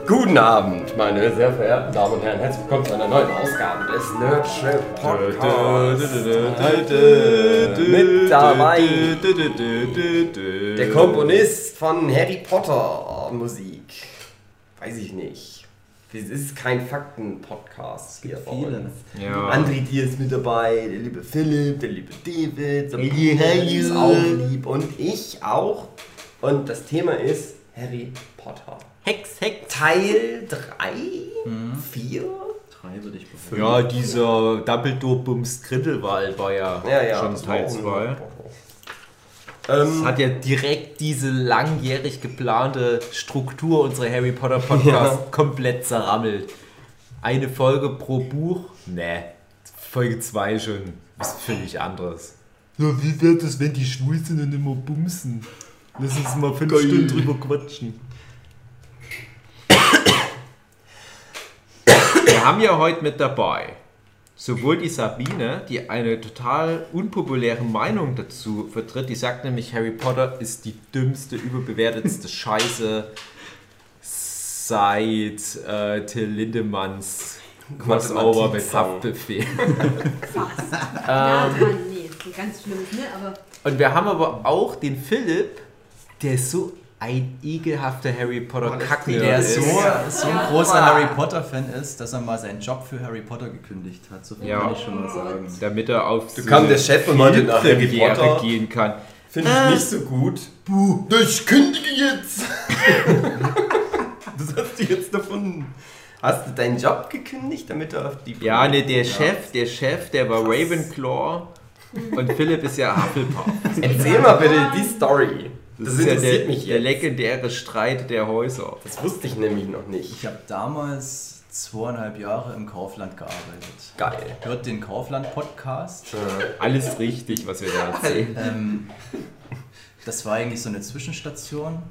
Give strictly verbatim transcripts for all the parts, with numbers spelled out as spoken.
Guten Abend, meine sehr verehrten Damen und Herren. Herzlich willkommen zu einer neuen Ausgabe des Nerdship Podcasts. Heute mit dabei der Komponist von Harry Potter Musik. Weiß ich nicht. Es ist kein Fakten-Podcast hier bei uns. Ja. André Dier ist mit dabei, der liebe Philipp, der liebe David, der ist auch lieb und ich auch. Und das Thema ist Harry Potter. Hex, Hex. Teil drei? vier? drei würde ich befinden. Ja, dieser Dumbledore-Bums Grindelwald war ja, ja, ja schon Teil zwei. Das ähm, hat ja direkt diese langjährig geplante Struktur unserer Harry Potter Podcast ja. komplett zerrammelt. Eine Folge pro Buch? Nee, Folge zwei schon. Was völlig anderes. Ja, wie wird es, wenn die schwul sind und immer bumsen? Lass uns mal fünf Geil. Stunden drüber quatschen. Wir haben ja heute mit dabei sowohl die Sabine, die eine total unpopuläre Meinung dazu vertritt, die sagt nämlich, Harry Potter ist die dümmste, überbewertetste Scheiße seit äh, Till Lindemanns Crossover mit Haftbefehl. Fast. Ja, ähm, nee, so ganz schlimmes, ne? Aber und wir haben aber auch den Philipp, der ist so ein ekelhafter Harry Potter Kacken, der ist. so, so ein großer ja. Harry Potter Fan ist, dass er mal seinen Job für Harry Potter gekündigt hat. So viel ja. kann ich schon mal sagen. Damit er auf so kam der Chef und meinte nach Harry Potter gehen kann. Finde ich äh. nicht so gut. Buh, ich kündige jetzt. Das hast du jetzt davon. Hast du deinen Job gekündigt, damit er auf die Ja, ne, der ja. Chef, der Chef, der war Krass. Ravenclaw und Philipp ist ja Hufflepuff. Erzähl mal bitte die Story. Das, das ist ja der, mich der legendäre Streit der Häuser. Das wusste ich nämlich noch nicht. Ich habe damals zweieinhalb Jahre im Kaufland gearbeitet. Geil. Hört den Kaufland-Podcast. Ja. Alles richtig, was wir da erzählen. ähm, das war eigentlich so eine Zwischenstation.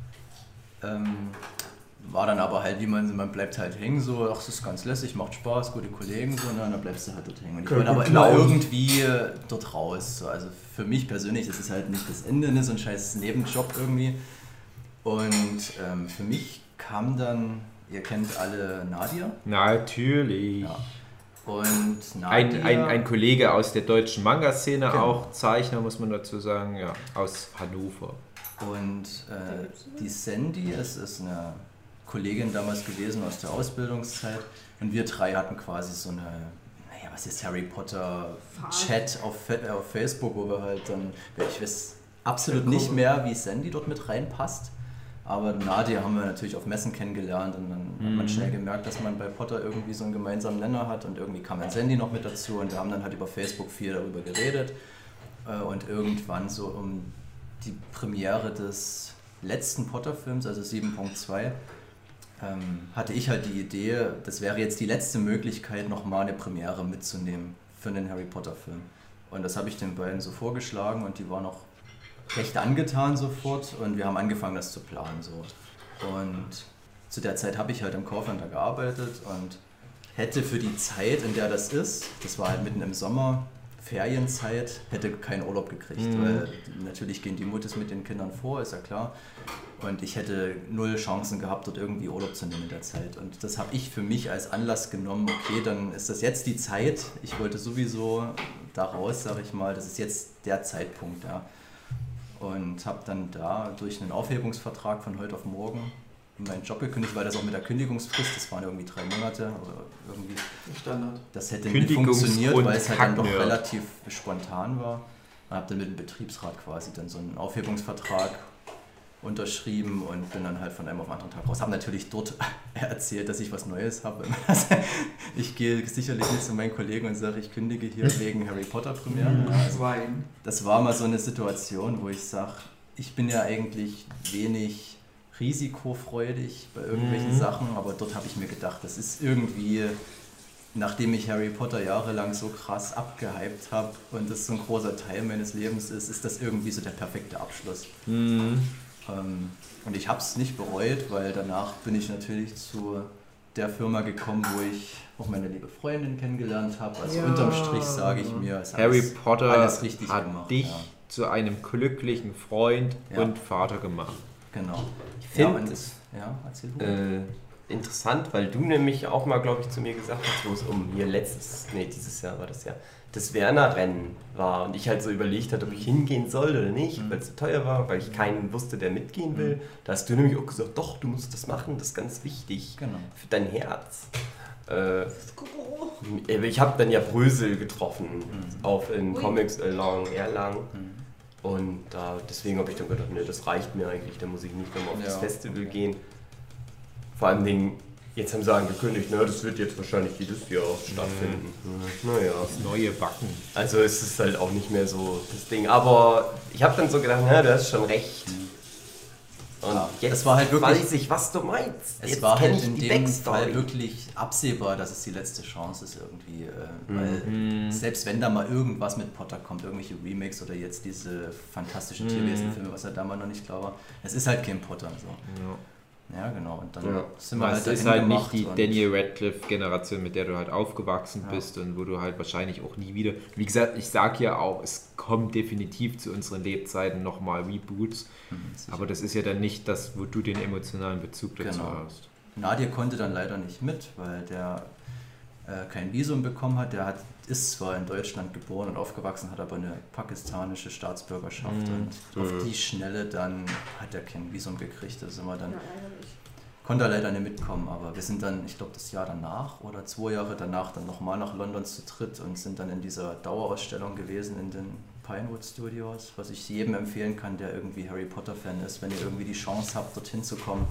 Ähm, war dann aber halt, wie man, man bleibt halt hängen, so, ach, das ist ganz lässig, macht Spaß, gute Kollegen, so, und dann bleibst du halt dort hängen. Und ich wollte aber immer irgendwie dort raus. So. Also für mich persönlich, das ist halt nicht das Ende, ne, so ein scheiß Nebenjob irgendwie. Und ähm, für mich kam dann, ihr kennt alle Nadia? Natürlich. Ja. Und Nadia, ein, ein, ein Kollege aus der deutschen Manga-Szene, genau. Auch Zeichner, muss man dazu sagen, ja, aus Hannover. Und äh, die Sandy ist, ist eine Kollegin damals gewesen aus der Ausbildungszeit und wir drei hatten quasi so eine, naja, was ist Harry Potter Chat auf, auf Facebook, wo wir halt dann, ich weiß absolut nicht mehr, wie Sandy dort mit reinpasst, aber Nadia haben wir natürlich auf Messen kennengelernt und dann mhm. hat man schnell gemerkt, dass man bei Potter irgendwie so einen gemeinsamen Nenner hat und irgendwie kam dann Sandy noch mit dazu und wir haben dann halt über Facebook viel darüber geredet und irgendwann so um die Premiere des letzten Potter-Films, also sieben Punkt zwei, ähm, hatte ich halt die Idee, das wäre jetzt die letzte Möglichkeit, nochmal eine Premiere mitzunehmen für einen Harry Potter-Film. Und das habe ich den beiden so vorgeschlagen und die waren auch recht angetan sofort und wir haben angefangen, das zu planen. So. Und zu der Zeit habe ich halt im Kaufland da gearbeitet und hätte für die Zeit, in der das ist, das war halt mitten im Sommer, Ferienzeit, hätte keinen Urlaub gekriegt, mhm. weil natürlich gehen die Muttis mit den Kindern vor, ist ja klar. Und ich hätte null Chancen gehabt, dort irgendwie Urlaub zu nehmen in der Zeit. Und das habe ich für mich als Anlass genommen, okay, dann ist das jetzt die Zeit. Ich wollte sowieso da raus, sage ich mal, das ist jetzt der Zeitpunkt. Ja. Und habe dann da durch einen Aufhebungsvertrag von heute auf morgen meinen Job gekündigt, weil das auch mit der Kündigungsfrist, das waren irgendwie drei Monate oder irgendwie Standard. Das hätte nicht funktioniert, weil es halt dann doch relativ spontan war. Und habe dann mit dem Betriebsrat quasi dann so einen Aufhebungsvertrag unterschrieben und bin dann halt von einem auf den anderen Tag raus. Habe natürlich dort erzählt, dass ich was Neues habe. Ich gehe sicherlich nicht zu meinen Kollegen und sage, ich kündige hier wegen Harry Potter Premiere. Also, das war mal so eine Situation, wo ich sage, ich bin ja eigentlich wenig risikofreudig bei irgendwelchen mhm. Sachen, aber dort habe ich mir gedacht, das ist irgendwie, nachdem ich Harry Potter jahrelang so krass abgehypt habe und das so ein großer Teil meines Lebens ist, ist das irgendwie so der perfekte Abschluss. Mhm. Ähm, und ich habe es nicht bereut, weil danach bin ich natürlich zu der Firma gekommen, wo ich auch meine liebe Freundin kennengelernt habe. Also ja. unterm Strich sage ich mir, es Harry alles, Potter alles richtig hat gemacht, dich ja. zu einem glücklichen Freund ja. und Vater gemacht. Genau. Ich finde, ja, ja, erzähl äh, interessant, weil du nämlich auch mal, glaube ich, zu mir gesagt hast, wo es um hier letztes, nee, dieses Jahr war das ja, das Werner-Rennen war und ich halt so überlegt hatte, ob ich hingehen soll oder nicht, mhm. weil es so teuer war, weil ich keinen wusste, der mitgehen will. Mhm. Da hast du nämlich auch gesagt, doch, du musst das machen, das ist ganz wichtig genau. für dein Herz. Äh, ich habe dann ja Brösel getroffen, mhm. auf in Comics Along Erlangen. Mhm. Und da, deswegen habe ich dann gedacht, ne, das reicht mir eigentlich, da muss ich nicht mehr auf ja. das Festival gehen. Vor allem Dingen, jetzt haben sie angekündigt, ne, das wird jetzt wahrscheinlich dieses Jahr stattfinden. Mhm. Naja. Das neue Backen. Also es ist halt auch nicht mehr so das Ding. Aber ich habe dann so gedacht, na, du hast schon recht. Und ja, jetzt es war halt wirklich, weiß ich, was du meinst. Es jetzt war halt ich in die dem Backstory. Fall wirklich absehbar, dass es die letzte Chance ist irgendwie. Äh, weil mhm. selbst wenn da mal irgendwas mit Potter kommt, irgendwelche Remakes oder jetzt diese fantastischen mhm. Tierwesen-Filme, was er damals noch nicht klar war, es ist halt kein Potter. So. Ja. Ja, genau. Und dann ja. sind wir halt dahin ist halt gemacht nicht die Daniel Radcliffe-Generation, mit der du halt aufgewachsen ja. bist und wo du halt wahrscheinlich auch nie wieder... Wie gesagt, ich sage ja auch, es kommt definitiv zu unseren Lebzeiten nochmal Reboots, mhm, aber das ist ja dann nicht das, wo du den emotionalen Bezug dazu genau. hast. Nadir konnte dann leider nicht mit, weil der äh, kein Visum bekommen hat. Der hat, ist zwar in Deutschland geboren und aufgewachsen, hat aber eine pakistanische Staatsbürgerschaft mhm. und auf die Schnelle dann hat er kein Visum gekriegt. Da sind wir dann, ja, konnte er leider nicht mitkommen, aber wir sind dann, ich glaube das Jahr danach oder zwei Jahre danach dann nochmal nach London zu dritt und sind dann in dieser Dauerausstellung gewesen in den Pinewood Studios, was ich jedem empfehlen kann, der irgendwie Harry Potter Fan ist, wenn ihr irgendwie die Chance habt, dorthin zu kommen.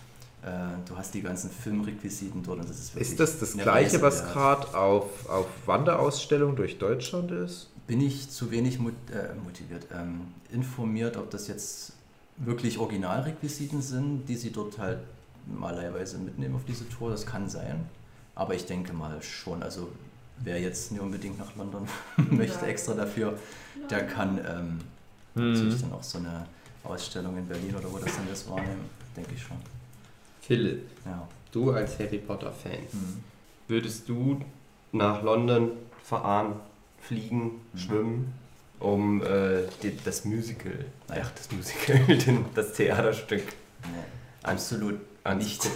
Du hast die ganzen Filmrequisiten dort und das ist wirklich Ist das das Gleiche, was gerade auf, auf Wanderausstellung durch Deutschland ist? Bin ich zu wenig mut, äh, motiviert, ähm, informiert, ob das jetzt wirklich Originalrequisiten sind, die sie dort halt mal leihweise mitnehmen auf diese Tour, das kann sein. Aber ich denke mal schon, also wer jetzt nicht unbedingt nach London möchte, extra dafür, der kann ähm, hm. natürlich dann auch so eine Ausstellung in Berlin oder wo das dann ist wahrnehmen, denke ich schon. Philipp, ja. du als Harry Potter Fan, mhm. würdest du nach London fahren, fliegen, mhm. schwimmen, um äh, die, das Musical, ach das Musical, den, das Theaterstück nee, absolut nicht.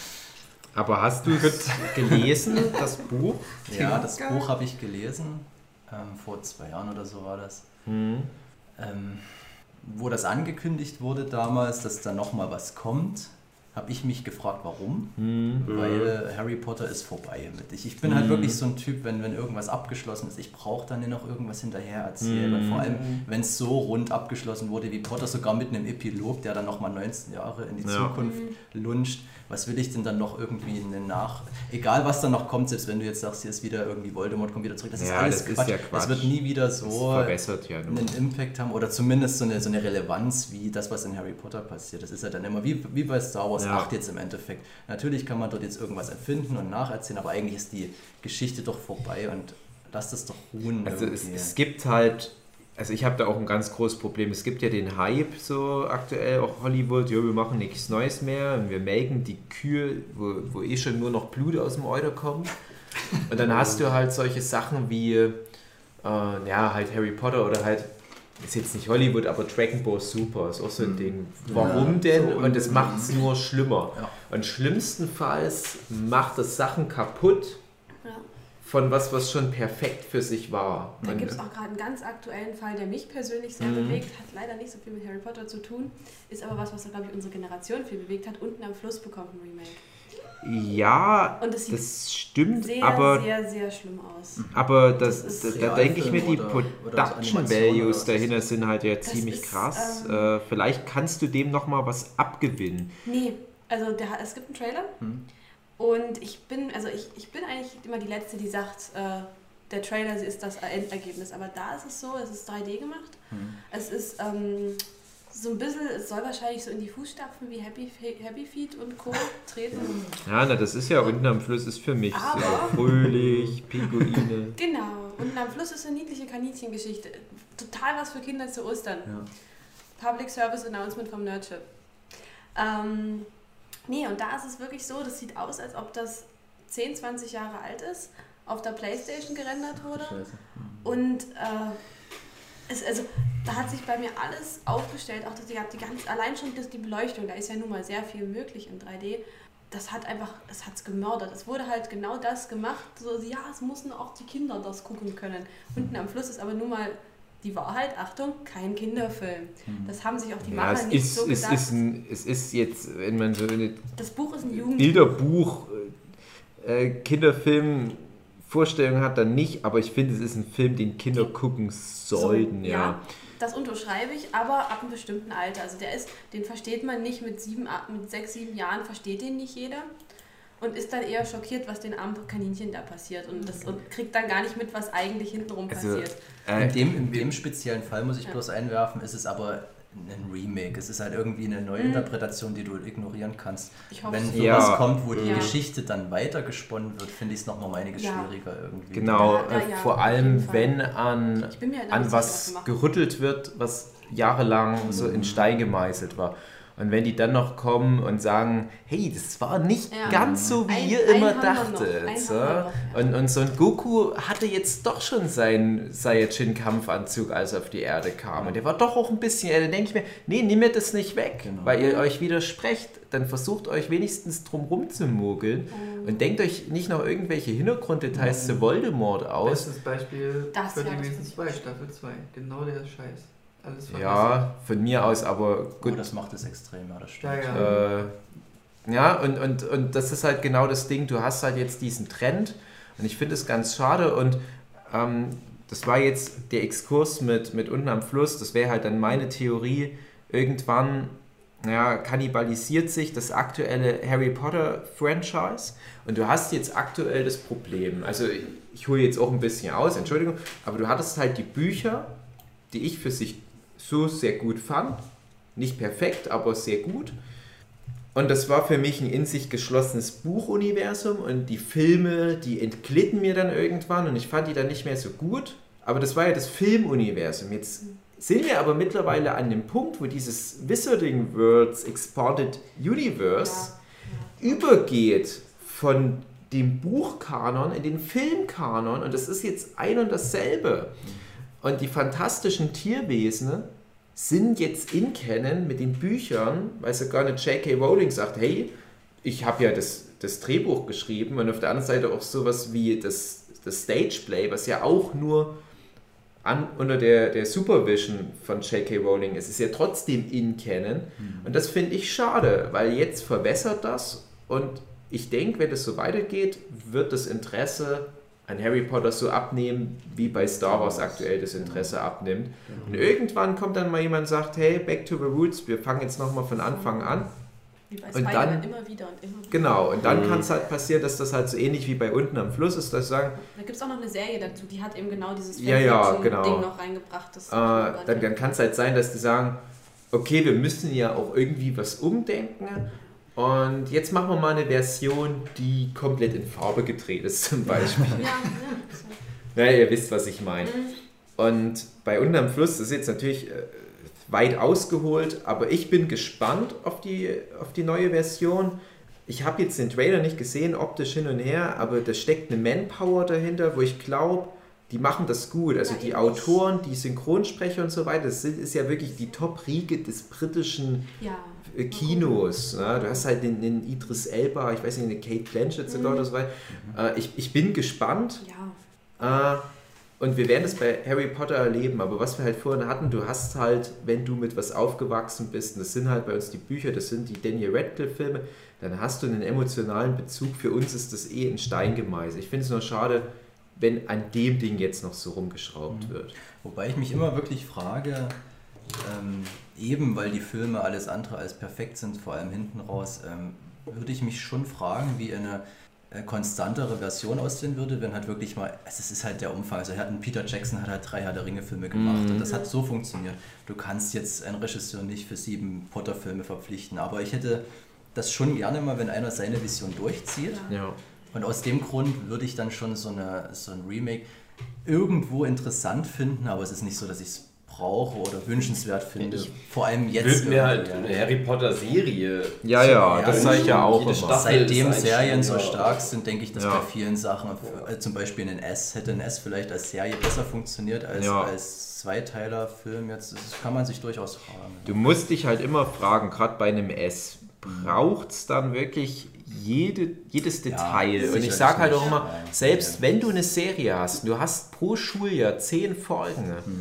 Aber hast du es gelesen, das Buch? Ja, das Buch habe ich gelesen, ähm, vor zwei Jahren oder so war das. Mhm. Ähm, wo das angekündigt wurde damals, dass da nochmal was kommt, habe ich mich gefragt, warum? Mhm. Weil Harry Potter ist vorbei mit ich. Ich bin mhm. halt wirklich so ein Typ, wenn, wenn irgendwas abgeschlossen ist, ich brauche dann noch irgendwas hinterher erzählen. Mhm. Und vor allem, wenn es so rund abgeschlossen wurde wie Potter, sogar mit einem Epilog, der dann nochmal neunzehn Jahre in die ja. Zukunft lunscht. Was will ich denn dann noch irgendwie in den Nach... Egal, was dann noch kommt, selbst wenn du jetzt sagst, hier ist wieder irgendwie Voldemort, kommt wieder zurück, das ist ja, alles das Quatsch. Ist ja Quatsch. Das wird nie wieder so ja einen Impact haben oder zumindest so eine, so eine Relevanz wie das, was in Harry Potter passiert. Das ist ja dann immer wie, wie bei Star Wars ja. acht jetzt im Endeffekt. Natürlich kann man dort jetzt irgendwas erfinden und nacherzählen, aber eigentlich ist die Geschichte doch vorbei und lass das doch ruhen. Also es, es gibt halt... Also ich habe da auch ein ganz großes Problem. Es gibt ja den Hype so aktuell, auch Hollywood, ja, wir machen nichts Neues mehr und wir melken die Kühe, wo, wo eh schon nur noch Blut aus dem Euter kommt. Und dann hast du halt solche Sachen wie, äh, ja, halt Harry Potter oder halt, ist jetzt nicht Hollywood, aber Dragon Ball Super ist auch so ein Ding. Warum ja, denn? So und das macht es nur schlimmer. Ja. Und schlimmstenfalls macht es Sachen kaputt, von was, was schon perfekt für sich war. Da gibt es auch gerade einen ganz aktuellen Fall, der mich persönlich sehr mhm. bewegt, hat leider nicht so viel mit Harry Potter zu tun, ist aber was, was, glaube ich, unsere Generation viel bewegt hat. Unten am Fluss bekommt ein Remake. Ja, und das, sieht das stimmt, sehr, aber... sehr, sehr schlimm aus. Aber das, das da, da denke ich mir, die oder, Production oder Values dahinter sind halt ja ziemlich ist, krass. Ähm, äh, vielleicht kannst du dem nochmal was abgewinnen. Nee, also der, es gibt einen Trailer. Hm. Und ich bin, also ich, ich bin eigentlich immer die Letzte, die sagt, äh, der Trailer ist das Endergebnis. Aber da ist es so, es ist drei D gemacht. Hm. Es ist ähm, so ein bisschen, es soll wahrscheinlich so in die Fußstapfen wie Happy, Happy Feet und Co. treten. Ja, na, das ist ja unten am Fluss ist für mich aber, so fröhlich, Pinguine. Genau, unten am Fluss ist eine niedliche Kaninchengeschichte. Total was für Kinder zu Ostern. Ja. Public Service Announcement vom Nerdship. Ähm, Nee, und da ist es wirklich so, das sieht aus, als ob das zehn, zwanzig Jahre alt ist, auf der Playstation gerendert wurde. Scheiße. Und äh, es, also, da hat sich bei mir alles aufgestellt, auch dass die, die ganz, allein schon das, die Beleuchtung, da ist ja nun mal sehr viel möglich in drei D. das hat einfach, das hat's gemördert. Es wurde halt genau das gemacht, so, ja, es mussten auch die Kinder das gucken können. Unten am Fluss ist aber nun mal die Wahrheit, Achtung, kein Kinderfilm. Das haben sich auch die Ja, Macher es, nicht ist, so es, gedacht. ist ein, es ist jetzt, wenn man so eine Das Buch ist ein Jugendbuch. Bilderbuch äh, Kinderfilm Vorstellung hat, dann nicht, aber ich finde, es ist ein Film, den Kinder gucken sollten, so, ja. ja. Das unterschreibe ich, aber ab einem bestimmten Alter. Also der ist, den versteht man nicht mit sieben, mit sechs, sieben Jahren, versteht den nicht jeder. Und ist dann eher schockiert, was den armen Kaninchen da passiert. Und, das, und kriegt dann gar nicht mit, was eigentlich hintenrum Also, passiert. äh, In dem, in dem speziellen Fall muss ich Ja. bloß einwerfen, ist es aber ein Remake. Es ist halt irgendwie eine neue Mhm. Interpretation, die du ignorieren kannst. Ich hoffe, Wenn es- sowas Ja. kommt, wo die Ja. Geschichte dann weitergesponnen wird, finde ich es nochmal um einiges Ja. schwieriger irgendwie. Genau, Ja, ja, äh, ja, vor auf allem jeden Fall. wenn an, Ich bin mir halt an nicht was sicher, was wir machen. gerüttelt wird, was jahrelang so in Stein gemeißelt war. Und wenn die dann noch kommen und sagen, hey, das war nicht Ja. ganz so, wie Ein- ihr einen immer haben wir noch, dachtet. einen So. haben wir noch, ja. Und, und so ein Goku hatte jetzt doch schon seinen Saiyajin-Kampfanzug, als er auf die Erde kam. Und der war doch auch ein bisschen, da denke ich mir, nee, nimm mir das nicht weg, Genau. weil ihr euch widersprecht. Dann versucht euch wenigstens drum rum zu mogeln Mhm. und denkt euch nicht noch irgendwelche Hintergrunddetails zu Voldemort aus. Bestes Beispiel Das, für ja, die das Wesen ist zwei, Staffel zwei. Genau der Scheiß. Alles vergessen. Ja, von mir aus, aber Gut, gut. oh, das macht es extrem, ja, das stimmt. Ja, ja. Äh, ja, und, und, und das ist halt genau das Ding, du hast halt jetzt diesen Trend und ich finde es ganz schade und ähm, das war jetzt der Exkurs mit, mit unten am Fluss, das wäre halt dann meine Theorie, irgendwann ja, kannibalisiert sich das aktuelle Harry Potter Franchise und du hast jetzt aktuell das Problem, also ich, ich hole jetzt auch ein bisschen aus, Entschuldigung, aber du hattest halt die Bücher, die ich für sich so sehr gut fand, nicht perfekt, aber sehr gut. Und das war für mich ein in sich geschlossenes Buchuniversum und die Filme, die entglitten mir dann irgendwann und ich fand die dann nicht mehr so gut. Aber das war ja das Filmuniversum. Jetzt sind wir aber mittlerweile an dem Punkt, wo dieses Wizarding Worlds Expanded Universe übergeht von dem Buchkanon in den Filmkanon und das ist jetzt ein und dasselbe. Und die fantastischen Tierwesen sind jetzt in Canon mit den Büchern, weil sogar eine J K Rowling sagt, hey, ich habe ja das, das Drehbuch geschrieben und auf der anderen Seite auch sowas wie das, das Stageplay, was ja auch nur an, unter der, der Supervision von J K Rowling ist. Es ist ja trotzdem in Canon und das finde ich schade, weil jetzt verwässert das und ich denke, wenn das so weitergeht, wird das Interesse an Harry Potter so abnehmen, wie bei Star Wars aktuell das Interesse abnimmt. Und irgendwann kommt dann mal jemand und sagt, hey, back to the roots, wir fangen jetzt nochmal von Anfang an. Wie bei Und Spider-Man dann- immer wieder und immer wieder. Genau, und dann Mhm. kann es halt passieren, dass das halt so ähnlich wie bei unten am Fluss ist, dass sie sagen, Da gibt es auch noch eine Serie dazu, die hat eben genau dieses Ja, ja, Fanfiction-Ding genau. noch reingebracht. Das äh, dann, dann kann es halt sein, dass die sagen, okay, wir müssen ja auch irgendwie was umdenken und jetzt machen wir mal eine Version, die komplett in Farbe gedreht ist zum Beispiel. ja, ja. Naja, ihr wisst, was ich meine. Und bei Unten am Fluss, das ist jetzt natürlich äh, weit ausgeholt, aber ich bin gespannt auf die, auf die neue Version. Ich habe jetzt den Trailer nicht gesehen, optisch hin und her, aber da steckt eine Manpower dahinter, wo ich glaube, die machen das gut. Also Ja, die eben. Autoren, die Synchronsprecher und so weiter, das sind, ist ja wirklich die Top-Riege des britischen ja. äh, Kinos. Ne? Du hast halt den, den Idris Elba, ich weiß nicht, eine Kate Blanchett sogar oder so weiter. Äh, ich, ich bin gespannt. Ja. Äh, und wir werden es bei Harry Potter erleben, aber was wir halt vorhin hatten, du hast halt, wenn du mit was aufgewachsen bist, und das sind halt bei uns die Bücher, das sind die Daniel Radcliffe-Filme, dann hast du einen emotionalen Bezug. Für uns ist das eh in Stein gemeißelt. Ich finde es nur schade, wenn an dem Ding jetzt noch so rumgeschraubt wird. Wobei ich mich immer wirklich frage, ähm, eben weil die Filme alles andere als perfekt sind, vor allem hinten raus, ähm, würde ich mich schon fragen, wie eine äh, konstantere Version aussehen würde, wenn halt wirklich mal, also es ist halt der Umfang, also hat ein Peter Jackson hat halt drei Herr der Ringe Filme gemacht Mhm. und das hat so funktioniert. Du kannst jetzt einen Regisseur nicht für sieben Potter Filme verpflichten, aber ich hätte das schon gerne mal, wenn einer seine Vision durchzieht. Ja. Und aus dem Grund würde ich dann schon so, eine, so ein Remake irgendwo interessant finden, aber es ist nicht so, dass ich es brauche oder wünschenswert finde. Ich Vor allem jetzt. Würde mir halt irgendwie, eine Harry Potter Serie. Ja, ja, Ja, das sage ich ja auch jede immer. Staffel Seitdem ist ein Serien so Schüler. stark sind, denke ich, dass Ja. bei vielen Sachen, äh, zum Beispiel in S, hätte ein S vielleicht als Serie besser funktioniert als Ja. als Zweiteiler-Film. Jetzt das kann man sich durchaus fragen. Du musst dich halt immer fragen, gerade bei einem S, braucht es dann wirklich jede, jedes Detail. Ja, und ich sage halt auch immer, ja, selbst ja. wenn du eine Serie hast, du hast pro Schuljahr zehn Folgen, mhm.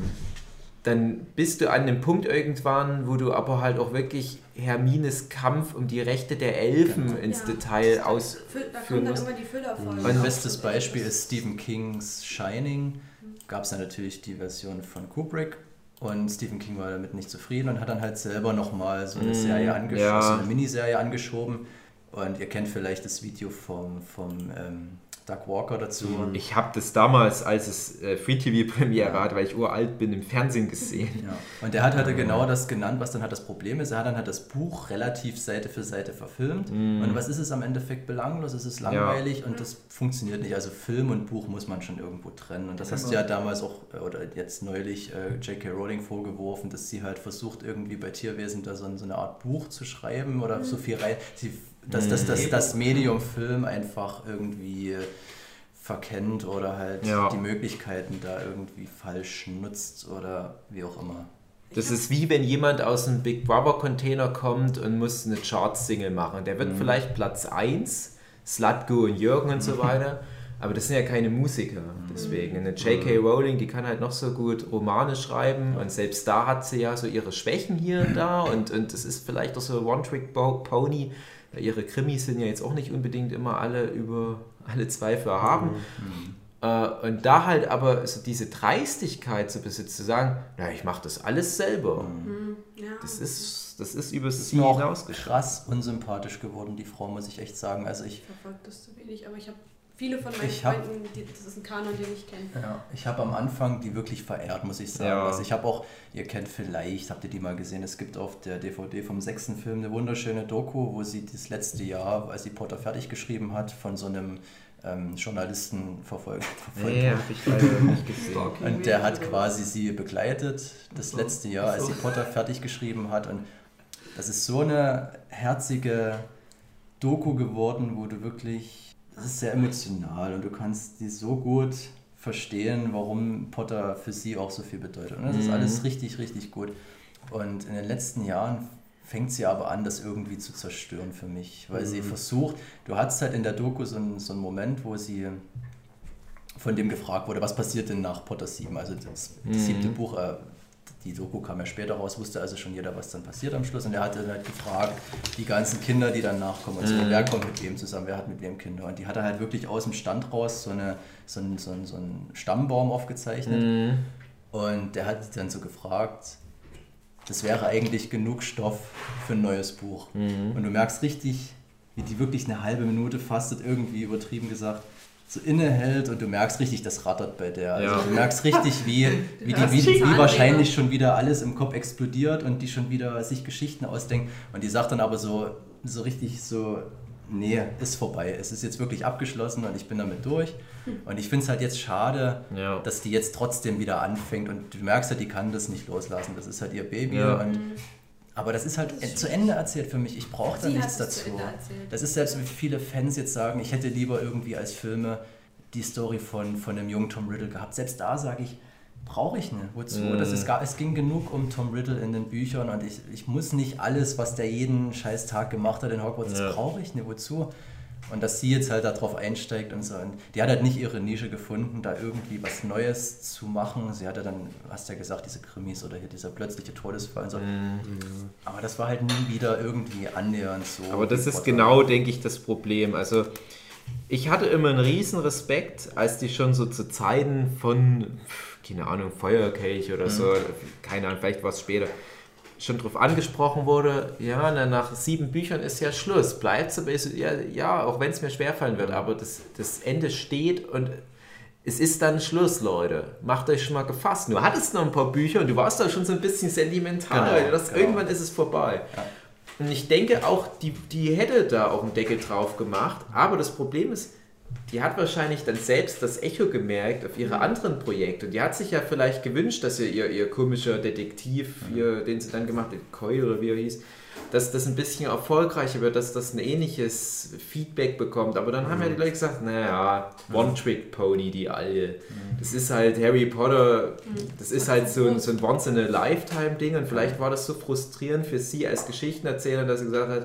dann bist du an einem Punkt irgendwann, wo du aber halt auch wirklich Hermines Kampf um die Rechte der Elfen genau. ins ja, Detail ausführen Da kommen dann immer die Füllerfolgen. Mein bestes Beispiel ist Stephen Kings Shining. Gab es ja natürlich die Version von Kubrick. Und Stephen King war damit nicht zufrieden und hat dann halt selber nochmal so eine Serie angeschoben, ja. so eine Miniserie angeschoben. Und ihr kennt vielleicht das Video vom, vom ähm, Doug Walker dazu. Ich habe das damals, als es äh, Free-T V-Premiere war, weil ich uralt bin, im Fernsehen gesehen. Ja. Und der hat halt genau das genannt, was dann halt das Problem ist. Er hat dann halt das Buch relativ Seite für Seite verfilmt. Mm. Und was ist es am Endeffekt belanglos? Es ist langweilig ja. und das funktioniert nicht. Also Film und Buch muss man schon irgendwo trennen. Und das hast du ja damals auch, oder jetzt neulich äh, J K Rowling vorgeworfen, dass sie halt versucht, irgendwie bei Tierwesen da so, so eine Art Buch zu schreiben oder mm. so viel rein. Sie, dass das, das, das Medium Film einfach irgendwie verkennt oder halt ja. die Möglichkeiten da irgendwie falsch nutzt oder wie auch immer. Das ist wie wenn jemand aus einem Big Brother Container kommt und muss eine Charts-Single machen. Der wird mhm. vielleicht Platz eins, Slutko und Jürgen und so weiter, aber das sind ja keine Musiker. Deswegen eine J K Rowling, die kann halt noch so gut Romane schreiben und selbst da hat sie ja so ihre Schwächen hier und da und, und das ist vielleicht auch so One-Trick-Pony. Ihre Krimis sind ja jetzt auch nicht unbedingt immer alle über alle Zweifel erhaben. Mhm. Äh, und da halt aber so diese Dreistigkeit zu besitzen, zu sagen, na, ich mache das alles selber. Mhm. Ja. Das ist, das ist übers das Ziel ist hinausgeschossen. Krass unsympathisch geworden, die Frau, muss ich echt sagen. Also ich verfolge das zu wenig, aber ich habe viele von meinen ich hab, Freunden, die, das ist ein Kanon, den ich kenne. Ja, ich habe am Anfang die wirklich verehrt, muss ich sagen. Ja. Also ich habe auch, ihr kennt vielleicht, habt ihr die mal gesehen, es gibt auf der D V D vom sechsten Film eine wunderschöne Doku, wo sie das letzte Jahr, als sie Potter fertig geschrieben hat, von so einem ähm, Journalisten verfolgt. Nee, habe ich leider nicht gesehen. Und der hat quasi sie begleitet, das letzte Jahr, als sie Potter fertig geschrieben hat. Und das ist so eine herzige Doku geworden, wo du wirklich... Das ist sehr emotional und du kannst die so gut verstehen, warum Potter für sie auch so viel bedeutet. Und das ist alles richtig, richtig gut. Und in den letzten Jahren fängt sie aber an, das irgendwie zu zerstören für mich, weil mhm. sie versucht, du hattest halt in der Doku so einen, so einen Moment, wo sie von dem gefragt wurde, was passiert denn nach Potter sieben, also das, das mhm. siebte Buch, äh, die Doku kam ja später raus, wusste also schon jeder, was dann passiert am Schluss. Und er hat dann halt gefragt, die ganzen Kinder, die dann nachkommen, und so, wer kommt mit wem zusammen, wer hat mit wem Kinder. Und die hat er halt wirklich aus dem Stand raus so, eine, so, einen, so, einen, so einen Stammbaum aufgezeichnet. Mhm. Und der hat dann so gefragt, das wäre eigentlich genug Stoff für ein neues Buch. Mhm. Und du merkst richtig, wie die wirklich eine halbe Minute fastet, irgendwie übertrieben gesagt, so innehält und du merkst richtig, das rattert bei der. Also ja. Du merkst richtig, wie, wie, die, wie, wie wahrscheinlich schon wieder alles im Kopf explodiert und die schon wieder sich Geschichten ausdenkt. Und die sagt dann aber so, so richtig so, nee, ist vorbei. Es ist jetzt wirklich abgeschlossen und ich bin damit durch. Und ich finde es halt jetzt schade, ja. dass die jetzt trotzdem wieder anfängt. Und du merkst halt, die kann das nicht loslassen. Das ist halt ihr Baby. Ja. Und aber das ist halt das ist zu Ende erzählt für mich. Ich brauche da nichts dazu. Das ist selbst, wie viele Fans jetzt sagen, ich hätte lieber irgendwie als Filme die Story von, von dem jungen Tom Riddle gehabt. Selbst da sage ich, brauche ich nicht. Wozu? Mm. Das ist gar, es ging genug um Tom Riddle in den Büchern und ich, ich muss nicht alles, was der jeden scheiß Tag gemacht hat in Hogwarts, das ja. brauche ich nicht. Wozu? Und dass sie jetzt halt darauf einsteigt und so. Und die hat halt nicht ihre Nische gefunden, da irgendwie was Neues zu machen. Sie hatte dann, hast ja gesagt, diese Krimis oder hier dieser plötzliche Todesfall und so. Mhm. Aber das war halt nie wieder irgendwie annähernd so. Aber das ist genau, denke ich, das Problem. Also ich hatte immer einen riesen Respekt, als die schon so zu Zeiten von, keine Ahnung, Feuerkelch oder mhm. so, keine Ahnung, vielleicht war es später, schon drauf angesprochen wurde, ja, na, nach sieben Büchern ist ja Schluss, bleibt es aber, ja, ja, auch wenn es mir schwerfallen wird, aber das, das Ende steht und es ist dann Schluss, Leute. Macht euch schon mal gefasst. Du hattest noch ein paar Bücher und du warst da schon so ein bisschen sentimental, genau, das, genau. Irgendwann ist es vorbei. Ja. Und ich denke auch, die, die hätte da auch einen Deckel drauf gemacht, aber das Problem ist, die hat wahrscheinlich dann selbst das Echo gemerkt auf ihre anderen Projekte. Und die hat sich ja vielleicht gewünscht, dass ihr, ihr, ihr komischer Detektiv, ihr, den sie dann gemacht hat, Coy oder wie er hieß, dass das ein bisschen erfolgreicher wird, dass das ein ähnliches Feedback bekommt. Aber dann mhm. haben ja die Leute gesagt, naja, One-Trick-Pony, die alle. Mhm. Das ist halt Harry Potter, das ist halt so ein, so ein Once-in-a-Lifetime-Ding. Und vielleicht war das so frustrierend für sie als Geschichtenerzähler, dass sie gesagt hat,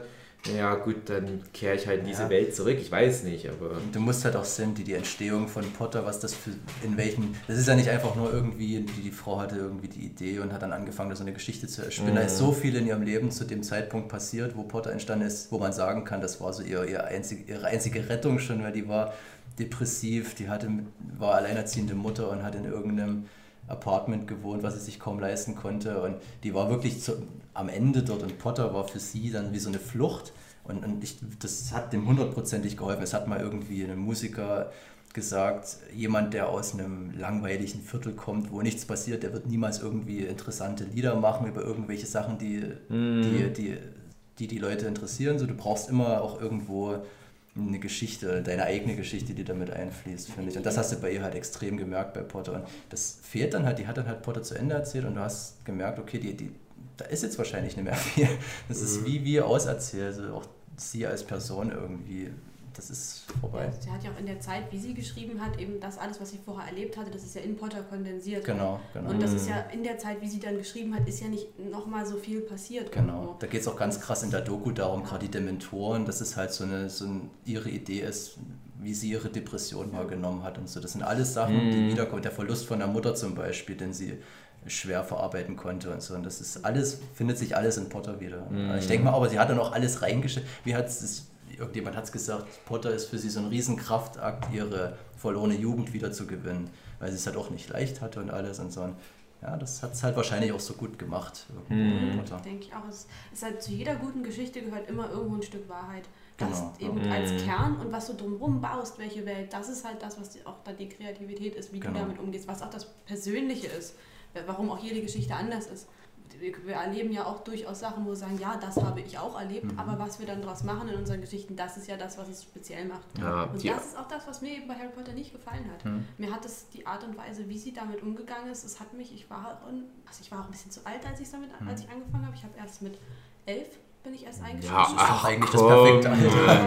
Ja gut, dann kehre ich halt in diese Ja. Welt zurück, ich weiß nicht, aber... Du musst halt auch sehen, die, die Entstehung von Potter, was das für, in welchen, das ist ja nicht einfach nur irgendwie, die, die Frau hatte irgendwie die Idee und hat dann angefangen, so eine Geschichte zu erspinnen. Mhm. Da ist so viel in ihrem Leben zu dem Zeitpunkt passiert, wo Potter entstanden ist, wo man sagen kann, das war so ihr, ihr einzig, ihre einzige Rettung schon, weil die war depressiv, die hatte, war alleinerziehende Mutter und hat in irgendeinem Apartment gewohnt, was sie sich kaum leisten konnte und die war wirklich zu, am Ende dort und Potter war für sie dann wie so eine Flucht und, und ich, das hat dem hundertprozentig geholfen. Es hat mal irgendwie ein Musiker gesagt, jemand, der aus einem langweiligen Viertel kommt, wo nichts passiert, der wird niemals irgendwie interessante Lieder machen über irgendwelche Sachen, die mm. die, die, die die Leute interessieren. So, du brauchst immer auch irgendwo eine Geschichte, deine eigene Geschichte, die damit einfließt, finde ich. Und das hast du bei ihr halt extrem gemerkt bei Potter. Und das fehlt dann halt, die hat dann halt Potter zu Ende erzählt und du hast gemerkt, okay, die, die, da ist jetzt wahrscheinlich nicht mehr viel. Das mhm. ist wie wir auserzählen, also auch sie als Person irgendwie, das ist vorbei. Ja, sie hat ja auch in der Zeit, wie sie geschrieben hat, eben das alles, was sie vorher erlebt hatte, das ist ja in Potter kondensiert. Genau, genau. Und das ist ja in der Zeit, wie sie dann geschrieben hat, ist ja nicht nochmal so viel passiert. Genau, irgendwo. da geht es auch ganz krass in der Doku darum, gerade die Dementoren, dass es halt so eine, so ein, ihre Idee ist, wie sie ihre Depression wahrgenommen hat und so. Das sind alles Sachen, die wiederkommen. Der Verlust von der Mutter zum Beispiel, den sie schwer verarbeiten konnte und so. Und das ist alles, findet sich alles in Potter wieder. Mm. Ich denke mal, aber sie hat dann auch alles reingeschickt. Wie hat es, irgendjemand hat es gesagt, Potter ist für sie so ein Riesenkraftakt, ihre verlorene Jugend wieder zu gewinnen, weil sie es halt auch nicht leicht hatte und alles und so. Und ja, das hat es halt wahrscheinlich auch so gut gemacht. Mm. Potter. Denke ich auch. Es ist halt, zu jeder guten Geschichte gehört immer irgendwo ein Stück Wahrheit. Das genau, eben ja. als Kern und was du drumherum baust, welche Welt, das ist halt das, was die, auch da die Kreativität ist, wie genau. du damit umgehst, was auch das Persönliche ist, warum auch jede Geschichte anders ist. Wir, wir erleben ja auch durchaus Sachen, wo wir sagen, ja, das habe ich auch erlebt, mhm. aber was wir dann daraus machen in unseren Geschichten, das ist ja das, was es speziell macht. Ja, und das ist auch das, was mir eben bei Harry Potter nicht gefallen hat. Mhm. Mir hat es die Art und Weise, wie sie damit umgegangen ist, es hat mich, ich war, also ich war auch ein bisschen zu alt, als ich damit, mhm. als ich angefangen habe. Ich habe erst mit elf bin ich erst eingestiegen. Ja, das ist doch eigentlich komm. das perfekte Alter.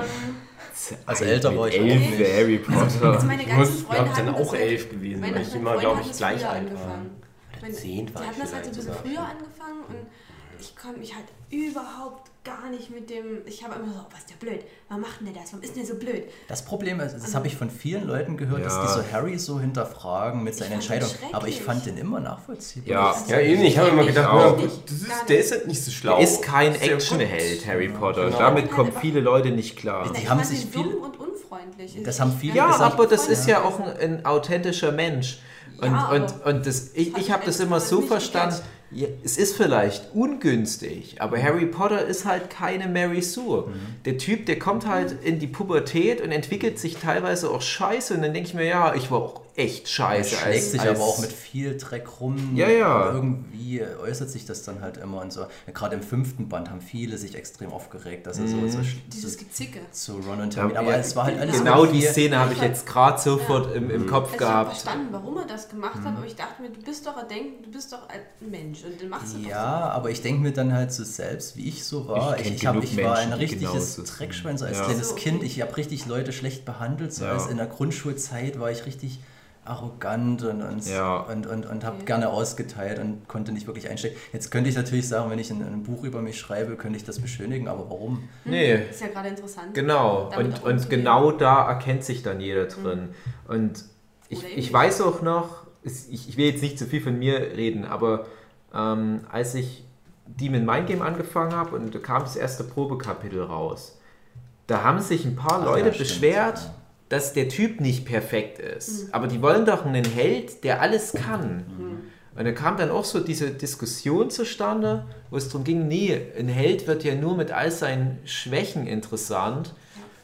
Also älter war ich elf auch für Harry Potter. Also meine Ich ganzen muss, Freunde glaube dann hatten auch das elf halt, gewesen, meine weil ich Freunde immer, glaube hatten ich, das gleich früher alt war. angefangen. Meine, zehn war die ich hatten das halt so ein vielleicht bisschen sogar. früher angefangen und ich konnte mich halt überhaupt gar nicht mit dem, ich habe immer so, oh, was ist der blöd, warum macht denn der das, warum ist denn der so blöd? Das Problem ist, das habe ich von vielen Leuten gehört, Ja. dass die so Harry so hinterfragen mit seinen fand den Entscheidungen, aber ich schrecklich. fand den immer nachvollziehbar. Ja. Ja, eben, ich habe immer gedacht, auch. ja, das ist, der ist halt nicht so schlau. Er ist kein Sehr Actionheld, gut. Harry Potter. Genau. Damit kommen viele Leute nicht klar. Die ich haben fand sich den viel- dumm und unfreundlich. Das haben viele Ja, gesagt. aber das ist ja auch ein, ein authentischer Mensch. Und, Ja, aber und, und das, ich, hab ich ich habe das echt immer so nicht verstanden, gecatcht. ja, es ist vielleicht ungünstig, aber Harry Potter ist halt keine Mary Sue. Der Typ, der kommt halt in die Pubertät und entwickelt sich teilweise auch scheiße und dann denke ich mir, ja, ich war auch echt Er scheiße. schlägt als, sich als, aber auch mit viel Dreck rum. Ja, ja. Und irgendwie äußert sich das dann halt immer und so. Ja, gerade im fünften Band haben viele sich extrem aufgeregt, dass er so, so, Dieses so Gezicke. zu Ron und Ja, Hermine. Aber ja, es war halt alles genau irgendwie- die Szene habe ich jetzt gerade sofort im, im Kopf Also ich habe gehabt. verstanden, warum er das gemacht hat, aber ich dachte mir, du bist doch, er denkt, du bist doch ein Mensch und dann machst du doch Ja, aber ich denke mir dann halt so selbst, wie ich so war. Ich Ich, kenn ich, hab, genug ich war ein Menschen, die richtiges genauso sind. Dreckschwein, so als Ja. kleines So, okay. Kind. Ich habe richtig Leute schlecht behandelt. So Ja. als in der Grundschulzeit war ich richtig arrogant und, und, Ja. und, und, und habe Okay. gerne ausgeteilt und konnte nicht wirklich einstecken. Jetzt könnte ich natürlich sagen, wenn ich ein, ein Buch über mich schreibe, könnte ich das beschönigen, aber warum? Nee. Ist ja gerade interessant. Genau, damit und, auch und umzugehen. genau da erkennt sich dann jeder drin. Und ich, Oder eben ich nicht. weiß auch noch, es- ich, ich will jetzt nicht zu viel von mir reden, aber ähm, als ich Demon Mind Game angefangen habe und da kam das erste Probekapitel raus, da haben sich ein paar Ach Leute ja, stimmt, beschwert, ja. dass der Typ nicht perfekt ist. Mhm. Aber die wollen doch einen Held, der alles kann. Und da kam dann auch so diese Diskussion zustande, wo es darum ging, nee, ein Held wird ja nur mit all seinen Schwächen interessant.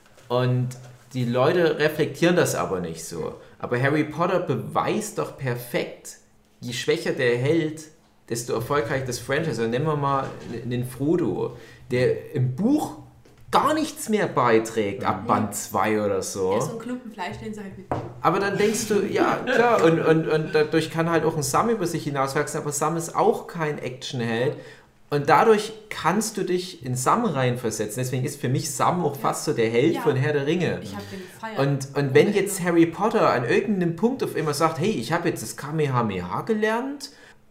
Und die Leute reflektieren das aber nicht so. Aber Harry Potter beweist doch perfekt, je schwächer der Held, desto erfolgreicher das Franchise. Also nehmen wir mal den Frodo, der im Buch gar nichts mehr beiträgt, ab Band zwei oder so. Er ist so ein Klumpen Fleisch, den sie halt mitnehmen. Aber dann denkst du, ja klar, und, und, und dadurch kann halt auch ein Sam über sich hinauswachsen, aber Sam ist auch kein Actionheld. Und dadurch kannst du dich in Sam reinversetzen. Deswegen ist für mich Sam auch fast so der Held Ja. von Herr der Ringe. Ich habe den gefeiert. Und, und wenn jetzt Harry Potter an irgendeinem Punkt auf immer sagt, hey, ich habe jetzt das Kamehameha gelernt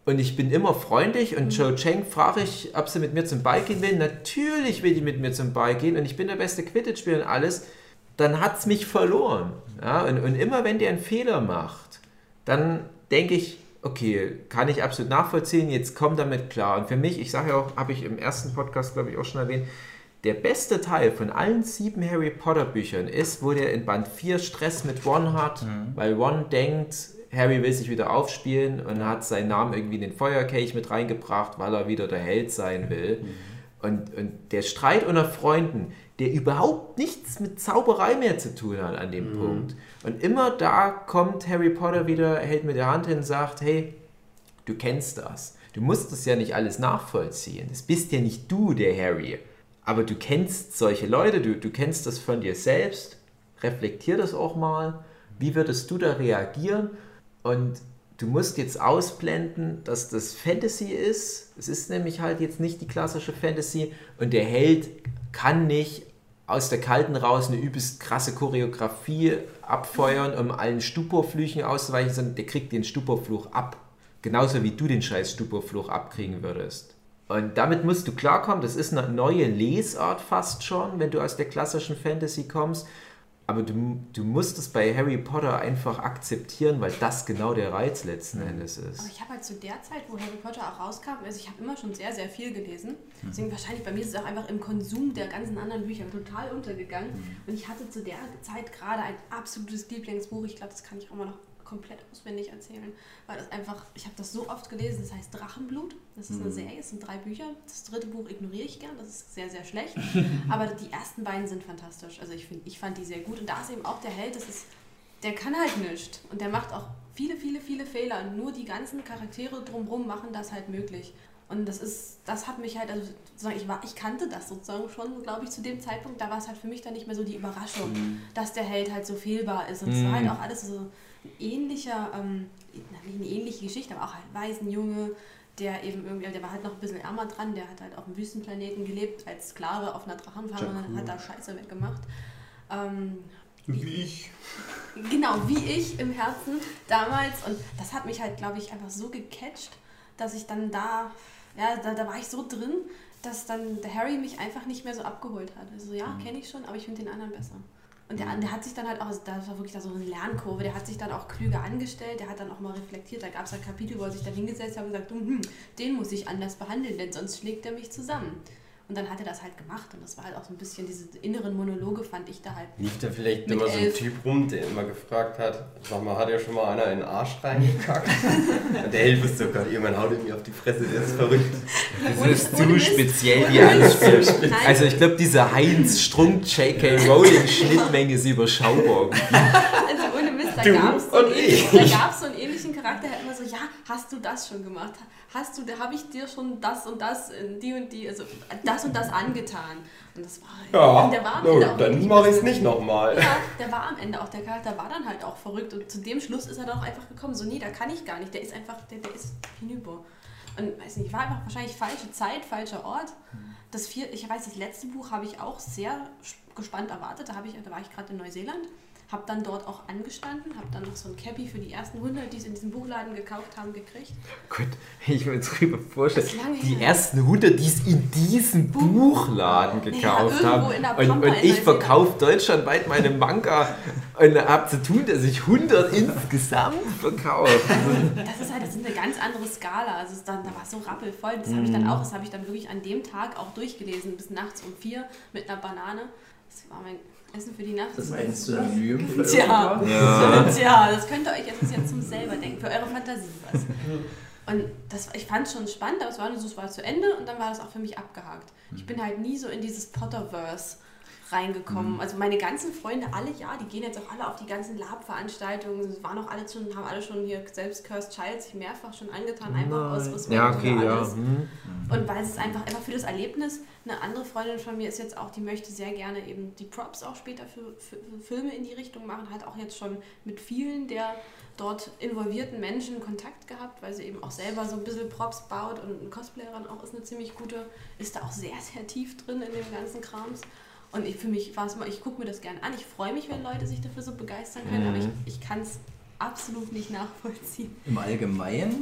Und ich bin immer freundlich und Cho Chang frage ich, ob sie mit mir zum Ball gehen will. Natürlich will die mit mir zum Ball gehen und ich bin der beste Quidditch-Spieler und alles. Dann hat es mich verloren. Ja? Und, und immer wenn der einen Fehler macht, dann denke ich, okay, kann ich absolut nachvollziehen, jetzt komm damit klar. Und für mich, ich sage ja auch, habe ich im ersten Podcast, glaube ich, auch schon erwähnt, der beste Teil von allen sieben Harry Potter Büchern ist, wo der in Band vier Stress mit Ron hat, mhm. weil Ron denkt, Harry will sich wieder aufspielen und hat seinen Namen irgendwie in den Feuerkelch mit reingebracht, weil er wieder der Held sein will. Mhm. Und, und der Streit unter Freunden, der überhaupt nichts mit Zauberei mehr zu tun hat an dem mhm. Punkt. Und immer da kommt Harry Potter wieder, hält mit der Hand hin und sagt, hey, du kennst das. Du musst das ja nicht alles nachvollziehen. Das bist ja nicht du, der Harry. Aber du kennst solche Leute, du, du kennst das von dir selbst. Reflektier das auch mal. Wie würdest du da reagieren? Und du musst jetzt ausblenden, dass das Fantasy ist. Es ist nämlich halt jetzt nicht die klassische Fantasy. Und der Held kann nicht aus der Kalten raus eine übelst krasse Choreografie abfeuern, um allen Stuporflüchen auszuweichen, sondern der kriegt den Stuporfluch ab. Genauso wie du den scheiß Stuporfluch abkriegen würdest. Und damit musst du klarkommen. Das ist eine neue Lesart fast schon, wenn du aus der klassischen Fantasy kommst. Aber du, du musst es bei Harry Potter einfach akzeptieren, weil das genau der Reiz letzten Endes ist. Aber ich habe halt zu der Zeit, wo Harry Potter auch rauskam, also ich habe immer schon sehr, sehr viel gelesen. Deswegen wahrscheinlich bei mir ist es auch einfach im Konsum der ganzen anderen Bücher total untergegangen. Und ich hatte zu der Zeit gerade ein absolutes Lieblingsbuch. Ich glaube, das kann ich auch immer noch komplett auswendig erzählen, weil das einfach, ich habe das so oft gelesen, das heißt Drachenblut, das ist eine Serie, es sind drei Bücher, das dritte Buch ignoriere ich gern, das ist sehr, sehr schlecht, aber die ersten beiden sind fantastisch, also ich, find, ich fand die sehr gut und da ist eben auch der Held, das ist, der kann halt nichts und der macht auch viele, viele, viele Fehler und nur die ganzen Charaktere drumherum machen das halt möglich. Und das ist, das hat mich halt, also sozusagen, ich, war, ich kannte das sozusagen schon, glaube ich, zu dem Zeitpunkt, da war es halt für mich dann nicht mehr so die Überraschung, mhm. dass der Held halt so fehlbar ist. Und es mhm. war halt auch alles so ein ähnlicher, ähm, nicht eine ähnliche Geschichte, aber auch halt Waisenjunge, der eben irgendwie, der war halt noch ein bisschen ärmer dran, der hat halt auf einem Wüstenplaneten gelebt, als Sklave auf einer Drachenfarm und dann hat da Scheiße weggemacht. Ähm, Wie ich. Genau, wie ich im Herzen damals. Und das hat mich halt, glaube ich, einfach so gecatcht, dass ich dann da, ja, da, da war ich so drin, dass dann der Harry mich einfach nicht mehr so abgeholt hat. Also ja, kenne ich schon, aber ich finde den anderen besser. Und der, der hat sich dann halt auch, also das war wirklich da so eine Lernkurve, der hat sich dann auch klüger angestellt, der hat dann auch mal reflektiert, da gab es ein Kapitel, wo er sich dann hingesetzt hat und gesagt, hm, den muss ich anders behandeln, denn sonst schlägt er mich zusammen. Und dann hat er das halt gemacht und das war halt auch so ein bisschen, diese inneren Monologe fand ich da halt. Lief da vielleicht immer so ein Typ rum, der immer gefragt hat, sag mal, hat ja schon mal einer in den Arsch reingekackt? Und der Held wusste, oh Gott, irgendwann haut er mir auf die Fresse, der ist verrückt. Das ist zu speziell, die Anspielung. Also ich glaube, diese Heinz Strunk J K Rowling Schnittmenge ist überschaubar. Also ohne Mist, da gab es so, so einen ähnlichen Charakter, der hat immer so, ja, hast du das schon gemacht? Hast du, da habe ich dir schon das und das, die und die, also das und das angetan. Und das war, ja, und der war am no, Ende auch dann mache ich es nicht nochmal. Ja, der war am Ende auch, der Charakter war dann halt auch verrückt und zu dem Schluss ist er dann auch einfach gekommen, so nee, da kann ich gar nicht, der ist einfach, der, der ist hinüber. Und weiß nicht, war einfach wahrscheinlich falsche Zeit, falscher Ort. Das vier, ich weiß, das letzte Buch habe ich auch sehr gespannt erwartet, da, habe ich, da war ich gerade in Neuseeland. Habe dann dort auch angestanden, habe dann noch so ein Cappy für die ersten hundert, die es in diesem Buchladen gekauft haben, gekriegt. Gut, ich will jetzt drüber vorstellen, die her. ersten hundert, die es in diesem Buch. Buchladen gekauft naja, haben. Und, und ich verkaufe deutschlandweit meine Manga und habe zu tun, dass ich hundert insgesamt verkaufe. Das ist halt, das ist eine ganz andere Skala. Also es dann, da war es so rappelvoll. Das habe ich dann auch, das habe ich dann wirklich an dem Tag auch durchgelesen, bis nachts um vier mit einer Banane. Das war mein Essen für die Nacht. Das ist ein Synonym für Tja, ja. Tja, das könnt ihr euch jetzt, jetzt zum selber denken, für eure Fantasie was. Und das, ich fand es schon spannend, aber es war nur so, es war zu Ende und dann war das auch für mich abgehakt. Ich bin halt nie so in dieses Potterverse reingekommen. Also meine ganzen Freunde, alle ja, die gehen jetzt auch alle auf die ganzen Lab-Veranstaltungen, waren auch alle schon, haben alle schon hier selbst Cursed Child sich mehrfach schon angetan, einfach aus Respekt ja, okay, für ja. alles. Mhm. Und weil es einfach, einfach für das Erlebnis, eine andere Freundin von mir ist jetzt auch, die möchte sehr gerne eben die Props auch später für, für, für Filme in die Richtung machen, hat auch jetzt schon mit vielen der dort involvierten Menschen Kontakt gehabt, weil sie eben auch selber so ein bisschen Props baut und eine Cosplayerin auch ist eine ziemlich gute, ist da auch sehr, sehr tief drin in dem ganzen Krams. Und ich, für mich war es mal, ich gucke mir das gerne an. Ich freue mich, wenn Leute sich dafür so begeistern können, mhm. aber ich, ich kann es absolut nicht nachvollziehen. Im Allgemeinen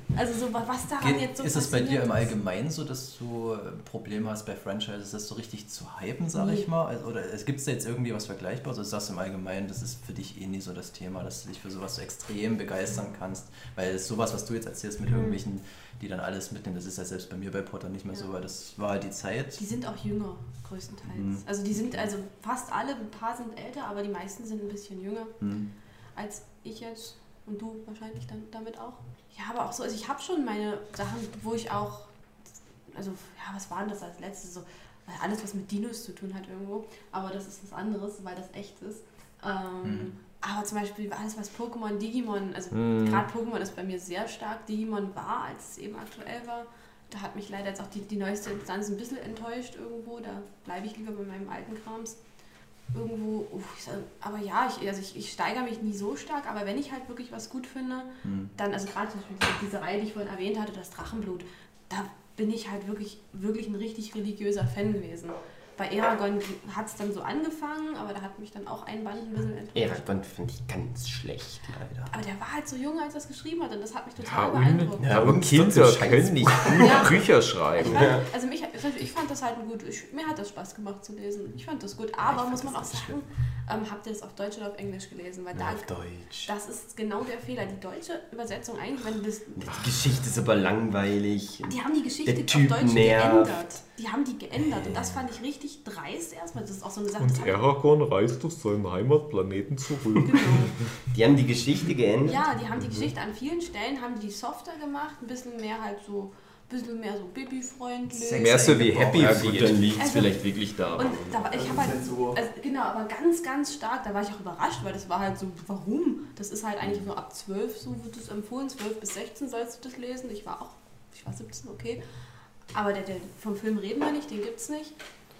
Also so, was daran Geht, jetzt so ist es bei dir im faszinierend ist. Allgemeinen so, dass du Probleme hast bei Franchises, das so richtig zu hypen, sag Nee. ich mal? Also, oder gibt es da jetzt irgendwie was Vergleichbares? Also sagst du im Allgemeinen, das ist für dich eh nie so das Thema, dass du dich für sowas so extrem begeistern kannst? Weil es sowas, was du jetzt erzählst mit Mhm. irgendwelchen, die dann alles mitnehmen, das ist ja selbst bei mir bei Potter nicht mehr Ja. so, weil das war halt die Zeit. Die sind auch jünger, größtenteils. Mhm. Also die sind, also fast alle, ein paar sind älter, aber die meisten sind ein bisschen jünger Hm. als ich jetzt und du wahrscheinlich dann damit auch. Ja, aber auch so, also ich habe schon meine Sachen, wo ich auch, also ja, was war denn das als letztes? So, alles, was mit Dinos zu tun hat irgendwo, aber das ist was anderes, weil das echt ist. Ähm, Mhm. Aber zum Beispiel alles, was Pokémon, Digimon, also Mhm. gerade Pokémon ist bei mir sehr stark, Digimon war, als es eben aktuell war. Da hat mich leider jetzt auch die, die neueste Instanz ein bisschen enttäuscht irgendwo, da bleibe ich lieber bei meinem alten Krams. Irgendwo, uff, ich sag, aber ja, ich, also ich, ich steigere mich nie so stark, aber wenn ich halt wirklich was gut finde, Hm. dann, also gerade zum Beispiel diese- diese Reihe, die ich vorhin erwähnt hatte, das Drachenblut, da bin ich halt wirklich, wirklich ein richtig religiöser Fan gewesen. Bei Eragon hat es dann so angefangen, aber da hat mich dann auch ein Band ein bisschen enttäuscht. Eragon finde ich ganz schlecht, leider. Aber der war halt so jung, als er es geschrieben hat und das hat mich Ja, total und, beeindruckt. ja, aber und Kinder so Scheiß- können nicht gut Ja. Bücher Ich schreiben. fand, also mich, ich fand das halt gut, ich, mir hat das Spaß gemacht zu lesen. Ich fand das gut, aber ich muss fand man auch das nicht sagen, ähm, habt ihr das auf Deutsch oder auf Englisch gelesen? Weil da, Auf Deutsch. das ist genau der Fehler. Die deutsche Übersetzung eigentlich, wenn du das, Die Geschichte ist aber langweilig. die haben die Geschichte Der auf Typ Deutsch nervt. geändert. Die haben die geändert und das fand ich richtig dreist erstmal. Das ist auch so eine Sache. das Und hab- Eragon reist auf seinen Heimatplaneten zurück. Genau. Die haben die Geschichte geändert. Ja, die haben die Geschichte an vielen Stellen, haben die softer gemacht, ein bisschen mehr halt so, ein bisschen mehr so babyfreundlich. Sex- Mehr so wie Happy Ja gut, dann Feet. liegt es Also- vielleicht wirklich da. Und da war, ich habe halt, Zensur. also genau, aber ganz, ganz stark, da war ich auch überrascht, weil das war halt so, warum? Das ist halt eigentlich nur ab zwölf, so wird es empfohlen, zwölf bis sechzehn sollst du das lesen. Ich war auch, ich war siebzehn, okay. Aber der, der, vom Film reden wir nicht, den gibt's nicht.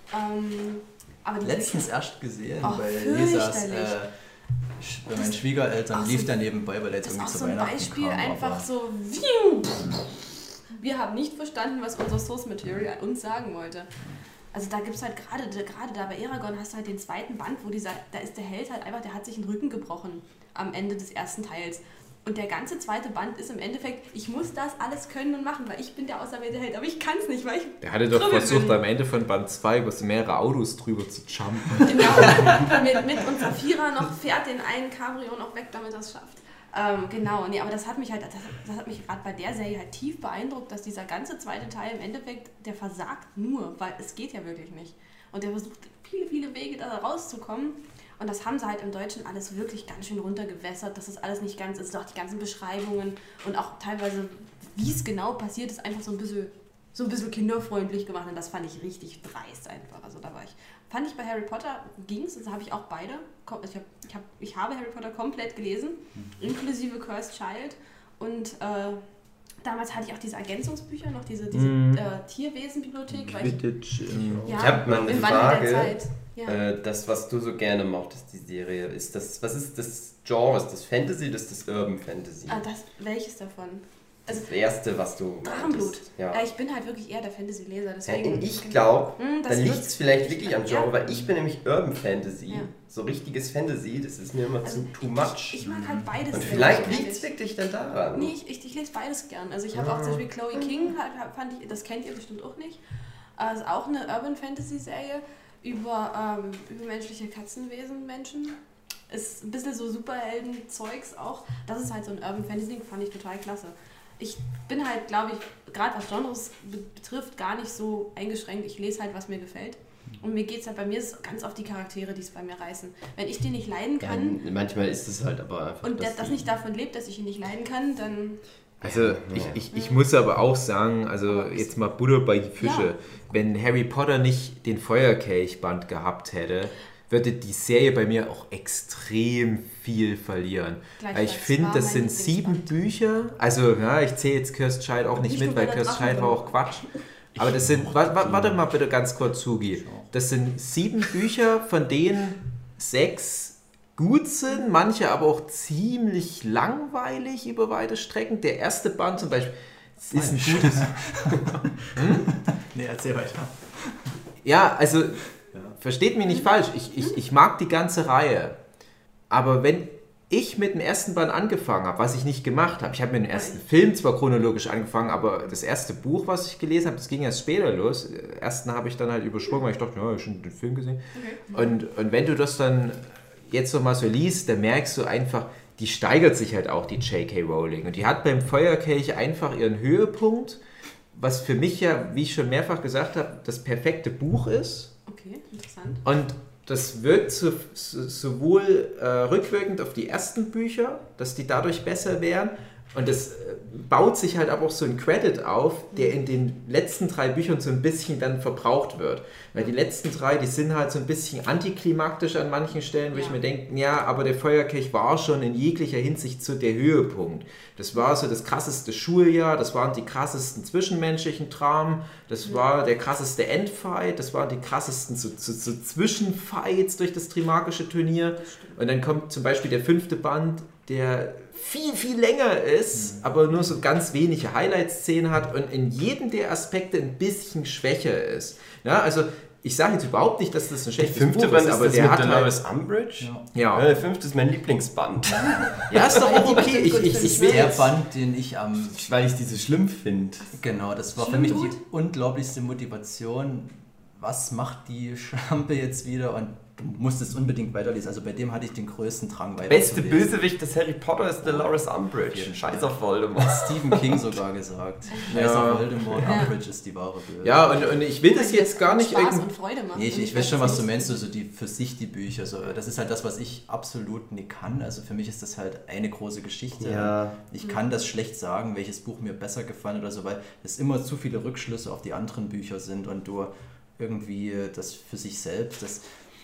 Ähm, aber die Letztens erst gesehen, Oh, bei Lisas, fürchterlich. äh, sch- bei Das- meinen Schwiegereltern Ach so, lief der nebenbei, weil er jetzt das ist irgendwie auch zu so ein Weihnachten Beispiel, kam. einfach aber- so, wiu, wir haben nicht verstanden, was unser Source Material uns sagen wollte. Also da gibt es halt gerade, gerade da bei Eragon hast du halt den zweiten Band, wo dieser, da ist der Held halt einfach, der hat sich den Rücken gebrochen am Ende des ersten Teils. Und der ganze zweite Band ist im Endeffekt, ich muss das alles können und machen, weil ich bin der auserwählte Held, aber ich kann es nicht, weil ich Der hatte doch Krümmel versucht, bin. am Ende von Band zwei über so mehrere Autos drüber zu jumpen. Genau, mit, mit unserer Vierer noch fährt den einen Cabrio noch weg, damit er es schafft. Ähm, genau, nee, aber das hat mich halt, das, das hat mich gerade bei der Serie halt tief beeindruckt, dass dieser ganze zweite Teil im Endeffekt, der versagt nur, weil es geht ja wirklich nicht. Und der versucht viele, viele Wege da rauszukommen. Und das haben sie halt im Deutschen alles wirklich ganz schön runtergewässert, dass das alles nicht ganz ist, auch die ganzen Beschreibungen und auch teilweise, wie es genau passiert, ist einfach so ein bisschen, so ein bisschen kinderfreundlich gemacht und das fand ich richtig dreist einfach. Also da war ich, fand ich bei Harry Potter ging's, also habe ich auch beide, ich, hab, ich, hab, ich habe Harry Potter komplett gelesen, inklusive Cursed Child und äh, damals hatte ich auch diese Ergänzungsbücher, noch diese, diese Mhm. äh, Tierwesenbibliothek, weil ich, Quidditch. ähm, ja, Ich hab mal eine im Wandel der Frage. Zeit. Ja. Äh, das, was du so gerne mochtest, die Serie, ist das, was ist das Genre? Ist das Fantasy, das ist das Urban Fantasy? Ah, das, welches davon? Also Das erste, was du Drachenblut. meintest. Ja. Ja, ich bin halt wirklich eher der Fantasy-Leser, Ja, deswegen. ich glaube, Hm, das dann liegt wird- es vielleicht wirklich am Genre, Ja. weil ich bin nämlich Urban Fantasy. Ja. So richtiges Fantasy, das ist mir immer Also, zu too much. Ich, ich mag halt beides. Und sehr vielleicht gerne. liegt es wirklich dann daran. Nee, ich, ich, ich lese beides gern. Also ich habe auch zum Beispiel Chloe King, halt, halt, fand ich, das kennt ihr bestimmt auch nicht. Also auch eine Urban Fantasy Serie über ähm, übermenschliche Katzenwesen, Menschen. Ist ein bisschen so Superhelden-Zeugs auch. Das ist halt so ein Urban Fantasy, fand ich total klasse. Ich bin halt, glaube ich, gerade was Genres be- betrifft, gar nicht so eingeschränkt. Ich lese halt, was mir gefällt. Und mir geht es halt, bei mir ist ganz auf die Charaktere, die es bei mir reißen. Wenn ich die nicht leiden Ja, kann manchmal ist es halt aber einfach. und der, dass das die- nicht davon lebt, dass ich ihn nicht leiden kann, dann Also ich, ich, ich muss aber auch sagen, also jetzt mal Butter bei die Fische, Ja. wenn Harry Potter nicht den Feuerkelchband gehabt hätte, würde die Serie bei mir auch extrem viel verlieren. Weil ich Gleichfalls finde, war das mein sind sieben Lieblingsband. Bücher, also ja, ich zähle jetzt Cursed Child auch nicht, Nicht mit, nur weil bei der Cursed Child war Drachenblut. auch Quatsch. Aber das sind, wa- wa- warte mal bitte ganz kurz, Sugi, das sind sieben Bücher, von denen sechs gut sind, manche aber auch ziemlich langweilig über weite Strecken. Der erste Band zum Beispiel ist ein gutes... Nee, erzähl weiter. Ja, also versteht mich nicht falsch, ich, ich, ich mag die ganze Reihe, aber wenn ich mit dem ersten Band angefangen habe, was ich nicht gemacht habe. Ich habe mit dem ersten Film zwar chronologisch angefangen, aber das erste Buch, was ich gelesen habe, das ging erst später los. Den ersten habe ich dann halt übersprungen, weil ich dachte, ja, ich habe schon den Film gesehen. Okay. Und, und wenn du das dann jetzt nochmal so liest, dann merkst du einfach, die steigert sich halt auch, die J K. Rowling. Und die hat beim Feuerkelch einfach ihren Höhepunkt, was für mich ja, wie ich schon mehrfach gesagt habe, das perfekte Buch ist. Okay, interessant. Und das wirkt so, so, sowohl äh, rückwirkend auf die ersten Bücher, dass die dadurch besser wären. Und es äh, baut sich halt aber auch so ein Credit auf, der in den letzten drei Büchern so ein bisschen dann verbraucht wird. Weil die letzten drei, die sind halt so ein bisschen antiklimaktisch an manchen Stellen, wo ja. ich mir denke, ja, aber der Feuerkelch war schon in jeglicher Hinsicht so der Höhepunkt. Das war so das krasseste Schuljahr, das waren die krassesten zwischenmenschlichen Dramen, das war der krasseste Endfight, das waren die krassesten so, so, so Zwischenfights durch das Trimagische Turnier. Und dann kommt zum Beispiel der fünfte Band, der viel, viel länger ist, mhm. aber nur so ganz wenige Highlight-Szenen hat und in jedem der Aspekte ein bisschen schwächer ist. Ja, also ich sage jetzt überhaupt nicht, dass das ein schlechtes Buch ist, Band ist aber das der mit hat Dolores Umbridge. Ja. Ja. Der fünfte ist mein Lieblingsband. Ja, ist doch auch okay. Ich, ich, ich will der jetzt Band, den ich am... Ähm, weil ich diese schlimm finde. Genau, das war Schlimm für mich gut? die unglaublichste Motivation. Was macht die Schlampe jetzt wieder? Und du musstest unbedingt weiterlesen. Also bei dem hatte ich den größten Drang weiterzulesen. Beste Bösewicht des Harry Potter ist Dolores Umbridge. Scheiß auf Voldemort. Stephen King sogar gesagt. Scheiß Ja. auf Voldemort, Ja. Umbridge ist die wahre Böse. ja, und, und ich will das jetzt gar nicht Spaß irgendwie... und Freude machen. Nee, ich, Und ich weiß schon, was du nicht- meinst, so also die für sich die Bücher. So, das ist halt das, was ich absolut nicht kann. Also für mich ist das halt eine große Geschichte. Ja. Ich kann das schlecht sagen, welches Buch mir besser gefallen oder so, weil es immer zu viele Rückschlüsse auf die anderen Bücher sind und du irgendwie das für sich selbst, das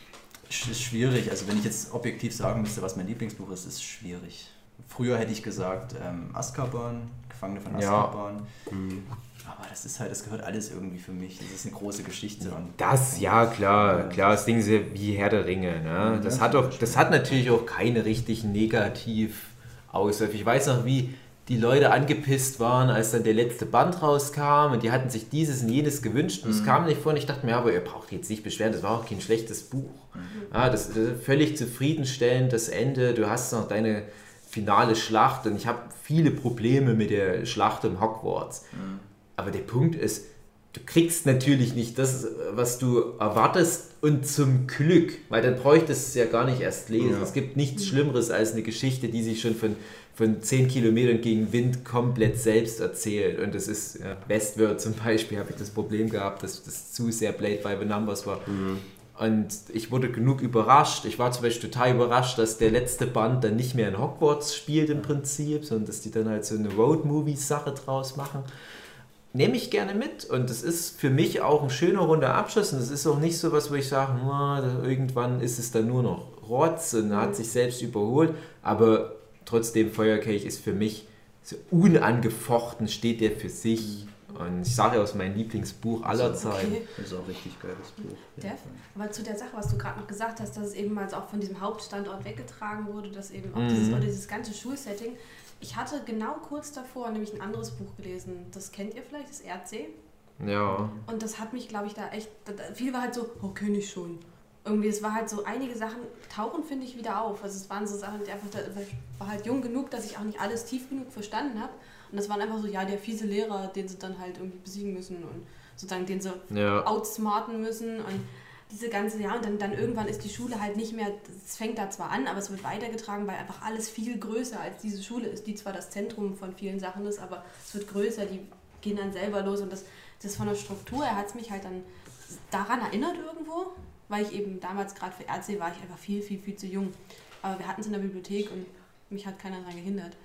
ist schwierig. Also wenn ich jetzt objektiv sagen müsste, was mein Lieblingsbuch ist, ist schwierig. Früher hätte ich gesagt ähm, Azkaban, Gefangene von Azkaban. Ja. Mhm. Aber das ist halt, das gehört alles irgendwie für mich. Das ist eine große Geschichte. Und Das, ja, klar, klar, das Ding ist ja wie Herr der Ringe. Ne? Das, hat auch, das hat natürlich auch keine richtigen Negativ-Ausläufe. Ich weiß noch, wie die Leute angepisst waren, als dann der letzte Band rauskam und die hatten sich dieses und jenes gewünscht und es Mhm. kam nicht vor und ich dachte mir, aber ihr braucht jetzt nicht beschweren, das war auch kein schlechtes Buch. Ja, das ist völlig zufriedenstellend, das Ende, du hast noch deine finale Schlacht und ich habe viele Probleme mit der Schlacht um Hogwarts. Mhm. Aber der Punkt ist, du kriegst natürlich nicht das, was du erwartest und zum Glück, weil dann bräuchtest du es ja gar nicht erst lesen. Ja. Es gibt nichts Schlimmeres als eine Geschichte, die sich schon von, von zehn Kilometern gegen Wind komplett selbst erzählt. Und das ist, ja, Westworld zum Beispiel, habe ich das Problem gehabt, dass das zu sehr Blade by the Numbers war. Mhm. Und ich wurde genug überrascht. Ich war zum Beispiel total überrascht, dass der letzte Band dann nicht mehr in Hogwarts spielt im Prinzip, sondern dass die dann halt so eine Road-Movie-Sache draus machen. Nehme ich gerne mit und das ist für mich auch ein schöner runder Abschluss und das ist auch nicht so was, wo ich sage, irgendwann ist es dann nur noch Rotz und hat sich selbst überholt, aber trotzdem Feuerkelch ist für mich so unangefochten, steht der für sich und ich sage ja aus meinem Lieblingsbuch aller Zeiten. Okay. das ist auch ein richtig geiles Buch. Dev, aber zu der Sache, was du gerade noch gesagt hast, dass es eben mal auch von diesem Hauptstandort weggetragen wurde, dass eben auch Mhm. dieses, oder dieses ganze Schulsetting. Ich hatte genau kurz davor nämlich ein anderes Buch gelesen, das kennt ihr vielleicht, das R C. Ja. Und das hat mich, glaube ich, da echt, da, da, viel war halt so, oh, kenne ich schon. Irgendwie, es war halt so, einige Sachen tauchen, finde ich, wieder auf. Also es waren so Sachen, die einfach, da, ich war halt jung genug, dass ich auch nicht alles tief genug verstanden habe. Und das waren einfach so, ja, der fiese Lehrer, den sie dann halt irgendwie besiegen müssen und sozusagen den sie Ja. outsmarten müssen und diese ganze, ja, und dann, dann irgendwann ist die Schule halt nicht mehr, es fängt da zwar an, aber es wird weitergetragen, weil einfach alles viel größer als diese Schule ist, die zwar das Zentrum von vielen Sachen ist, aber es wird größer, die gehen dann selber los und das, das von der Struktur her hat es mich halt dann daran erinnert irgendwo, weil ich eben damals gerade für R C war ich einfach viel, viel, viel zu jung. Aber wir hatten es in der Bibliothek und mich hat keiner daran gehindert.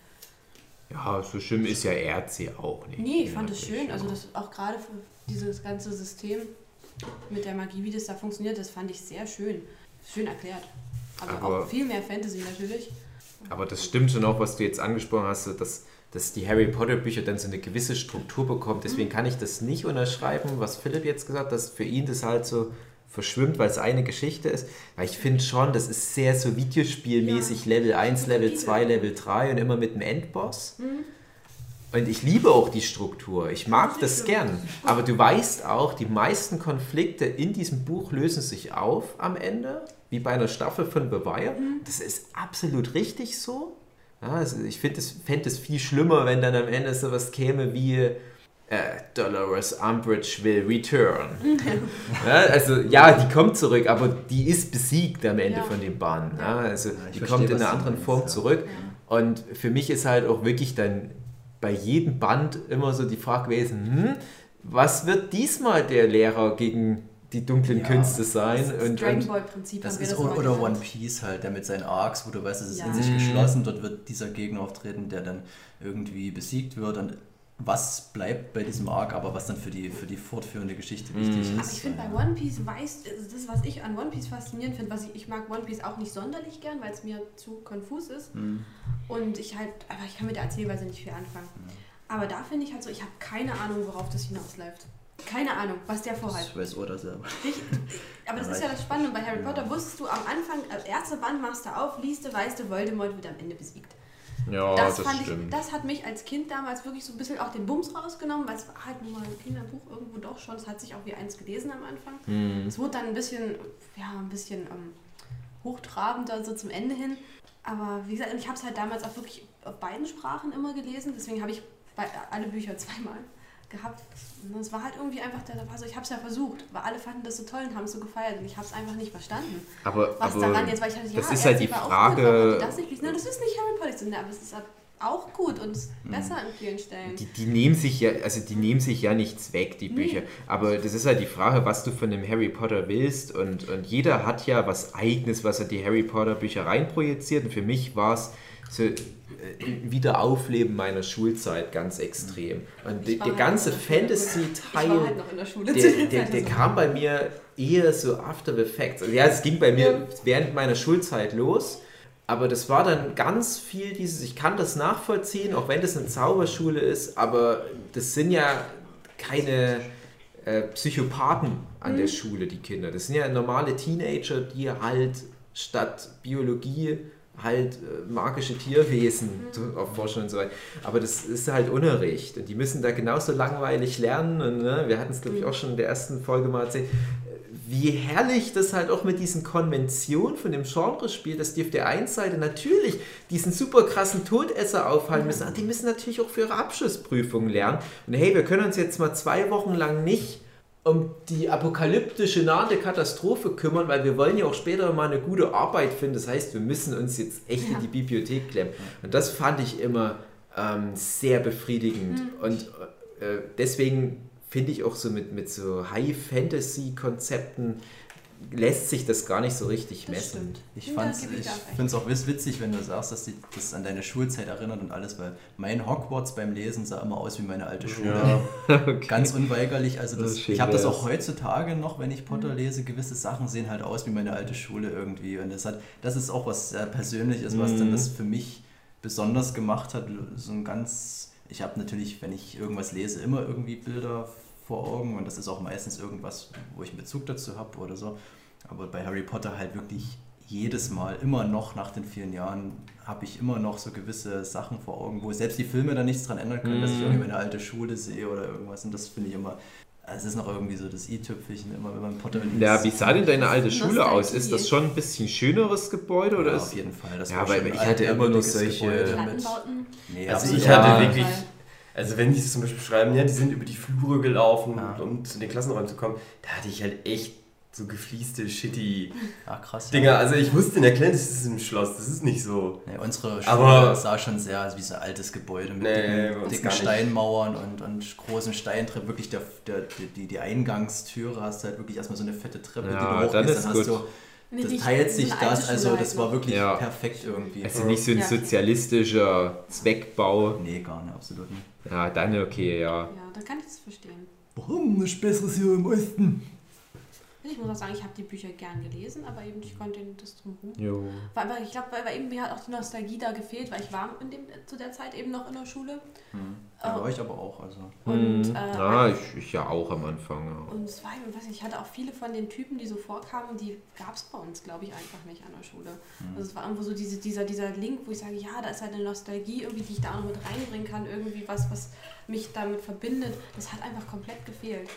Ja, so schlimm ist ja R C auch nicht. Nee, ich fand es Inhaltlich, schön, also ja. das auch gerade für dieses ganze System mit der Magie, wie das da funktioniert, das fand ich sehr schön. Schön erklärt. Aber, Aber- auch viel mehr Fantasy natürlich. Aber das stimmt schon auch, was du jetzt angesprochen hast, so dass, dass die Harry Potter Bücher dann so eine gewisse Struktur bekommen. Deswegen kann ich das nicht unterschreiben, was Philipp jetzt gesagt hat, dass für ihn das halt so verschwimmt, weil es eine Geschichte ist. Weil ich finde schon, das ist sehr so Videospielmäßig, Ja. Level eins, Level zwei, Level drei und immer mit einem Endboss. Und ich liebe auch die Struktur. Ich mag das gern. Aber du weißt auch, die meisten Konflikte in diesem Buch lösen sich auf am Ende. wie bei einer Staffel von The Wire. Mhm. Das ist absolut richtig so. Ja, also ich fände es find viel schlimmer, wenn dann am Ende sowas käme wie äh, Dolores Umbridge will return. Ja, also ja, die kommt zurück, aber die ist besiegt am Ende ja. von dem Band. Ja, also ja, die verstehe, kommt in einer anderen Form meinst, zurück. Ja. Und für mich ist halt auch wirklich dann bei jedem Band immer so die Frage gewesen, hm, was wird diesmal der Lehrer gegen die dunklen ja, Künste sein? Das, das Dragon Ball Prinzip das ist das oder gesagt. One Piece halt, der mit seinen Arcs, wo du weißt, es ist ja. in sich geschlossen, dort wird dieser Gegner auftreten, der dann irgendwie besiegt wird und was bleibt bei diesem Arc, aber was dann für die, für die fortführende Geschichte wichtig mhm. ist. Aber ich finde bei One Piece weiß, das was ich an One Piece faszinierend finde, was ich, ich mag One Piece auch nicht sonderlich gern, weil es mir zu konfus ist mhm. und ich halt, aber ich kann mit der Erzählweise nicht viel anfangen. Mhm. Aber da finde ich halt so, ich habe keine Ahnung, worauf das hinausläuft. Keine Ahnung, was der vorhat. Ich weiß Oda selber. Ich, aber das ist ja das Spannende bei Harry Potter. Wusstest du am Anfang, als erste Band machst du auf, liest du, weißt du, Voldemort wird am Ende besiegt. Ja, das, das fand stimmt. Ich, das hat mich als Kind damals wirklich so ein bisschen auch den Bums rausgenommen, weil es war halt nur mal ein Kinderbuch irgendwo doch schon. Es hat sich auch wie eins gelesen am Anfang. Mhm. Es wurde dann ein bisschen, ja, ein bisschen ähm, hochtrabender so zum Ende hin. Aber wie gesagt, ich habe es halt damals auch wirklich auf beiden Sprachen immer gelesen. Deswegen habe ich bei, alle Bücher zweimal gehabt. Und es war halt irgendwie einfach, also ich habe es ja versucht, weil alle fanden das so toll und haben es so gefeiert und ich habe es einfach nicht verstanden. Aber, was aber daran jetzt, weil ich hatte, ja, das ist halt die Frage. Gut, das, nicht, ne, das ist nicht Harry Potter, so, ne, aber es ist auch gut und besser an vielen Stellen. Die, die nehmen sich ja, also die nehmen sich ja nichts weg, die Bücher. Nee. Aber das ist halt die Frage, was du von dem Harry Potter willst und, und jeder hat ja was Eigenes, was er die Harry Potter Bücher reinprojiziert und für mich war es so Wiederaufleben meiner Schulzeit ganz extrem. Und die, der halt ganze Fantasy-Teil, halt der, der, der kam bei mir eher so after the facts. Also ja, es ging bei mir ja. während meiner Schulzeit los, aber das war dann ganz viel dieses, ich kann das nachvollziehen, auch wenn das eine Zauberschule ist, aber das sind ja keine äh, Psychopathen an mhm. der Schule, die Kinder. Das sind ja normale Teenager, die halt statt Biologie halt äh, magische Tierwesen mhm. erforschen und so weiter. Aber das ist halt Unterricht und die müssen da genauso langweilig lernen und ne, wir hatten es glaube ich auch schon in der ersten Folge mal erzählt, wie herrlich das halt auch mit diesen Konventionen von dem Genre spielt, dass die auf der einen Seite natürlich diesen super krassen Todesser aufhalten müssen, aber die müssen natürlich auch für ihre Abschlussprüfungen lernen und hey, wir können uns jetzt mal zwei Wochen lang nicht um die apokalyptische nahende Katastrophe kümmern, weil wir wollen ja auch später mal eine gute Arbeit finden. Das heißt, wir müssen uns jetzt echt ja. in die Bibliothek klemmen. Und das fand ich immer ähm, sehr befriedigend. Mhm. Und äh, deswegen finde ich auch so mit, mit so High-Fantasy-Konzepten lässt sich das gar nicht so richtig das messen. Stimmt. Ich, ich finde es auch witzig, wenn du sagst, dass dich das an deine Schulzeit erinnert und alles, weil mein Hogwarts beim Lesen sah immer aus wie meine alte Schule. Ja. Okay. Ganz unweigerlich. Also das, das ich habe das auch heutzutage noch, wenn ich Potter lese, gewisse Sachen sehen halt aus wie meine alte Schule irgendwie. Und das, hat, das ist auch was sehr Persönliches, was mhm. dann das für mich besonders gemacht hat. So ein ganz, ich habe natürlich, wenn ich irgendwas lese, immer irgendwie Bilder vor Augen und das ist auch meistens irgendwas, wo ich einen Bezug dazu habe oder so. Aber bei Harry Potter halt wirklich jedes Mal, immer noch nach den vielen Jahren, habe ich immer noch so gewisse Sachen vor Augen, wo selbst die Filme da nichts dran ändern können, mm. dass ich irgendwie meine alte Schule sehe oder irgendwas und das finde ich immer, es ist noch irgendwie so das i-Tüpfelchen, immer wenn man Potter liest. Ja, wie sah denn deine alte Schule aus? Ist das schon ein bisschen schöneres Gebäude? Oder ja, ist auf jeden Fall. Das ja, weil ich hatte immer nur solche... Nee, also ich ja. hatte wirklich... Also wenn die zum Beispiel schreiben, ja, die sind über die Flure gelaufen, ja. um in den Klassenraum zu kommen, da hatte ich halt echt so gefließte, shitty ja, krass, Dinger. Also ich wusste in der Kleine, das ist im Schloss, das ist nicht so. Nee, unsere Schule aber sah schon sehr wie so ein altes Gebäude mit nee, dicken, dicken Steinmauern und, und großen Steintreppen. Wirklich der, der, die, die Eingangstüre hast du halt wirklich erstmal so eine fette Treppe, ja, die du hochgehst, dann hast du... Nee, das teilt sich das, also das war wirklich ja. perfekt irgendwie. Also nicht so ein sozialistischer Zweckbau. Nee, gar nicht, absolut nicht. Ja, dann okay, ja. Ja, dann kann ich das verstehen. Warum? Nichts Besseres hier im Osten. Ich muss auch sagen, ich habe die Bücher gern gelesen, aber eben ich konnte das drumherum. Jo. Weil, weil ich glaube, weil, weil eben mir hat auch die Nostalgie da gefehlt, weil ich war in dem, zu der Zeit eben noch in der Schule. Hm. Ja, bei uh, euch aber auch. Also. Und, hm. äh, ja, ich, ich ja auch am Anfang. Ja. Und es war eben, weiß nicht, ich hatte auch viele von den Typen, die so vorkamen, die gab es bei uns, glaube ich, einfach nicht an der Schule. Hm. Also es war irgendwo so diese, dieser, dieser Link, wo ich sage, ja, da ist halt eine Nostalgie, irgendwie, die ich da auch noch mit reinbringen kann, irgendwie was, was mich damit verbindet. Das hat einfach komplett gefehlt.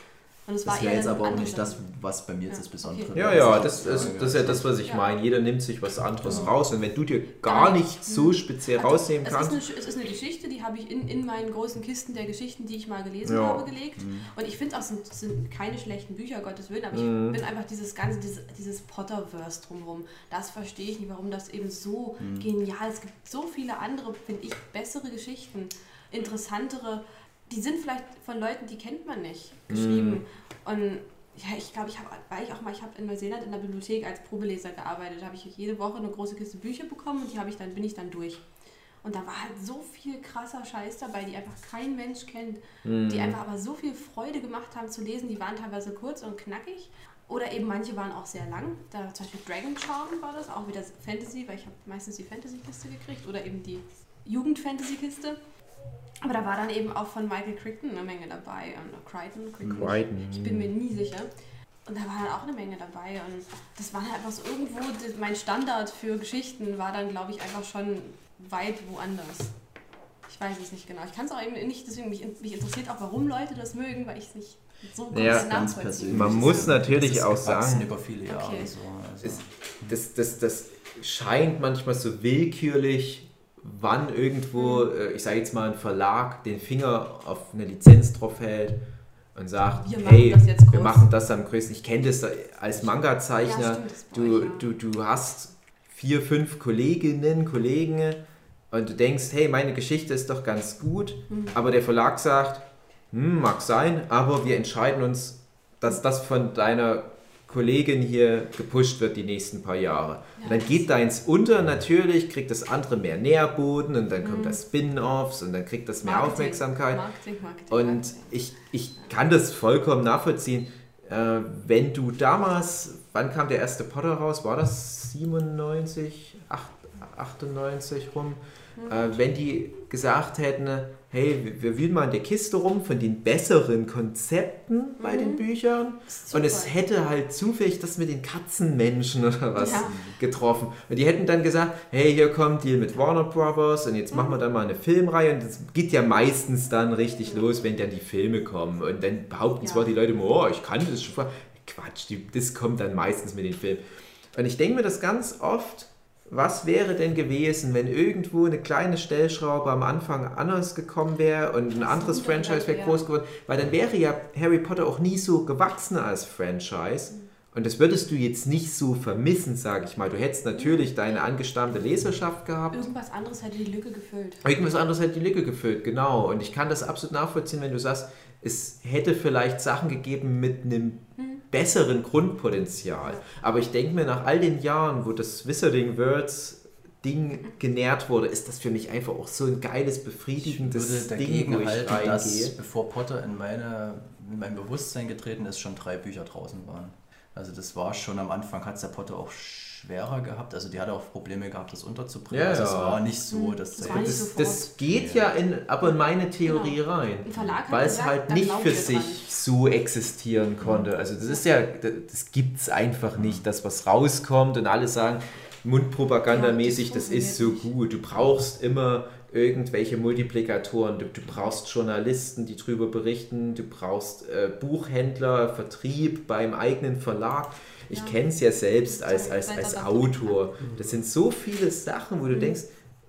Und es Das war wäre eher jetzt dann aber auch andere nicht das, Sachen. was bei mir jetzt Ja, das Besondere okay. Ja, wäre. ja, Das das ist ist, die das ist ja das, was ich Ja. meine. Jeder nimmt sich was anderes Genau. raus. Und wenn du dir gar Genau. nicht so speziell Also, rausnehmen es kannst, Ist eine, es ist eine Geschichte, die habe ich in, in meinen großen Kisten der Geschichten, die ich mal gelesen Ja. habe, gelegt. Und ich finde auch, es sind, es sind keine schlechten Bücher, Gottes Willen, aber Mhm. ich bin einfach dieses ganze, dieses, dieses Potterverse drumherum. Das verstehe ich nicht, warum das eben so genial ist. Es gibt so viele andere, finde ich, bessere Geschichten, interessantere. Die sind vielleicht von Leuten, die kennt man nicht, geschrieben. Und ja, ich glaube, ich habe, weil ich auch mal, ich habe in Neuseeland in der Bibliothek als Probeleser gearbeitet, da habe ich jede Woche eine große Kiste Bücher bekommen und die habe ich dann, bin ich dann durch. Und da war halt so viel krasser Scheiß dabei, die einfach kein Mensch kennt, die einfach aber so viel Freude gemacht haben zu lesen, die waren teilweise kurz und knackig. Oder eben manche waren auch sehr lang. Da zum Beispiel Dragon Charm war das, auch wieder Fantasy, weil ich habe meistens die Fantasy-Kiste gekriegt oder eben die Jugend-Fantasy-Kiste. Aber da war dann eben auch von Michael Crichton eine Menge dabei. Und Crichton, Crichton, Crichton. ich bin mir nie sicher. Und da war dann auch eine Menge dabei. Und das war halt einfach so irgendwo, das- mein Standard für Geschichten war dann, glaube ich, einfach schon weit woanders. Ich weiß es nicht genau. Ich kann es auch eben nicht, deswegen mich, mich interessiert auch, warum Leute das mögen, weil ich es nicht so Ja, ganz ganz nachvollziehen persönlich. man kann. muss natürlich Das ist auch gewachsen sagen, über viele Jahre. Okay. So, also. es, das, das, das scheint manchmal so willkürlich, wann irgendwo, äh, ich sage jetzt mal, ein Verlag den Finger auf eine Lizenz drauf hält und sagt, Wir machen hey, das jetzt wir groß. machen das am größten. Ich kenne das als Ja, Manga-Zeichner. stimmt, das ist bei du, euch, ja. du, du hast vier, fünf Kolleginnen, Kollegen und du denkst, hey, meine Geschichte ist doch ganz gut, Mhm. aber der Verlag sagt, hm, mag sein, aber wir entscheiden uns, dass das von deiner Kollegin hier gepusht wird die nächsten paar Jahre. Ja, Und dann geht deins unter, natürlich kriegt das andere mehr Nährboden und dann kommt Mhm. das Spin-Offs und dann kriegt das mehr Marketing, Aufmerksamkeit. Marketing, Marketing, Und Marketing. ich, ich kann das vollkommen nachvollziehen. Äh, wenn du damals, wann kam der erste Potter raus? War das siebenundneunzig, acht, achtundneunzig rum? Äh, wenn die gesagt hätten, hey, wir, wir wühlen mal in der Kiste rum von den besseren Konzepten bei den Büchern und es Super. hätte halt zufällig das mit den Katzenmenschen oder was Ja. getroffen. Und die hätten dann gesagt, hey, hier kommt Deal mit Warner Brothers und jetzt machen wir dann mal eine Filmreihe und das geht ja meistens dann richtig los, wenn dann die Filme kommen und dann behaupten Ja. zwar die Leute immer, oh, ich kann das schon. Quatsch, die, das kommt dann meistens mit den Filmen. Und ich denke mir das ganz oft, was wäre denn gewesen, wenn irgendwo eine kleine Stellschraube am Anfang anders gekommen wäre und ein anderes ist Franchise wäre ja. groß geworden? Weil dann wäre ja Harry Potter auch nie so gewachsen als Franchise. Und das würdest du jetzt nicht so vermissen, sage ich mal. Du hättest natürlich deine angestammte Leserschaft gehabt. Irgendwas anderes hätte die Lücke gefüllt. Irgendwas anderes hätte die Lücke gefüllt, genau. Und ich kann das absolut nachvollziehen, wenn du sagst, es hätte vielleicht Sachen gegeben mit einem besseren Grundpotenzial. Aber ich denke mir, nach all den Jahren, wo das Wizarding Words Ding genährt wurde, ist das für mich einfach auch so ein geiles, Ich würde befriedigendes Ding, dagegen wo ich halten, reingehe. dass bevor Potter in, meine, in mein Bewusstsein getreten ist, schon drei Bücher draußen waren. Also das war schon am Anfang, hat es der Potter auch schwerer gehabt. Also die hatte auch Probleme gehabt, das unterzubringen. Ja, also es ja. war nicht so, dass Das der war nicht jetzt- so Das, das geht ja in, aber in meine Theorie Genau. rein, Ein Verlag hat weil es gesagt, halt da nicht glauben für wir sich dran. so existieren konnte. Also das ist ja, das gibt es einfach nicht, dass was rauskommt und alle sagen, mundpropagandamäßig, Ja, das, das ist so funktioniert gut. Du brauchst immer irgendwelche Multiplikatoren, du, du brauchst Journalisten, die drüber berichten, du brauchst äh, Buchhändler, Vertrieb beim eigenen Verlag. Ich Ja. kenne es ja selbst als, als, Seit als er Autor. Das sind so viele Sachen, wo du denkst,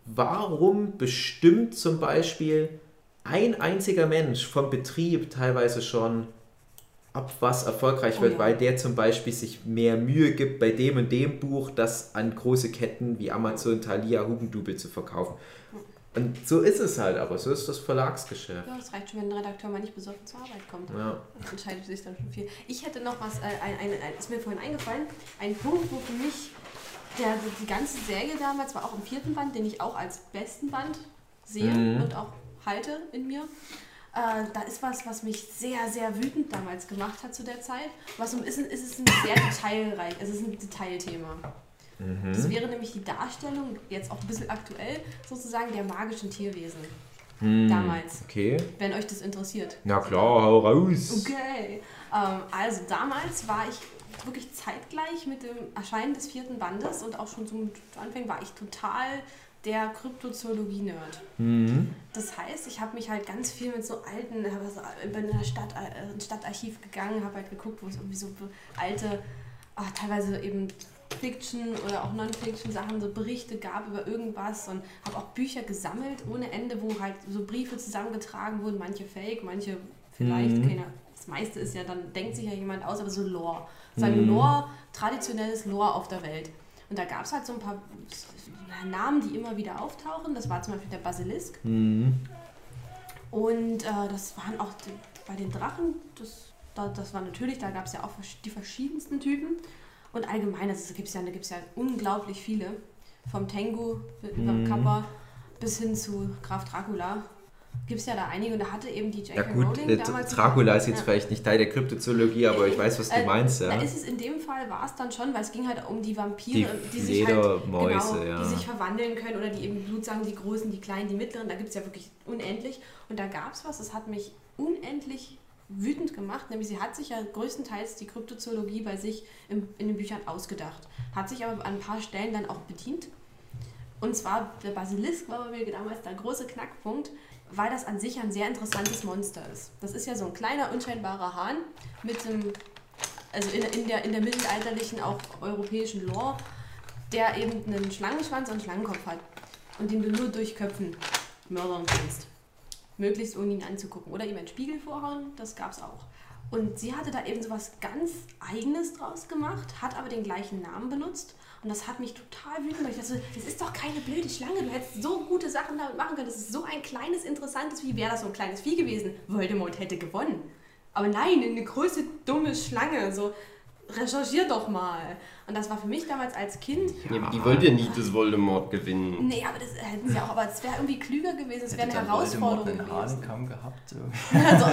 warum bestimmt zum Beispiel ein einziger Mensch vom Betrieb teilweise schon, ab was erfolgreich Oh wird, ja. weil der zum Beispiel sich mehr Mühe gibt, bei dem und dem Buch das an große Ketten wie Amazon, Thalia, Hugendubel zu verkaufen. Und so ist es halt, aber so ist das Verlagsgeschäft. Ja, das reicht schon, wenn ein Redakteur mal nicht besoffen zur Arbeit kommt. Ja. Das entscheidet sich dann schon viel. Ich hätte noch was, äh, ein, ein, ein, ist mir vorhin eingefallen, ein Punkt, wo für mich der, die ganze Serie damals war auch im vierten Band, den ich auch als besten Band sehe Mhm. und auch halte in mir. Äh, da ist was, was mich sehr, sehr wütend damals gemacht hat zu der Zeit. Was um ist, ist es ein sehr detailreich, es ist ein Detailthema. Das wäre nämlich die Darstellung, jetzt auch ein bisschen aktuell, sozusagen der magischen Tierwesen. Hm, Damals, Okay. wenn euch das interessiert. Na klar, hau raus. Okay. Ähm, also damals war ich wirklich zeitgleich mit dem Erscheinen des vierten Bandes und auch schon zum Anfang war ich total der Kryptozoologie-Nerd. Mhm. Das heißt, ich habe mich halt ganz viel mit so alten, habe so, bin in der Stadt, äh, ins Stadtarchiv gegangen, habe halt geguckt, wo es irgendwie so alte, ach, teilweise eben Fiction oder auch Non-Fiction-Sachen, so Berichte gab über irgendwas und habe auch Bücher gesammelt ohne Ende, wo halt so Briefe zusammengetragen wurden, manche fake, manche vielleicht, mhm. keiner. Das meiste ist ja, dann denkt sich ja jemand aus, aber so Lore. Sagen mhm. Lore, traditionelles Lore auf der Welt. Und da gab es halt so ein paar Namen, die immer wieder auftauchen. Das war zum Beispiel der Basilisk. Mhm. Und äh, das waren auch die, bei den Drachen, das, das war natürlich, da gab es ja auch die verschiedensten Typen. Und allgemein, also da gibt es ja, ja unglaublich viele. Vom Tengu über mhm. Kappa bis hin zu Graf Dracula. Gibt es ja da einige und da hatte eben die J K. Ja gut, Rowling äh, damals... Dracula ist jetzt ja. vielleicht nicht Teil der Kryptozoologie, aber ich weiß, was du äh, meinst. Ja. Da ist es in dem Fall, war es dann schon, weil es ging halt um die Vampire, die, die sich halt, genau, ja. die sich verwandeln können oder die eben Blut sagen, die Großen, die Kleinen, die Mittleren, da gibt es ja wirklich unendlich. Und da gab es was, das hat mich unendlich wütend gemacht, nämlich sie hat sich ja größtenteils die Kryptozoologie bei sich in, in den Büchern ausgedacht, hat sich aber an ein paar Stellen dann auch bedient. Und zwar, der Basilisk war bei mir damals der große Knackpunkt, weil das an sich ein sehr interessantes Monster ist. Das ist ja so ein kleiner, unscheinbarer Hahn mit einem, also in, in, der, in der mittelalterlichen, auch europäischen Lore, der eben einen Schlangenschwanz und einen Schlangenkopf hat und den du nur durch Köpfen mördern kannst. Möglichst ohne ihn anzugucken. Oder ihm einen Spiegel vorhauen, das gab es auch. Und sie hatte da eben so was ganz Eigenes draus gemacht, hat aber den gleichen Namen benutzt. Und das hat mich total wütend, weil ich dachte, das ist doch keine blöde Schlange, du hättest so gute Sachen damit machen können. Das ist so ein kleines, interessantes Vieh. Wäre das so ein kleines Vieh gewesen, Voldemort hätte gewonnen. Aber nein, eine große, dumme Schlange, so recherchier doch mal. Und das war für mich damals als Kind... Ja, die wollte ja nie das Voldemort gewinnen. Nee, aber das hätten sie auch, aber es wäre irgendwie klüger gewesen, es wäre eine Herausforderung gewesen. Voldemort einen Hahnenkamm gehabt? Also,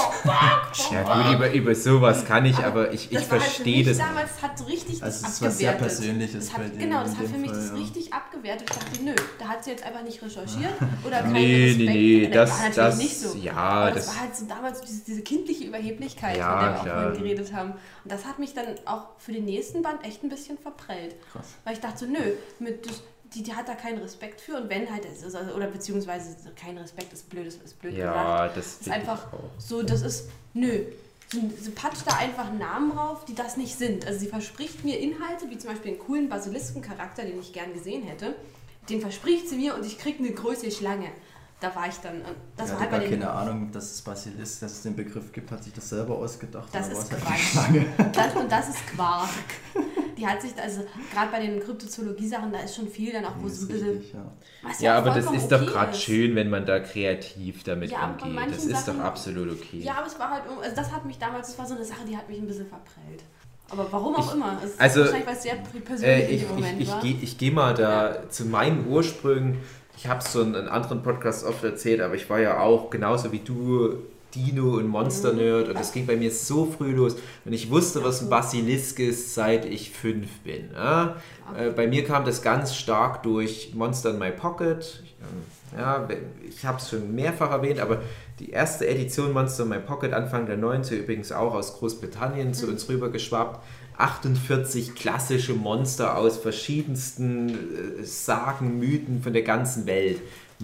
ja gut, über, über sowas kann ich, aber ich, ich verstehe das. Damals hat richtig also das abgewertet. Also es war sehr Persönliches bei dir. Genau, das hat für mich Fall, das ja. richtig abgewertet. Ich dachte, nö, da hat sie jetzt einfach nicht recherchiert oder keinen nee, Respekt. Nee, nee, das war natürlich das, nicht so. Ja, aber das, das war halt so damals so diese, diese kindliche Überheblichkeit, ja, von der wir auch klar. vorhin geredet haben. Und das hat mich dann auch für den nächsten Band echt ein bisschen verprellt. Krass. Weil ich dachte, nö, mit, die, die hat da keinen Respekt für und wenn halt, also, oder beziehungsweise kein Respekt ist blöd, ist blöd ja, gesagt. Das ist einfach so, das ist, nö, sie, sie patscht da einfach Namen drauf, die das nicht sind. Also sie verspricht mir Inhalte, wie zum Beispiel einen coolen Basilisken-Charakter, den ich gern gesehen hätte, den verspricht sie mir und ich krieg eine große Schlange. Da war ich dann, das ja, war halt gar bei den, keine Ahnung, dass es Basilisk, dass es den Begriff gibt, hat sich das selber ausgedacht. Das ist halt Quatsch. Das, und das ist Quark. Die hat sich, also gerade bei den Kryptozoologie-Sachen, da ist schon viel dann auch, wo so ein bisschen... Richtig, ja, was ja, ja aber das ist okay doch gerade schön, wenn man da kreativ damit ja, umgeht. Das ist Sachen, doch absolut okay. Ja, aber es war halt, also das hat mich damals, das war so eine Sache, die hat mich ein bisschen verprellt. Aber warum auch ich, immer. Es also, wahrscheinlich, weil es sehr persönlich äh, ich, im Moment ich, ich, war. Ich, ich, ich gehe mal da ja. zu meinen Ursprüngen. Ich habe es so in, in anderen Podcasts oft erzählt, aber ich war ja auch genauso wie du Dino- und Monster-Nerd und das ging bei mir so früh los und ich wusste, was ein Basilisk ist, seit ich fünf bin. Ja? Äh, bei mir kam das ganz stark durch Monster in My Pocket. Ich, äh, ja, ich habe es schon mehrfach erwähnt, aber die erste Edition Monster in My Pocket, Anfang der neunziger, übrigens auch aus Großbritannien mhm. zu uns rüber geschwappt. achtundvierzig klassische Monster aus verschiedensten äh, Sagen, Mythen von der ganzen Welt.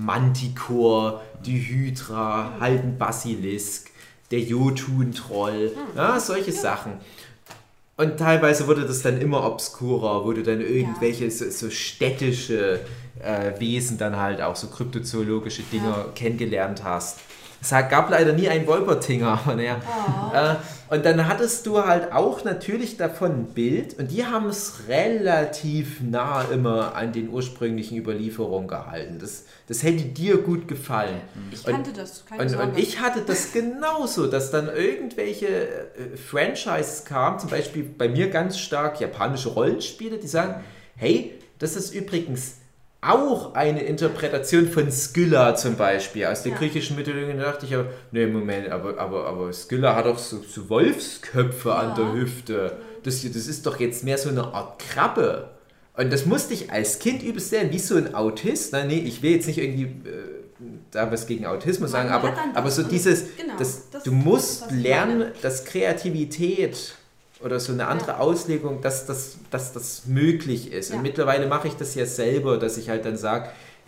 Manticore, die Hydra, halt ein Basilisk, der Jotun-Troll, ja, solche Sachen. Und teilweise wurde das dann immer obskurer, wo du dann irgendwelche ja. so, so städtische äh, Wesen dann halt auch so kryptozoologische Dinge ja. kennengelernt hast. Es gab leider nie einen Wolpertinger, aber naja. Oh. Äh, und dann hattest du halt auch natürlich davon ein Bild und die haben es relativ nah immer an den ursprünglichen Überlieferungen gehalten. Das, das hätte dir gut gefallen. Ich kannte und, das, keine und, Sorge. Und ich hatte das genauso, dass dann irgendwelche äh, Franchises kamen, zum Beispiel bei mir ganz stark japanische Rollenspiele, die sagen, hey, das ist übrigens auch eine Interpretation von Skylla zum Beispiel, aus der ja. griechischen Mythologie. Da dachte ich aber, nee, Moment, aber, aber, aber Skylla hat doch so, so Wolfsköpfe ja. an der Hüfte. Das, das ist doch jetzt mehr so eine Art Krabbe. Und das musste ich als Kind übelst lernen, wie so ein Autist. Na, nee, ich will jetzt nicht irgendwie äh, da was gegen Autismus sagen, aber, aber so dieses, genau, das, das, du musst das lernen, dass Kreativität oder so eine andere ja. Auslegung, dass das, dass das möglich ist. Ja. Und mittlerweile mache ich das ja selber, dass ich halt dann sage,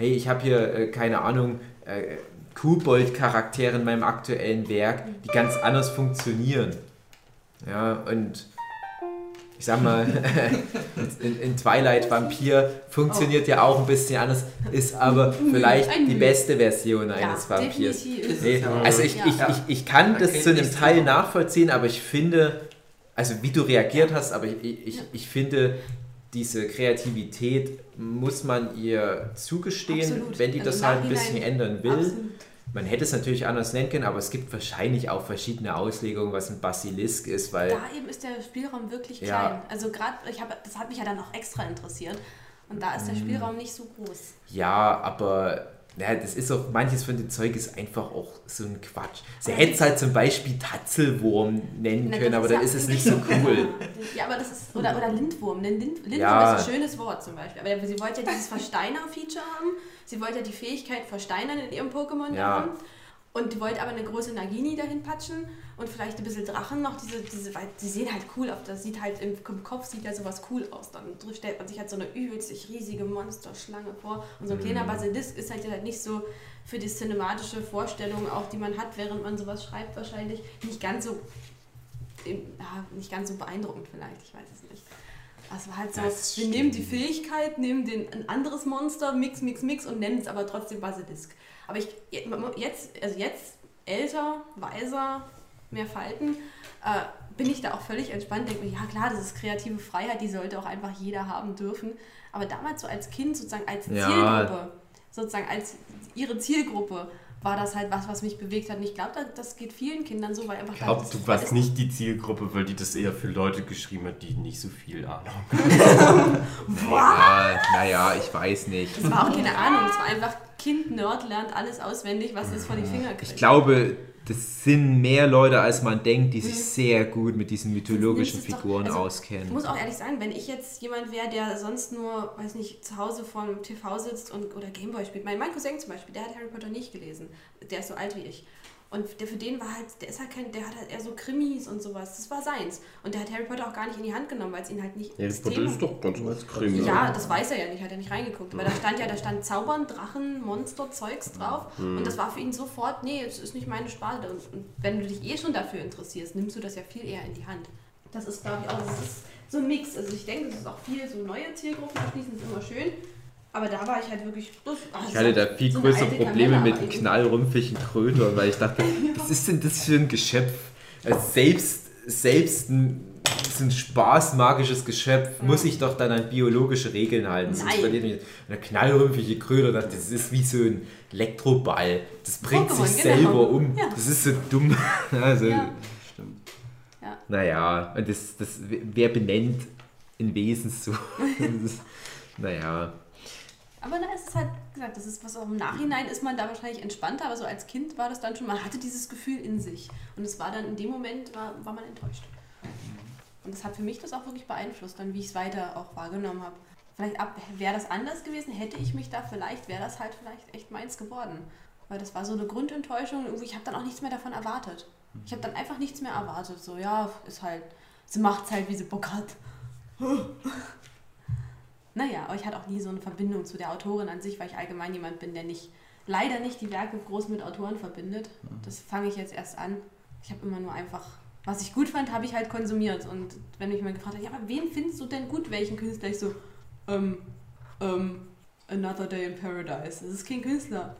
hey, ich habe hier, äh, keine Ahnung, äh, Kobold-Charaktere in meinem aktuellen Werk, die ganz anders funktionieren. Ja, und ich sag mal, in, in Twilight Vampir funktioniert oh. ja auch ein bisschen anders, ist aber vielleicht die beste Version eines ja, Vampirs. Nee, also ich, ich, ich, ich kann das zu einem Teil nachvollziehen, aber ich finde, also wie du reagiert hast, aber ich, ich, ich finde, diese Kreativität muss man ihr zugestehen, Absolut. wenn die also das halt ein bisschen ändern will. Absolut. Man hätte es natürlich anders nennen können, aber es gibt wahrscheinlich auch verschiedene Auslegungen, was ein Basilisk ist, weil... Da eben ist der Spielraum wirklich klein. Ja. Also gerade, ich habe, das hat mich ja dann auch extra interessiert. Und da ist der Spielraum nicht so groß. Ja, aber ja, das ist auch, manches von dem Zeug ist einfach auch so ein Quatsch. Sie hätte es halt zum Beispiel Tatzelwurm nennen Na, können, aber dann ist es nicht so cool. Ja, aber das ist, oder, oder Lindwurm. Lind, Lindwurm ja. ist ein schönes Wort zum Beispiel. Aber sie wollte ja dieses Versteiner-Feature haben. Sie wollte ja die Fähigkeit Versteinern in ihrem Pokémon ja. haben. Und die wollte aber eine große Nagini dahin patschen und vielleicht ein bisschen Drachen noch. Diese, diese, weil die sehen halt cool aus. Das sieht halt im, im Kopf sieht ja sowas cool aus. Dann stellt man sich halt so eine übelst riesige Monsterschlange vor. Und so ein kleiner Basilisk ist halt, halt nicht so für die cinematische Vorstellung, auch die man hat, während man sowas schreibt, wahrscheinlich nicht ganz so, ja, nicht ganz so beeindruckend vielleicht. Ich weiß es nicht. Es war halt so, das wir stimmt. nehmen die Fähigkeit, nehmen den, ein anderes Monster, mix, mix, mix und nennen es aber trotzdem Basilisk. Aber ich jetzt, also jetzt älter, weiser, mehr Falten, äh, bin ich da auch völlig entspannt, denke mir, ja klar, das ist kreative Freiheit, die sollte auch einfach jeder haben dürfen. Aber damals so als Kind, sozusagen als ja. Zielgruppe, sozusagen als ihre Zielgruppe, war das halt was, was mich bewegt hat. Und ich glaube, das geht vielen Kindern so, weil einfach... Ich glaube, du warst nicht die Zielgruppe, weil die das eher für Leute geschrieben hat, die nicht so viel Ahnung haben. naja, naja, ich weiß nicht. Das war auch keine Ahnung, es war einfach Kind, Nerd, lernt alles auswendig, was es vor die Finger kriegt. Ich glaube, das sind mehr Leute, als man denkt, die sich mhm. sehr gut mit diesen mythologischen Figuren doch, also, auskennen. Ich muss auch ehrlich sagen, wenn ich jetzt jemand wäre, der sonst nur, weiß nicht, zu Hause vorm T V sitzt und, oder Gameboy spielt. Mein, mein Cousin zum Beispiel, der hat Harry Potter nicht gelesen. Der ist so alt wie ich. Und der, für den war halt, der ist halt kein, der hat halt eher so Krimis und sowas. Das war seins. Und der hat Harry Potter auch gar nicht in die Hand genommen, weil es ihn halt nicht... Harry Potter Thema ist doch ganz als Krimi. Ja, das weiß er ja nicht, hat er nicht reingeguckt. Weil da stand ja, da stand Zaubern, Drachen, Monster, Zeugs drauf. Mhm. Und das war für ihn sofort, nee, das ist nicht meine Sparte. Und, und wenn du dich eh schon dafür interessierst, nimmst du das ja viel eher in die Hand. Das ist, glaube ich, auch, das ist so ein Mix. Also ich denke, das ist auch viel so neue Zielgruppen erschließen, ist immer schön. Aber da war ich halt wirklich... Das, ach, ich hatte da viel so größere Probleme Kamelle, mit knallrumpfigen Krötern, weil ich dachte, was ist denn das für ein Geschöpf? Also selbst, selbst ein, ein spaßmagisches Geschöpf ja. muss ich doch dann an biologische Regeln halten. Sonst verliert mich. Eine knallrumpfige Kröter, das ist wie so ein Elektroball. Das bringt Pokémon, sich genau. selber um. Ja. Das ist so dumm. Also, ja. Stimmt. Ja. Naja, und das, das, wer benennt in Wesen so? ist, naja... Aber da ist es halt gesagt, das ist was auch im Nachhinein ist man da wahrscheinlich entspannter, aber so als Kind war das dann schon, man hatte dieses Gefühl in sich. Und es war dann in dem Moment, war, war man enttäuscht. Und das hat für mich das auch wirklich beeinflusst, dann wie ich es weiter auch wahrgenommen habe. Vielleicht wäre das anders gewesen, hätte ich mich da vielleicht, wäre das halt vielleicht echt meins geworden. Weil das war so eine Grundenttäuschung, irgendwie, ich habe dann auch nichts mehr davon erwartet. Ich habe dann einfach nichts mehr erwartet. So, ja, ist halt, sie macht es halt, wie sie Bock hat. Naja, aber ich hatte auch nie so eine Verbindung zu der Autorin an sich, weil ich allgemein jemand bin, der nicht, leider nicht die Werke groß mit Autoren verbindet. Das fange ich jetzt erst an. Ich habe immer nur einfach, was ich gut fand, habe ich halt konsumiert. Und wenn mich mal gefragt hat, ja, aber wen findest du denn gut, welchen Künstler? Ich so, ähm, ähm, Another Day in Paradise. Das ist kein Künstler.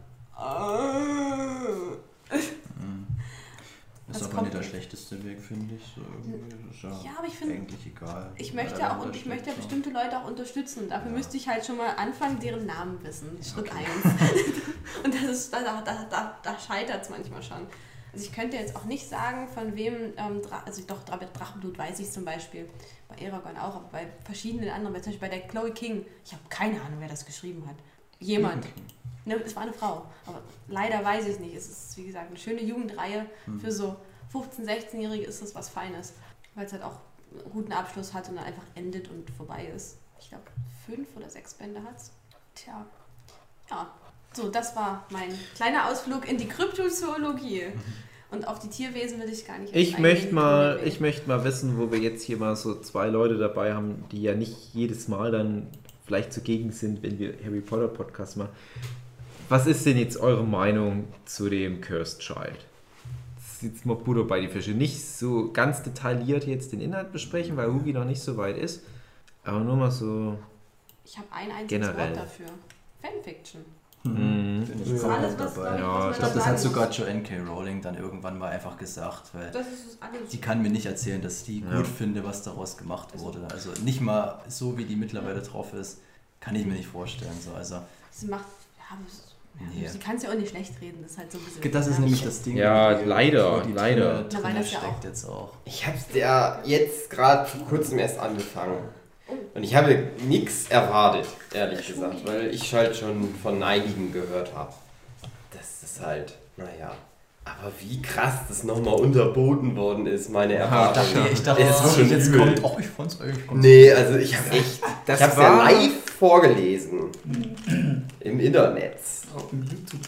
Das ist aber nicht der schlechteste Weg, finde ich. So ist ja, ja, aber ich finde, eigentlich egal. Ich möchte auch und ich möchte ja bestimmte Leute auch unterstützen. Dafür ja. müsste ich halt schon mal anfangen, deren Namen wissen. Schritt eins. Okay. Und das ist, da, da, da, da scheitert es manchmal schon. Also ich könnte jetzt auch nicht sagen, von wem, ähm, also doch, bei Drachenblut weiß ich es zum Beispiel, bei Eragon auch, aber bei verschiedenen anderen, zum Beispiel bei der Chloe King, ich habe keine Ahnung, wer das geschrieben hat. Jemand. Ne, es war eine Frau, aber leider weiß ich es nicht. Es ist, wie gesagt, eine schöne Jugendreihe. Hm. Für so fünfzehn-, sechzehnjährige ist das was Feines, weil es halt auch einen guten Abschluss hat und dann einfach endet und vorbei ist. Ich glaube, fünf oder sechs Bände hat es. Tja, ja. So, das war mein kleiner Ausflug in die Kryptozoologie. Und auf die Tierwesen will ich gar nicht ich möchte mal Ich möchte mal wissen, wo wir jetzt hier mal so zwei Leute dabei haben, die ja nicht jedes Mal dann vielleicht zugegen sind, wenn wir Harry Potter Podcast machen. Was ist denn jetzt eure Meinung zu dem Cursed Child? Das ist jetzt mal Butter bei die Fische. Nicht so ganz detailliert jetzt den Inhalt besprechen, weil Hugi noch nicht so weit ist. Aber nur mal so Ich habe ein einziges generell. Wort dafür. Fanfiction. Mhm. Bin Das ich ist komplett alles, was, dabei. glaub ich, Ja, was man ich Ich glaube, das sagen hat sogar muss. Joanne K. Rowling dann irgendwann mal einfach gesagt, weil Das ist alles. die kann mir nicht erzählen, dass die Ja. gut finde, was daraus gemacht wurde. Also nicht mal so, wie die mittlerweile drauf ist, kann ich mir nicht vorstellen. So. Also, Sie macht. Ja, das- Nee. Sie kann es ja auch nicht schlecht reden. Das ist halt so ein bisschen. das ist ja, nämlich das Ding. Ja, die- leider, wo die leider. Drinne, Na, weil drinne das ja steckt auch- jetzt auch. Ich hab's ja jetzt gerade vor kurzem erst angefangen. Und ich habe nichts erwartet, ehrlich gesagt, weil ich halt schon von Neiligen gehört habe. Das ist halt, naja. Aber wie krass das nochmal unterboten worden ist, meine Ich Erwartung. dachte, ich dachte Es ist schon jetzt übel. kommt, oh, ich fand's eigentlich ganz Nee, also ich habe echt, Das ich hab's ja war- live vorgelesen. Im Internet. Auf dem YouTube.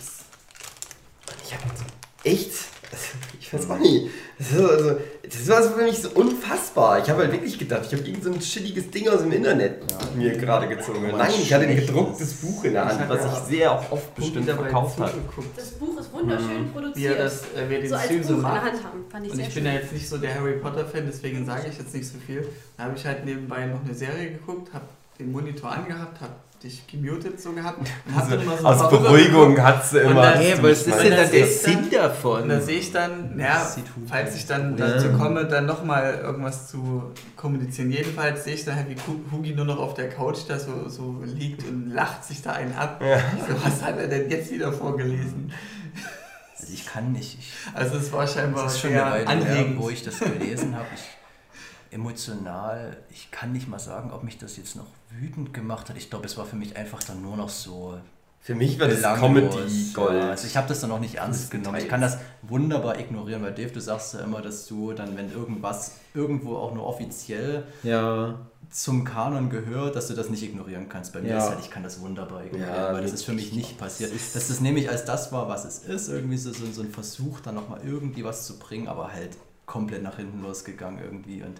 Ich habe echt, ich weiß auch nicht, das, ist also, das war für mich so unfassbar. Ich habe halt wirklich gedacht, ich habe irgend so ein shittiges Ding aus dem Internet mir gerade gezogen. Aber Nein, ich hatte ein schlecht. gedrucktes Buch in der Hand, Ich was hatte sich ja sehr oft bestimmt dabei verkauft hat. zugeguckt, Das Buch ist wunderschön wie produziert. er, das, äh, wie er den so als Stream Buch so in der macht. Hand haben. Fand ich Und sehr ich schön. bin ja jetzt nicht so der Harry Potter Fan, deswegen sage ich jetzt nicht so viel. Da habe ich halt nebenbei noch eine Serie geguckt, habe den Monitor angehabt, habe dich gemutet so gehabt. Und hab immer so ein Aus paar Beruhigung rübergeguckt. hat sie Und immer. dann- Hey, aber was ist Und denn das dann der ist dann- Sinn davon? Und da sehe ich dann, ja, Das sieht Hugi falls ich dann Ja. dazu komme, dann nochmal irgendwas zu kommunizieren. Jedenfalls sehe ich dann halt, wie Hu- Hugi nur noch auf der Couch da so, so liegt und lacht sich da einen ab. Ja. Ich so, was hat er denn jetzt wieder vorgelesen? Also ich kann nicht. Ich, Also es war scheinbar das ist schon eine sehr Weile her, anregend. wo ich das gelesen habe. Ich, emotional, ich kann nicht mal sagen, ob mich das jetzt noch wütend gemacht hat. Ich glaube, es war für mich einfach dann nur noch so Für mich war das belanglos. Comedy-Gold. Ja, also ich habe das dann auch nicht ernst genommen. Ich kann das wunderbar ignorieren, weil Dave, du sagst ja immer, dass du dann, wenn irgendwas irgendwo auch nur offiziell Ja, zum Kanon gehört, dass du das nicht ignorieren kannst. Bei mir Ja. ist halt, ich kann das wunderbar ignorieren, Ja, weil das ist für mich nicht passiert. Dass das nämlich als das war, was es ist, irgendwie so, so, so ein Versuch, dann nochmal irgendwie was zu bringen, aber halt komplett nach hinten losgegangen irgendwie. Und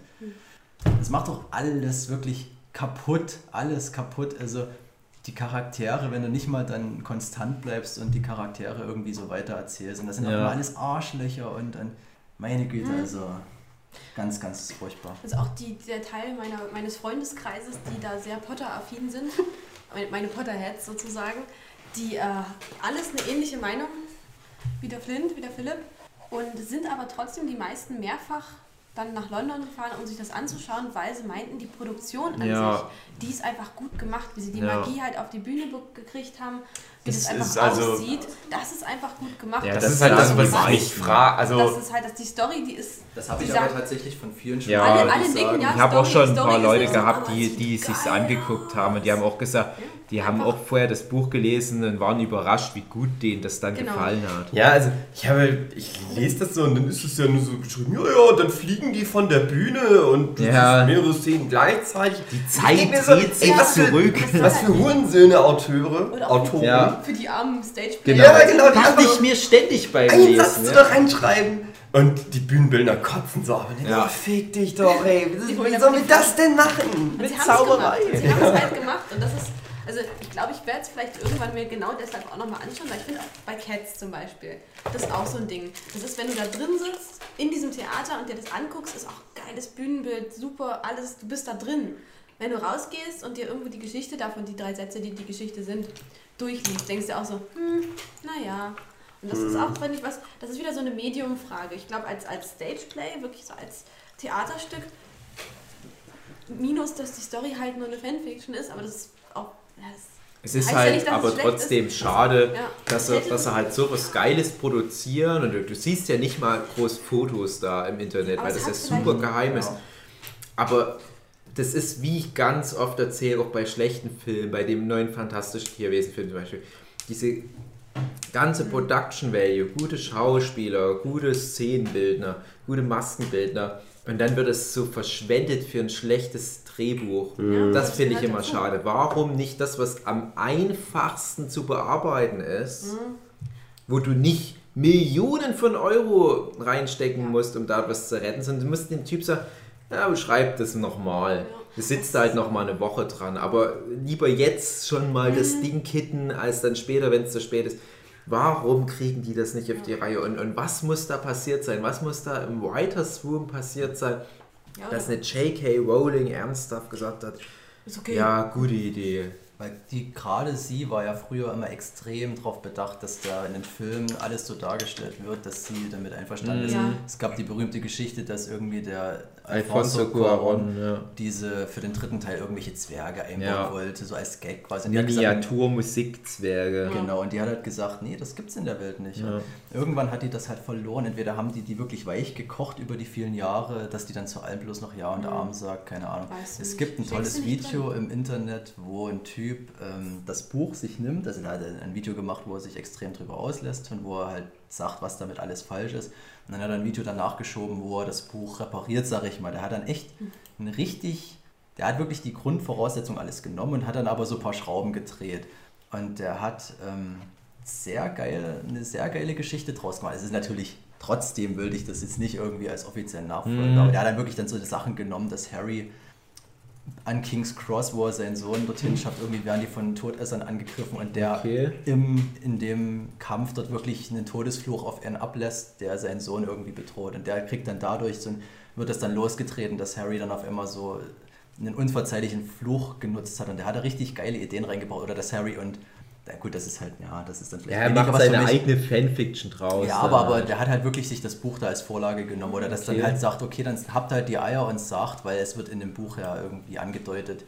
das macht doch alles wirklich kaputt, alles kaputt. Also die Charaktere, wenn du nicht mal dann konstant bleibst und die Charaktere irgendwie so weiter erzählst, und das sind auch Ja. immer alles Arschlöcher und, und meine Güte, also ganz, ganz furchtbar. Also auch die, der Teil meiner, meines Freundeskreises, die da sehr Potter-affin sind, meine- meine Potterheads sozusagen, die äh, alles eine ähnliche Meinung wie der Flint, wie der Philipp, und sind aber trotzdem die meisten mehrfach dann nach London gefahren, um sich das anzuschauen, weil sie meinten, die Produktion an Ja. sich, die ist einfach gut gemacht, wie sie die Ja. Magie halt auf die Bühne be- gekriegt haben, wie Das das, einfach ist also- aussieht, das ist einfach gut gemacht. Ja, Das, das ist halt das, sagen was die ich meisten. frage. Also, das ist halt, dass die Story, die ist... Das habe die ich aber sagt- tatsächlich von vielen Ja, alle, die alle nicken, ja, ich habe auch Story- schon ein paar Story ist Leute nicht so, gehabt, aber die, es die sieht sich's geil angeguckt haben und die haben auch gesagt, Ja. die haben Einfach- auch vorher das Buch gelesen und waren überrascht, wie gut denen das dann Genau. gefallen hat. ja, also ich habe, ich lese das so und dann ist es ja nur so geschrieben, ja, ja, dann fliegen die von der Bühne und du Ja. siehst mehrere Szenen gleichzeitig. Die Ich Zeit denk mir so, dreht sich ey, was für- zurück. Was für Hurensöhne, Autore, Oder auch Autoren. Ja. für die armen Stage Genau. Ja, genau, die Dachte einfach ich mir ständig beim einen Satz Lesen. da Ja. reinschreiben. Und die Bühnenbildner kotzen so, aber Ja. ja. fick dich doch, ey. Wie, Die wie wollen sollen wir einfach das denn machen? Und Mit sie haben's Zauberei. gemacht. Und sie haben es halt gemacht. Und das ist, also ich glaube, ich werde es vielleicht irgendwann mir genau deshalb auch nochmal anschauen, weil ich finde auch bei Cats zum Beispiel, das ist auch so ein Ding. Das ist, wenn du da drin sitzt, in diesem Theater und dir das anguckst, ist auch geiles Bühnenbild, super, alles, du bist da drin. Wenn du rausgehst und dir irgendwo die Geschichte davon, die drei Sätze, die die Geschichte sind, durchliest, denkst du auch so, hm, naja. Und das ist auch, finde ich, was, das ist wieder so eine Medium-Frage. Ich glaube, als, als Stageplay, wirklich so als Theaterstück, minus, dass die Story halt nur eine Fanfiction ist, aber das ist auch, ja, das Es ist heißt ja halt nicht, dass es aber schlecht trotzdem ist. schade, Ja. dass, er, dass er halt so was Geiles produzieren und du, du siehst ja nicht mal groß Fotos da im Internet, Aber weil es das ja hat vielleicht- super geheim ist. Ja. Aber das ist, wie ich ganz oft erzähle, auch bei schlechten Filmen, bei dem neuen Fantastischen Tierwesen-Film zum Beispiel, diese ganze Production Value, gute Schauspieler, gute Szenenbildner, gute Maskenbildner und dann wird es so verschwendet für ein schlechtes Drehbuch. Ja, Das das finde ich gehört immer dazu. schade. Warum nicht das, was am einfachsten zu bearbeiten ist, Mhm. wo du nicht Millionen von Euro reinstecken musst, um da was zu retten, sondern du musst dem Typ sagen, ja, beschreib das nochmal. Du sitzt halt noch mal eine Woche dran, aber lieber jetzt schon mal mhm. das Ding kitten, als dann später, wenn es zu spät ist. Warum kriegen die das nicht auf die Reihe? Und, und was muss da passiert sein? Was muss da im Writers Room passiert sein, ja, dass eine J K Rowling ernsthaft gesagt hat, ist okay. Ja, gute Idee. Weil die gerade sie war ja früher immer extrem darauf bedacht, dass da in den Filmen alles so dargestellt wird, dass sie damit einverstanden ist. Ja. Es gab die berühmte Geschichte, dass irgendwie der Alfonso Cuarón ja. diese für den dritten Teil irgendwelche Zwerge einbauen ja. wollte, so als Gag quasi. Miniatur-Musikzwerge. Genau, und die hat halt gesagt, nee, das gibt's in der Welt nicht. Ja. Irgendwann hat die das halt verloren. Entweder haben die die wirklich weich gekocht über die vielen Jahre, dass die dann zu allem bloß noch Ja und Arm sagt, keine Ahnung. Weiß es gibt ein tolles Video im Internet, wo ein Typ ähm, das Buch sich nimmt, also er hat ein Video gemacht, wo er sich extrem drüber auslässt und wo er halt sagt, was damit alles falsch ist. Und dann hat er ein Video danach geschoben, wo er das Buch repariert, sag ich mal. Der hat dann echt ein richtig, der hat wirklich die Grundvoraussetzung alles genommen und hat dann aber so ein paar Schrauben gedreht. Und der hat ähm, sehr geil, eine sehr geile Geschichte draus gemacht. Es ist natürlich, trotzdem würde ich das jetzt nicht irgendwie als offiziellen Nachfolger, mhm. aber der hat dann wirklich dann so die Sachen genommen, dass Harry an King's Cross, wo er seinen Sohn dorthin schafft, irgendwie werden die von Todessern angegriffen und der okay. im, in dem Kampf dort wirklich einen Todesfluch auf ihn ablässt, der seinen Sohn irgendwie bedroht. Und der kriegt dann dadurch, so ein, wird das dann losgetreten, dass Harry dann auf einmal so einen unverzeihlichen Fluch genutzt hat und der hat da richtig geile Ideen reingebaut. Oder dass Harry und na gut, das ist halt, ja, das ist dann vielleicht... Ja, er macht seine eigene Fanfiction draus. Ja, aber, aber der hat halt wirklich sich das Buch da als Vorlage genommen. Oder dass okay. dann halt sagt, okay, dann habt halt die Eier und sagt, weil es wird in dem Buch ja irgendwie angedeutet,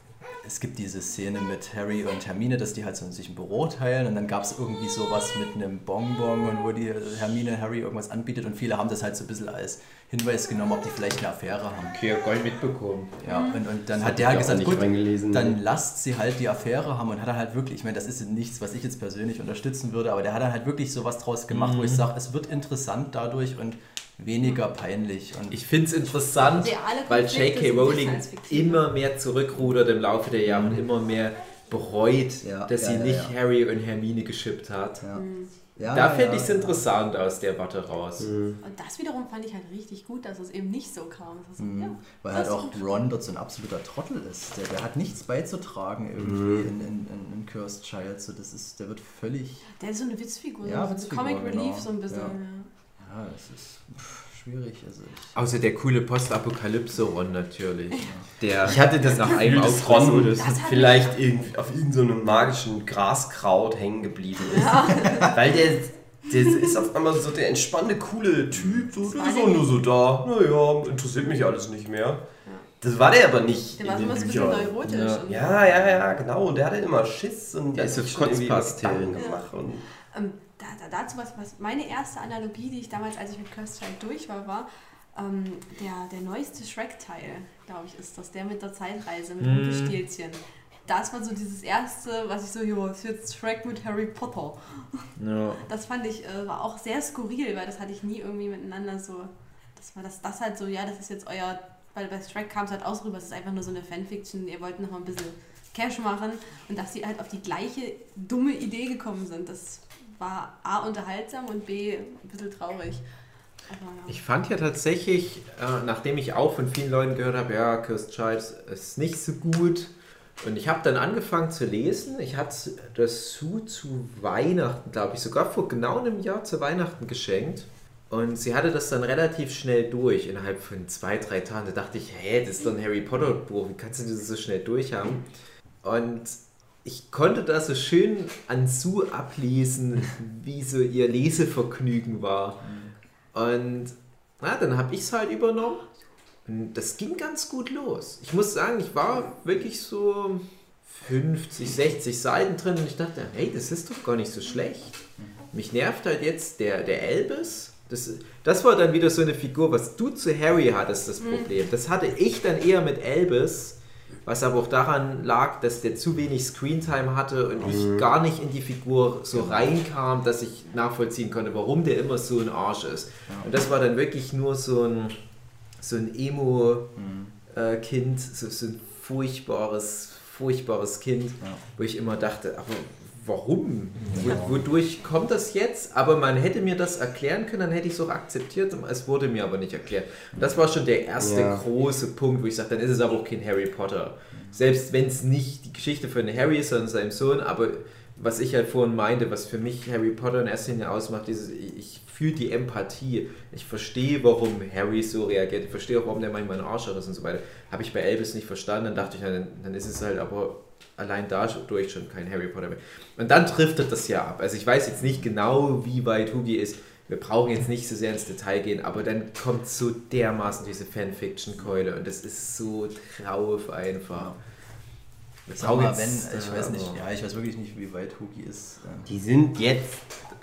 es gibt diese Szene mit Harry und Hermine, dass die halt so sich ein Büro teilen und dann gab es irgendwie sowas mit einem Bonbon und wo die Hermine Harry irgendwas anbietet und viele haben das halt so ein bisschen als Hinweis genommen, ob die vielleicht eine Affäre haben. Okay, hab gar nicht mitbekommen. Ja, und, und dann das hat der halt gesagt, gut, dann lasst sie halt die Affäre haben und hat er halt wirklich, ich meine, das ist nichts, was ich jetzt persönlich unterstützen würde, aber der hat dann halt wirklich sowas draus gemacht, mhm. wo ich sage, es wird interessant dadurch und weniger peinlich. Und ich finde es interessant, weil J K Rowling immer mehr zurückrudert im Laufe der Jahre mhm. und immer mehr bereut, ja, dass ja, sie ja, nicht ja. Harry und Hermine geschippt hat. Ja. Mhm. Ja, da fände ja, ich es ja. interessant aus der Warte raus. Mhm. Und das wiederum fand ich halt richtig gut, dass es eben nicht so kam. So, mhm. ja, weil halt auch Ron dort so ein absoluter Trottel ist. Der, der hat nichts beizutragen irgendwie mhm. in, in, in Cursed Child. So, das ist, der wird völlig... Der ist so eine Witzfigur, ja, so Witzfigur, Comic Relief genau. so ein bisschen. Ja, ja es ist... Pff. Schwierig. Also außer der coole Postapokalypse-Ron natürlich. Der ich hatte das nach einem Ron, das vielleicht irgendwie auf irgendeinem magischen Graskraut hängen geblieben ist. Ja. Weil der, der ist auf einmal so der entspannte, coole Typ. So, der ist auch nur so da. Naja, interessiert mich alles nicht mehr. Ja. Das war der aber nicht. Der war immer so ein bisschen neurotisch. Ja, ja, ja, genau. Und der hatte immer Schiss und der ist so Kotzpastillen gemacht. Und ähm, Da, da, dazu was, was meine erste Analogie, die ich damals, als ich mit Cursed Child durch war, war ähm, der, der neueste Shrek-Teil, glaube ich, ist das, der mit der Zeitreise, mit mm. Rumpelstilzchen. Das war so dieses erste, was ich so, jo, ist jetzt Shrek mit Harry Potter. Ja. Das fand ich, äh, war auch sehr skurril, weil das hatte ich nie irgendwie miteinander so, das war das, das halt so, ja, das ist jetzt euer, weil bei Shrek kam es halt aus rüber, es ist einfach nur so eine Fanfiction, ihr wollt noch mal ein bisschen Cash machen und dass sie halt auf die gleiche dumme Idee gekommen sind, das war A, unterhaltsam und B, ein bisschen traurig. Aber, ja. Ich fand ja tatsächlich, äh, nachdem ich auch von vielen Leuten gehört habe, ja, Cursed Child ist nicht so gut. Und ich habe dann angefangen zu lesen. Ich hatte das Sue zu Weihnachten, glaube ich, sogar vor genau einem Jahr zu Weihnachten geschenkt. Und sie hatte das dann relativ schnell durch, innerhalb von zwei, drei Tagen. Da dachte ich, hä, das ist doch ein Harry Potter Buch, wie kannst du das so schnell durchhaben? Und ich konnte da so schön an Sue ablesen, wie so ihr Lesevergnügen war. Und na, dann habe ich es halt übernommen. Und das ging ganz gut los. Ich muss sagen, ich war wirklich so fünfzig, sechzig Seiten drin und ich dachte, hey, das ist doch gar nicht so schlecht. Mich nervt halt jetzt der, der Albus. Das, das war dann wieder so eine Figur, was du zu Harry hattest, das Problem. Das hatte ich dann eher mit Albus. Was aber auch daran lag, dass der zu wenig Screentime hatte und ich mhm. gar nicht in die Figur so reinkam, dass ich nachvollziehen konnte, warum der immer so ein Arsch ist. Ja. Und das war dann wirklich nur so ein, so ein Emo-Kind, mhm. äh, so, so ein furchtbares, furchtbares Kind, ja. wo ich immer dachte, aber warum? Ja. Wodurch kommt das jetzt? Aber man hätte mir das erklären können, dann hätte ich es auch akzeptiert. Es wurde mir aber nicht erklärt. Und das war schon der erste Ja. große Punkt, wo ich sage, dann ist es aber auch kein Harry Potter. Selbst wenn es nicht die Geschichte von Harry ist, sondern seinem Sohn, aber was ich halt vorhin meinte, was für mich Harry Potter in erster Linie ausmacht, dieses, ich, ich fühle die Empathie. Ich verstehe, warum Harry so reagiert. Ich verstehe auch, warum der manchmal ein Arschloch ist und so weiter. Habe ich bei Albus nicht verstanden. Dann dachte ich, dann, dann ist es halt aber allein dadurch schon kein Harry Potter mehr. Und dann driftet das ja ab. Also ich weiß jetzt nicht genau, wie weit Hugi ist. Wir brauchen jetzt nicht so sehr ins Detail gehen, aber dann kommt so dermaßen diese Fanfiction-Keule und das ist so drauf einfach. Sag mal, wenn, ich weiß nicht, ja, ich weiß wirklich nicht, wie weit Hugi ist. Die sind jetzt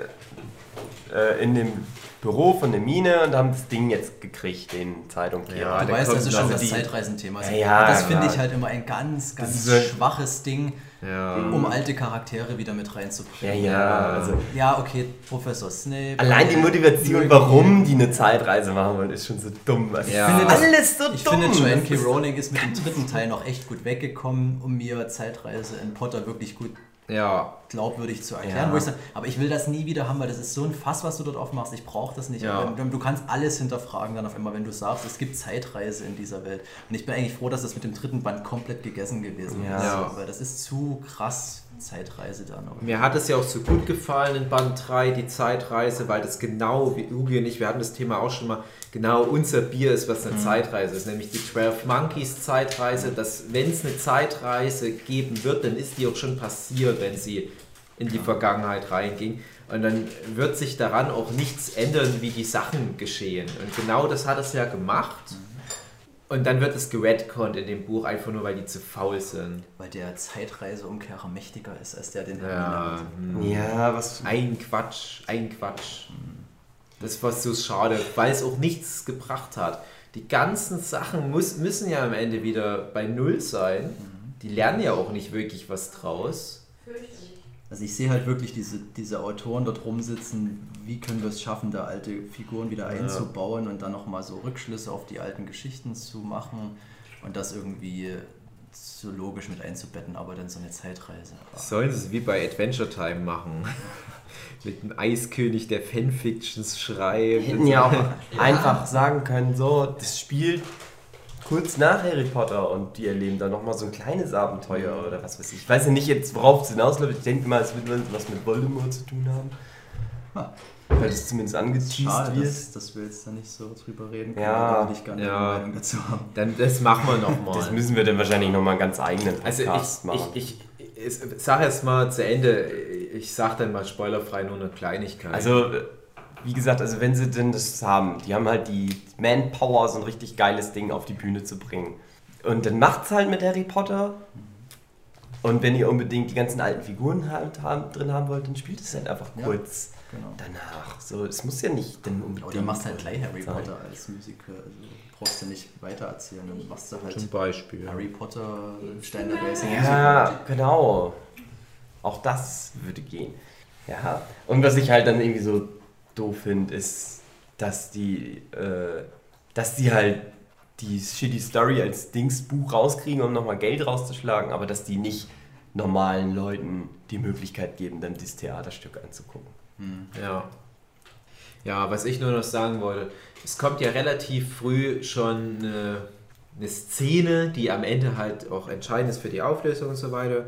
äh, in dem Büro von der Mine und haben das Ding jetzt gekriegt, den Zeitumkehrer. Ja, du Der weißt, kommt- das ist schon also das die- Zeitreisenthema. Ja, ja, und das finde klar. ich halt immer ein ganz, ganz ist so- schwaches Ding, Ja. um alte Charaktere wieder mit reinzubringen. Ja, ja, also Ja, okay, Professor Snape. allein die Motivation, warum die eine Zeitreise machen wollen, ist schon so dumm. Also Ja. ich finde das alles so Ich dumm. finde, Joanne Das K. ist- Rowling ist mit dem dritten Teil noch echt gut weggekommen, um mir Zeitreise in Potter wirklich gut Ja, glaubwürdig zu erklären. Ja. Wo ich sage, aber ich will das nie wieder haben, weil das ist so ein Fass, was du dort aufmachst. Ich brauche das nicht. Ja. Aber Du kannst alles hinterfragen dann auf einmal, wenn du sagst, es gibt Zeitreise in dieser Welt. Und ich bin eigentlich froh, dass das mit dem dritten Band komplett gegessen gewesen Ja. ist. Ja. Weil das ist zu krass Zeitreise da noch. mir hat es ja auch so gut gefallen in Band drei, die Zeitreise, weil das genau, wie Hugi und ich, wir hatten das Thema auch schon mal, genau unser Bier ist, was eine Zeitreise ist, nämlich die zwölf Monkeys Zeitreise, dass wenn es eine Zeitreise geben wird, dann ist die auch schon passiert, wenn sie in die Vergangenheit reinging. Und dann wird sich daran auch nichts ändern, wie die Sachen geschehen. Und genau das hat es ja gemacht. Und dann wird es geredconnt in dem Buch, einfach nur, weil die zu faul sind. Weil der Zeitreiseumkehrer mächtiger ist als der, den Ja, Hermine hat. Ja, was. ein Quatsch, ein Quatsch. Das war so schade, weil es auch nichts gebracht hat. Die ganzen Sachen muss, müssen ja am Ende wieder bei Null sein. Die lernen ja auch nicht wirklich was draus. Also ich sehe halt wirklich diese, diese Autoren dort rumsitzen, wie können wir es schaffen, da alte Figuren wieder Ja. einzubauen und dann nochmal so Rückschlüsse auf die alten Geschichten zu machen und das irgendwie so logisch mit einzubetten, aber dann so eine Zeitreise. Sollen sie es wie bei Adventure Time machen? Mit dem Eiskönig, der Fanfictions schreibt. Hätten ja auch einfach sagen können, so, das spielt kurz nach Harry Potter und die erleben dann nochmal so ein kleines Abenteuer oder was weiß ich. Ich weiß ja nicht jetzt, worauf es hinausläuft. Ich denke mal, es wird was mit Voldemort zu tun haben. Ha. Weil das zumindest angeteased Schade, wird. dass, dass wir jetzt da nicht so drüber reden können, Ja, da würde ich gerne ja. eine Meinung dazu haben. Dann, das machen wir nochmal. Das müssen wir dann wahrscheinlich nochmal einen ganz eigenen Also Podcast ich, machen. ich, ich, ich sage jetzt mal zu Ende, ich sage dann mal spoilerfrei nur eine Kleinigkeit. Also, wie gesagt, also wenn sie denn das haben, die haben halt die Manpower, so ein richtig geiles Ding auf die Bühne zu bringen. Und dann macht's halt mit Harry Potter. Und wenn ihr unbedingt die ganzen alten Figuren halt haben, drin haben wollt, dann spielt es halt einfach Ja, kurz Genau. danach. So, es muss ja nicht dann unbedingt. Oder machst halt gleich Harry sein. Potter als Musical, also brauchst du nicht weiter erzählen, dann machst du halt zum Beispiel. Harry Potter, Stein der Weisen. Ja, genau. Auch das würde gehen. Ja. Und was ich halt dann irgendwie so doof finde, ist, dass die, äh, dass die halt die Shitty Story als Dingsbuch rauskriegen, um nochmal Geld rauszuschlagen, aber dass die nicht normalen Leuten die Möglichkeit geben, dann dieses Theaterstück anzugucken. Hm. Ja. Ja, was ich nur noch sagen wollte, es kommt ja relativ früh schon eine, eine Szene, die am Ende halt auch entscheidend ist für die Auflösung und so weiter.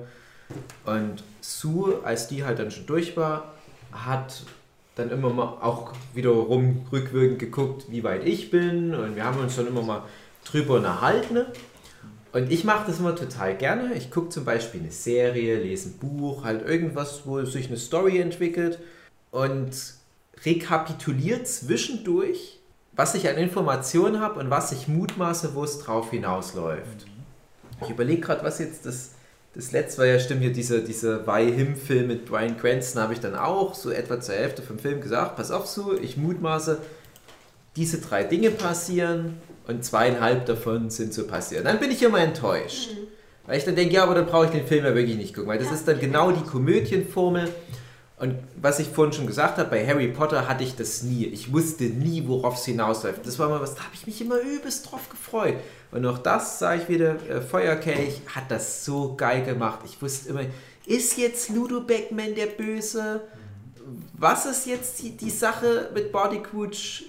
Und Sue, als die halt dann schon durch war, hat dann immer mal auch wiederum rückwirkend geguckt, wie weit ich bin, und wir haben uns schon immer mal drüber unterhalten. Und ich mache das immer total gerne. Ich gucke zum Beispiel eine Serie, lese ein Buch, halt irgendwas, wo sich eine Story entwickelt und rekapituliere zwischendurch, was ich an Informationen habe und was ich mutmaße, wo es drauf hinausläuft. Ich überlege gerade, was jetzt das, das letzte war. Ja, stimmt, hier dieser, dieser Wei-Him-Film mit Bryan Cranston habe ich dann auch so etwa zur Hälfte vom Film gesagt, pass auf so, ich mutmaße, diese drei Dinge passieren und zweieinhalb davon sind so passiert. Dann bin ich immer enttäuscht. Mhm. Weil ich dann denke, ja, aber dann brauche ich den Film ja wirklich nicht gucken, weil das ist dann genau die Komödienformel. Und was ich vorhin schon gesagt habe, bei Harry Potter hatte ich das nie. Ich wusste nie, worauf es hinausläuft. Das war mal was, da habe ich mich immer übelst drauf gefreut. Und auch das, sage ich wieder, äh, Feuerkelch hat das so geil gemacht. Ich wusste immer, ist jetzt Ludo Beckman der Böse? Was ist jetzt die, die Sache mit Barty Crouch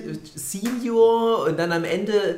Senior? Und dann am Ende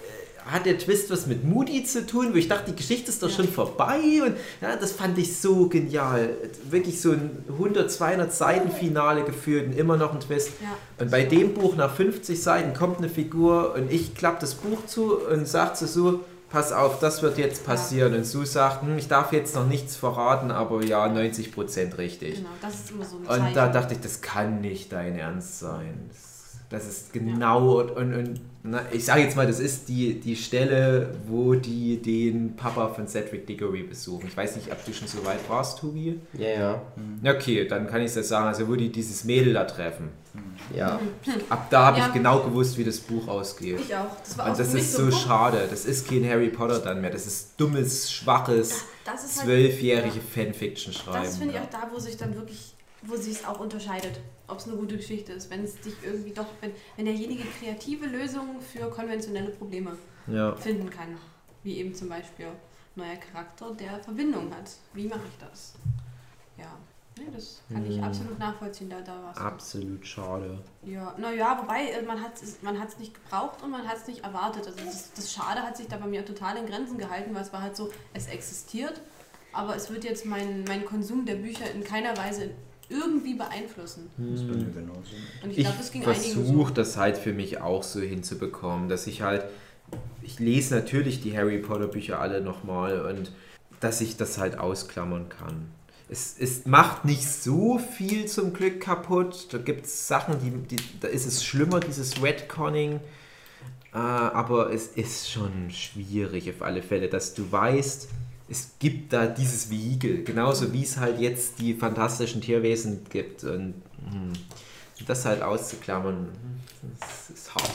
hat der Twist was mit Moody zu tun, wo ich dachte, die Geschichte ist doch ja. schon vorbei. Und ja, das fand ich so genial. Wirklich so ein hundert, zweihundert Seiten Finale geführt und immer noch ein Twist. Ja. Und bei dem Buch nach fünfzig Seiten kommt eine Figur und ich klappe das Buch zu und sage zu Sue, pass auf, das wird jetzt passieren. Ja. Und Sue sagt, hm, ich darf jetzt noch nichts verraten, aber ja, neunzig Prozent richtig. Genau, das ist immer so ein Zeichen. Und da dachte ich, das kann nicht dein Ernst sein. Das, das ist genau, ja. und, und, und na, ich sage jetzt mal, das ist die, die Stelle, wo die den Papa von Cedric Diggory besuchen. Ich weiß nicht, ob du schon so weit warst, Tobi. Ja, ja. Okay, dann kann ich es ja sagen, also wo die dieses Mädel da treffen. Ja. Ab da habe ja. ich genau gewusst, wie das Buch ausgeht. Ich auch. Das war und auch das ist so Buch. schade. Das ist kein Harry Potter dann mehr. Das ist dummes, schwaches, zwölfjährige halt, ja. Fanfiction schreiben. Das finde ich auch da, wo sich dann wirklich, wo sich es auch unterscheidet, ob es eine gute Geschichte ist, wenn es dich irgendwie doch, wenn, wenn derjenige kreative Lösungen für konventionelle Probleme ja. finden kann, wie eben zum Beispiel neuer Charakter, der Verbindung hat. Wie mache ich das? Ja, nee, das kann ich absolut nachvollziehen, da, da war's. Absolut schade. Ja, naja, wobei, man hat es man hat's nicht gebraucht und man hat es nicht erwartet. Also das, das Schade hat sich da bei mir total in Grenzen gehalten, weil es war halt so, es existiert, aber es wird jetzt mein, mein Konsum der Bücher in keiner Weise irgendwie beeinflussen. Das ist bei mir genauso. Und ich glaube, das ging einigen so. Ich versuche das halt für mich auch so hinzubekommen, dass ich halt, ich lese natürlich die Harry Potter Bücher alle nochmal und dass ich das halt ausklammern kann. Es, es macht nicht so viel zum Glück kaputt. Da gibt es Sachen, die, die, da ist es schlimmer, dieses Retconning. Äh, aber es ist schon schwierig auf alle Fälle, dass du weißt, es gibt da dieses Vehikel, genauso wie es halt jetzt die fantastischen Tierwesen gibt. Und hm, das halt auszuklammern, das ist hart.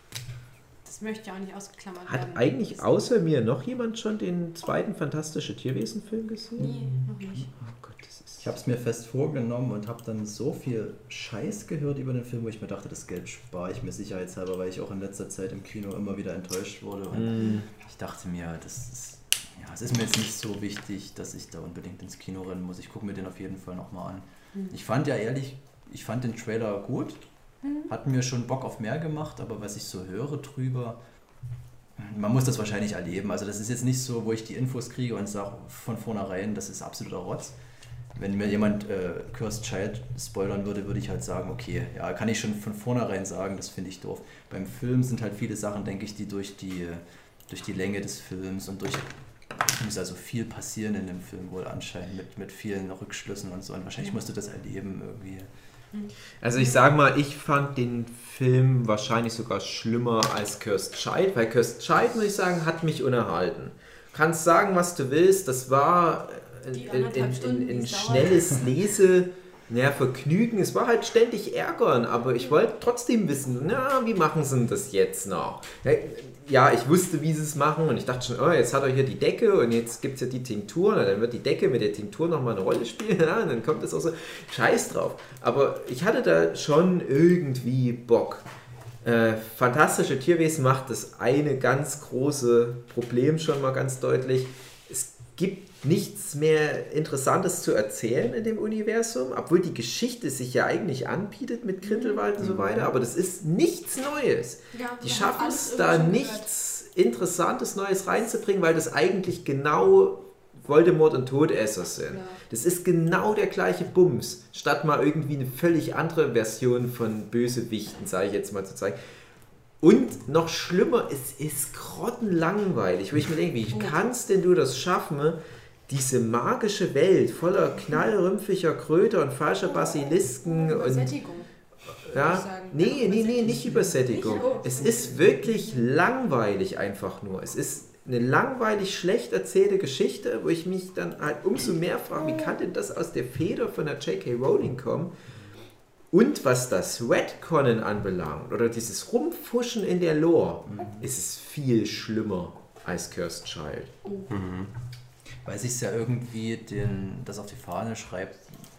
Das möchte ich auch nicht ausgeklammert Hat werden. Hat eigentlich außer mir noch jemand schon den zweiten Fantastische Tierwesen-Film gesehen? Nee, noch nicht. Oh Gott, das ist ich habe es mir fest vorgenommen und habe dann so viel Scheiß gehört über den Film, wo ich mir dachte, das Geld spare ich mir sicherheitshalber, weil ich auch in letzter Zeit im Kino immer wieder enttäuscht wurde. Und mm. ich dachte mir, das ist... Ja, es ist mir jetzt nicht so wichtig, dass ich da unbedingt ins Kino rennen muss. Ich gucke mir den auf jeden Fall nochmal an. Mhm. Ich fand ja ehrlich, ich fand den Trailer gut, mhm. hat mir schon Bock auf mehr gemacht, aber was ich so höre drüber, man muss das wahrscheinlich erleben. Also das ist jetzt nicht so, wo ich die Infos kriege und sage von vornherein, das ist absoluter Rotz. Wenn mir jemand äh, Cursed Child spoilern würde, würde ich halt sagen, okay, ja, kann ich schon von vornherein sagen, das finde ich doof. Beim Film sind halt viele Sachen, denke ich, die durch die, durch die Länge des Films und durch... Es muss also viel passieren in dem Film wohl anscheinend, mit, mit vielen Rückschlüssen und so. Und wahrscheinlich musst du das erleben irgendwie. Also ich sag mal, ich fand den Film wahrscheinlich sogar schlimmer als Cursed Child, weil Cursed Child, muss ich sagen, hat mich unterhalten. Kannst sagen, was du willst, das war ein, ein, ein, ein schnelles Lese... Naja, Vergnügen, es war halt ständig Ärgern, aber ich wollte trotzdem wissen, na, wie machen sie denn das jetzt noch? Ja, ich wusste, wie sie es machen und ich dachte schon, oh, jetzt hat er hier die Decke und jetzt gibt es ja die Tinktur, und dann wird die Decke mit der Tinktur nochmal eine Rolle spielen, ja, und dann kommt das auch so, scheiß drauf. Aber ich hatte da schon irgendwie Bock. Äh, Fantastische Tierwesen macht das eine ganz große Problem schon mal ganz deutlich. Es gibt nichts mehr Interessantes zu erzählen in dem Universum, obwohl die Geschichte sich ja eigentlich anbietet mit Grindelwald und so weiter, aber das ist nichts Neues. Ja, die schaffen es da nichts Interessantes Neues reinzubringen, weil das eigentlich genau Voldemort und Todesser sind. Ja. Das ist genau der gleiche Bums, statt mal irgendwie eine völlig andere Version von Bösewichten, sage ich jetzt mal, zu zeigen. Und noch schlimmer, es ist grottenlangweilig, wo ich mir denke, wie kannst denn du das schaffen, diese magische Welt voller knallrümpfiger Kröter und falscher Basilisken und Übersättigung. Ja, nee, nee, nee, nicht Übersättigung. Es ist wirklich langweilig einfach nur. Es ist eine langweilig schlecht erzählte Geschichte, wo ich mich dann halt umso mehr frage, wie kann denn das aus der Feder von der J K Rowling kommen? Und was das Retconnen anbelangt, oder dieses Rumfuschen in der Lore, mhm. ist es viel schlimmer als Cursed Child. Mhm. Weil sich ja irgendwie den, das auf die Fahne schreibt,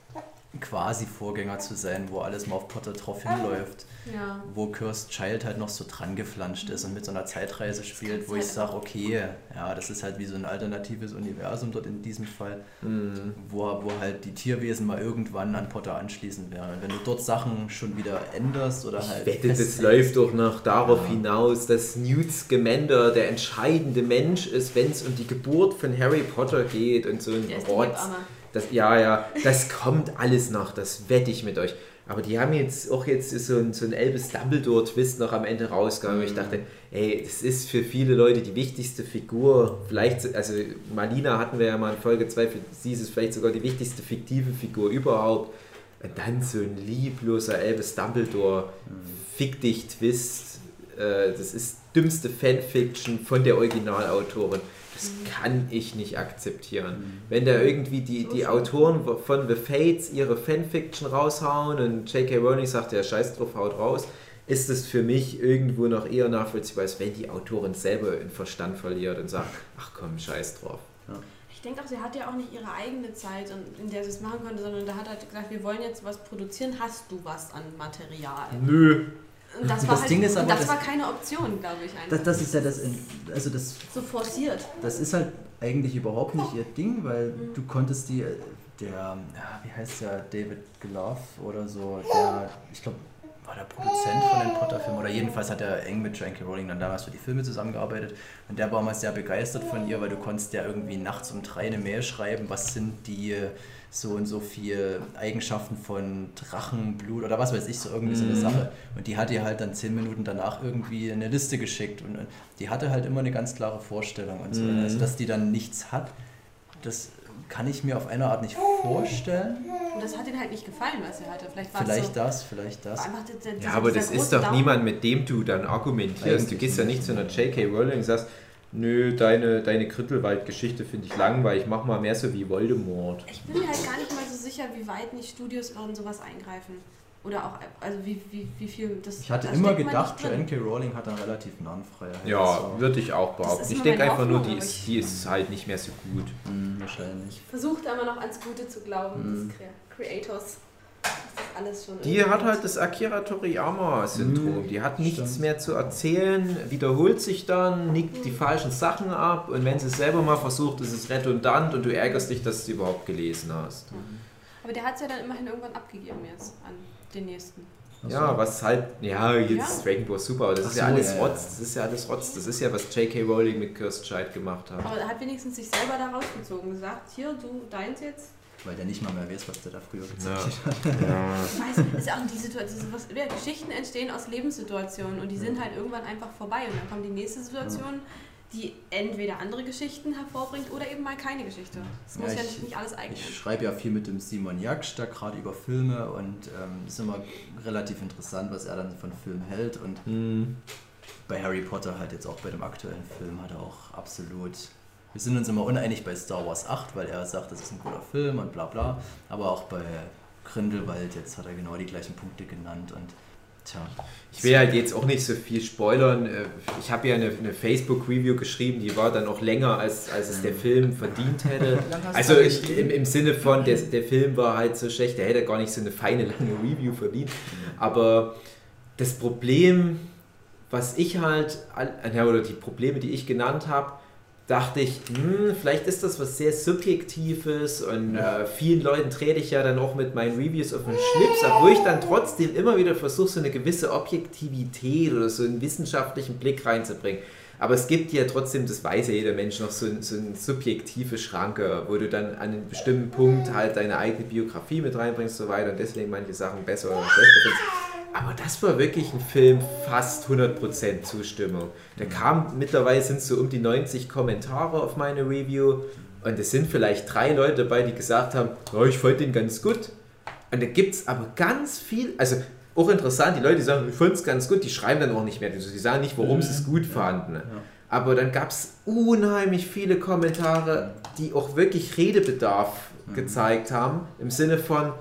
quasi Vorgänger zu sein, wo alles mal auf Potter drauf hinläuft. Ja. Wo Cursed Child halt noch so dran geflanscht ist und mit so einer Zeitreise spielt, wo ich sage, okay, ja, das ist halt wie so ein alternatives Universum dort in diesem Fall, mhm. wo, wo halt die Tierwesen mal irgendwann an Potter anschließen werden. Und wenn du dort Sachen schon wieder änderst oder halt... Ich wette, das läuft doch noch darauf ja. hinaus, dass Newt Scamander der entscheidende Mensch ist, wenn es um die Geburt von Harry Potter geht und so ein Rotz. Das, ja, ja, das kommt alles noch, das wette ich mit euch. Aber die haben jetzt auch jetzt so ein, so ein Albus Dumbledore-Twist noch am Ende rausgegangen. Mhm. Ich dachte, ey, das ist für viele Leute die wichtigste Figur. Vielleicht, also Malina hatten wir ja mal in Folge zwei, für sie ist es vielleicht sogar die wichtigste fiktive Figur überhaupt. Und dann so ein liebloser Albus Dumbledore, mhm. Fick dich Twist. Äh, das ist dümmste Fanfiction von der Originalautorin. Das kann ich nicht akzeptieren. Mhm. Wenn da irgendwie die, die Autoren von The Fates ihre Fanfiction raushauen und J K Rowling sagt, ja, scheiß drauf, haut raus, ist es für mich irgendwo noch eher nachvollziehbar, als wenn die Autorin selber den Verstand verliert und sagt, ach komm, scheiß drauf. Ja. Ich denke auch, sie hat ja auch nicht ihre eigene Zeit, in der sie es machen konnte, sondern da hat halt gesagt, wir wollen jetzt was produzieren, hast du was an Material? Nö. Und das, war, das, halt, Ding ist aber, das, das war keine Option, glaube ich. Einfach. Das, das ist ja das, also das... So forciert. Das ist halt eigentlich überhaupt nicht ihr Ding, weil mhm. du konntest die, der, ja, wie heißt der, David Glove oder so, der, ich glaube, war der Produzent von den Potter-Filmen, oder jedenfalls hat er eng mit J K Rowling dann damals für die Filme zusammengearbeitet und der war mal sehr begeistert von ihr, weil du konntest ja irgendwie nachts um drei eine Mail schreiben, was sind die so und so viele Eigenschaften von Drachenblut oder was weiß ich, so irgendwie mm. so eine Sache. Und die hat ihr halt dann zehn Minuten danach irgendwie eine Liste geschickt und die hatte halt immer eine ganz klare Vorstellung und so. Mm. Also dass die dann nichts hat, das kann ich mir auf eine Art nicht vorstellen. Und das hat ihnen halt nicht gefallen, was sie hatte. Vielleicht, vielleicht so, das, vielleicht das. Der, der, ja, aber das ist doch Daumen. Niemand, mit dem du dann argumentierst. Du gehst ja nicht zu einer J K Rowling und sagst, nö, deine, deine Grindelwald-Geschichte finde ich langweilig, mach mal mehr so wie Voldemort. Ich bin mir halt gar nicht mal so sicher, wie weit nicht Studios in sowas eingreifen. Oder auch, also wie, wie, wie viel das... Ich hatte immer gedacht, J K Rowling hat dann relativ Narrenfreiheit. Ja, so. Würde ich auch behaupten. Ich denke einfach nur, die ist, die ist halt nicht mehr so gut. Mhm, wahrscheinlich. Ich versuche immer noch ans Gute zu glauben, mhm. des Creators. Das ist alles schon die hat halt das Akira Toriyama-Syndrom. Die hat nichts Stimmt. mehr zu erzählen, wiederholt sich dann, nickt die falschen Sachen ab und wenn sie es selber mal versucht, ist es redundant und du ärgerst dich, dass du es überhaupt gelesen hast. Mhm. Aber der hat es ja dann immerhin irgendwann abgegeben jetzt an den nächsten. Achso. Ja, was halt, ja, jetzt ja. Dragon Ball Super, aber das Ach ist ja so, alles ja, Rotz, das ist ja alles Rotz, das ist ja, was J K Rowling mit Cursed Child gemacht hat. Aber er hat wenigstens sich selber da rausgezogen, gesagt, hier, du, deins jetzt. Weil der nicht mal mehr weiß, was der da früher gezeichnet ja. hat. Ja. Ich weiß, ist ja auch die Situation, was, ja, Geschichten entstehen aus Lebenssituationen und die sind halt irgendwann einfach vorbei und dann kommt die nächste Situation, die entweder andere Geschichten hervorbringt oder eben mal keine Geschichte. Es muss ja, ja nicht, nicht alles eignen. Ich schreibe ja viel mit dem Simon Jaksch da gerade über Filme und ähm, ist immer relativ interessant, was er dann von Filmen hält und mhm. bei Harry Potter halt jetzt auch bei dem aktuellen Film hat er auch absolut... Wir sind uns immer uneinig bei Star Wars acht, weil er sagt, das ist ein guter Film und bla bla, aber auch bei Grindelwald, jetzt hat er genau die gleichen Punkte genannt und tja. Ich will halt jetzt auch nicht so viel spoilern. Ich habe ja eine, eine Facebook-Review geschrieben, die war dann auch länger, als, als es der Film verdient hätte. Also ich, im, im Sinne von, der, der Film war halt so schlecht, der hätte gar nicht so eine feine, lange Review verdient. Aber das Problem, was ich halt, oder die Probleme, die ich genannt habe, dachte ich, hm, vielleicht ist das was sehr Subjektives und äh, vielen Leuten trete ich ja dann auch mit meinen Reviews auf den Schlips, obwohl ich dann trotzdem immer wieder versuche, so eine gewisse Objektivität oder so einen wissenschaftlichen Blick reinzubringen. Aber es gibt ja trotzdem, das weiß ja jeder Mensch, noch so, so eine subjektive Schranke, wo du dann an einem bestimmten Punkt halt deine eigene Biografie mit reinbringst und so weiter und deswegen manche Sachen besser oder schlechter findest. Aber das war wirklich ein Film, fast hundert Prozent Zustimmung. Da kam, mittlerweile sind es so um die neunzig Kommentare auf meine Review und es sind vielleicht drei Leute dabei, die gesagt haben, oh, ich fand den ganz gut. Und da gibt es aber ganz viel, also auch interessant, die Leute, die sagen, ich fand es ganz gut, die schreiben dann auch nicht mehr, die sagen nicht, warum sie es gut fanden. Ja. Aber dann gab es unheimlich viele Kommentare, die auch wirklich Redebedarf mhm. gezeigt haben, im Sinne von,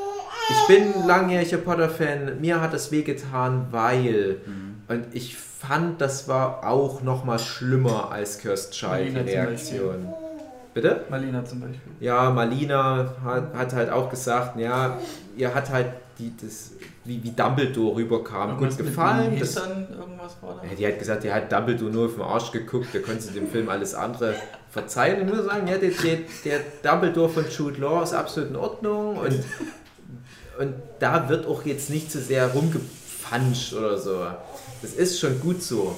ich bin langjähriger Potter-Fan, mir hat das wehgetan, weil. Mhm. Und ich fand, das war auch noch mal schlimmer als Cursed Child, die Reaktion. Bitte? Malina zum Beispiel. Ja, Malina hat, hat halt auch gesagt, ja, ihr hat halt die, das, wie, wie Dumbledore rüberkam, Irgendwas gut gefallen. Mit Das, Hintern, irgendwas war da? ja, die hat gesagt, die hat Dumbledore nur auf den Arsch geguckt, da konnte sie dem Film alles andere verzeihen. Und ich muss sagen, ja, der, der, der Dumbledore von Jude Law ist absolut in Ordnung und, und da wird auch jetzt nicht so sehr rumgepanscht oder so. Das ist schon gut so.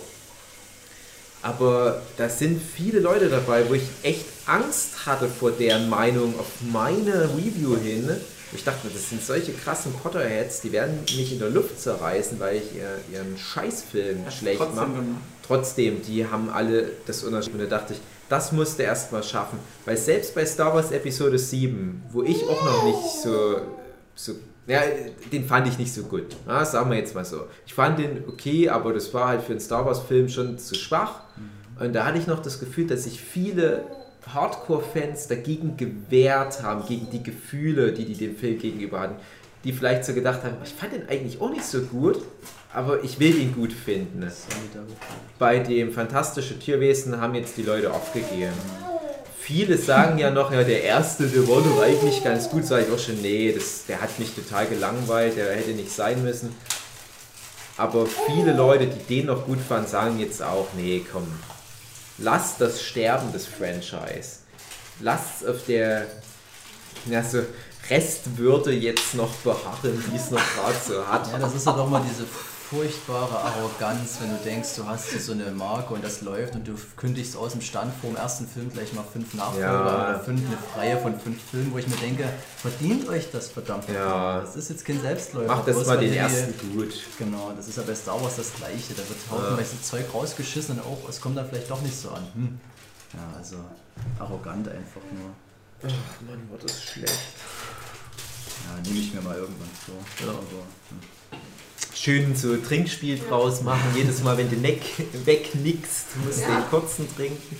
Aber da sind viele Leute dabei, wo ich echt Angst hatte vor deren Meinung auf meine Review hin. Ich dachte, das sind solche krassen Potterheads, die werden mich in der Luft zerreißen, weil ich ihr, ihren Scheißfilm schlecht mache. Trotzdem, die haben alle das Unterschied. Und da dachte ich, das musste erst mal schaffen. Weil selbst bei Star Wars Episode sieben, wo ich auch noch nicht so... so ja, den fand ich nicht so gut. Ja, sagen wir jetzt mal so. Ich fand den okay, aber das war halt für einen Star Wars Film schon zu schwach. Und da hatte ich noch das Gefühl, dass sich viele Hardcore-Fans dagegen gewehrt haben, gegen die Gefühle, die die dem Film gegenüber hatten. Die vielleicht so gedacht haben, ich fand den eigentlich auch nicht so gut, aber ich will ihn gut finden. Bei dem Fantastische Tierwesen haben jetzt die Leute aufgegeben. Viele sagen ja noch, ja, der erste, der war doch eigentlich ganz gut. Sag ich auch schon, nee, das, der hat mich total gelangweilt, der hätte nicht sein müssen. Aber viele Leute, die den noch gut fanden, sagen jetzt auch, nee, komm, lass das sterben, das Franchise. Lass auf der ja, so Restwürde jetzt noch beharren, die es noch gerade so hat. Ja, das ist ja doch mal diese furchtbare Arroganz, wenn du denkst, du hast hier so eine Marke und das läuft und du kündigst aus dem Stand vor dem ersten Film gleich mal fünf Nachfolger Ja. oder fünf, eine Reihe von fünf Filmen, wo ich mir denke, verdient euch das verdammt. Ja. Das ist jetzt kein Selbstläufer. Macht das bloß mal weil den die- ersten gut. Genau, das ist ja bei Star Wars das Gleiche. Da wird haufenweise Zeug rausgeschissen und auch, es kommt dann vielleicht doch nicht so an. Hm. Ja, also arrogant einfach nur. Ach Mann, war das schlecht. Ja, nehme ich mir mal irgendwann vor. Ja. Aber, hm. Schön so Trinkspiel draus machen. Jedes Mal, wenn du Neck wegnickst, musst du Ja. den kurzen trinken.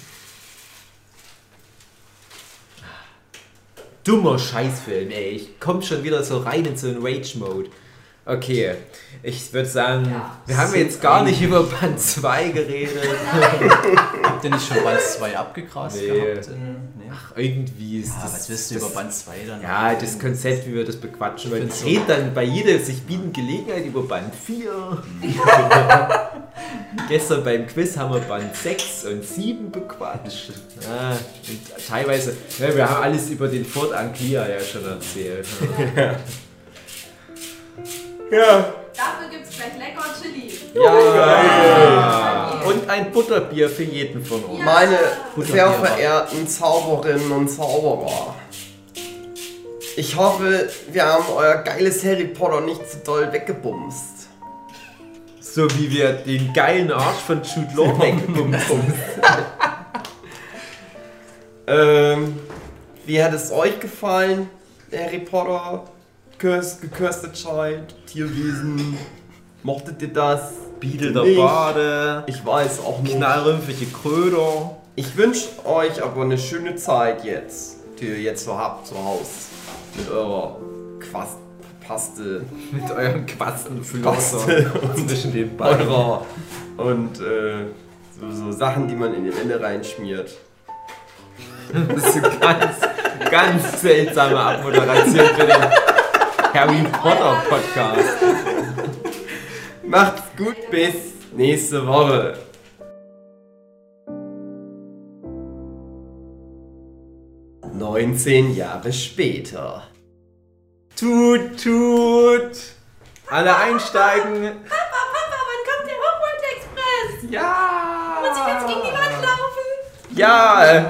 Dummer Scheißfilm, ey. Ich komm schon wieder so rein in so einen Rage-Mode. Okay, ich würde sagen, Ja. wir haben jetzt gar nicht über Band zwei geredet. Habt ihr nicht schon Band zwei abgegrast Nee. gehabt? In, nee. Ach, irgendwie ist Ja, das... was willst du das, über Band zwei dann? Ja, das Konzept, wie wir das bequatschen, weil find's es reden dann bei jeder sich bieten Gelegenheit über Band vier. Gestern beim Quiz haben wir Band sechs und sieben bequatscht. Ja, und teilweise, ja, wir haben alles über den Ford Anglia ja schon erzählt. Ja. Dafür gibt es gleich lecker Chili. Ja. Und ein Butterbier für jeden von uns. Ja. Meine Guter sehr Bierer. verehrten Zauberinnen und Zauberer, ich hoffe, wir haben euer geiles Harry Potter nicht zu doll weggebumst. So wie wir den geilen Arsch von Jude Law weggebumst haben. ähm, wie hat es euch gefallen, Harry Potter, Cursed, Cursed Child, Tierwesen? Mochtet ihr das? Biedel der Nicht. Bade, Ich weiß auch nicht. knallrümpfige Kröder. Ich wünsche euch aber eine schöne Zeit jetzt, die ihr jetzt so habt zu Hause. Mit eurer Quast Paste, Mit eurem Quastenflosser Paste zwischen den Beinen. eurer und äh, so, so Sachen, die man in die Wände reinschmiert. Das ist eine ganz, ganz seltsame Abmoderation für den Harry Potter Podcast. Macht's gut, bis nächste Woche. neunzehn Jahre später. Tut, tut. Alle einsteigen. Papa, Papa, wann kommt der Hogwarts Express? Ja. Muss ich jetzt gegen die Wand laufen? Ja. äh,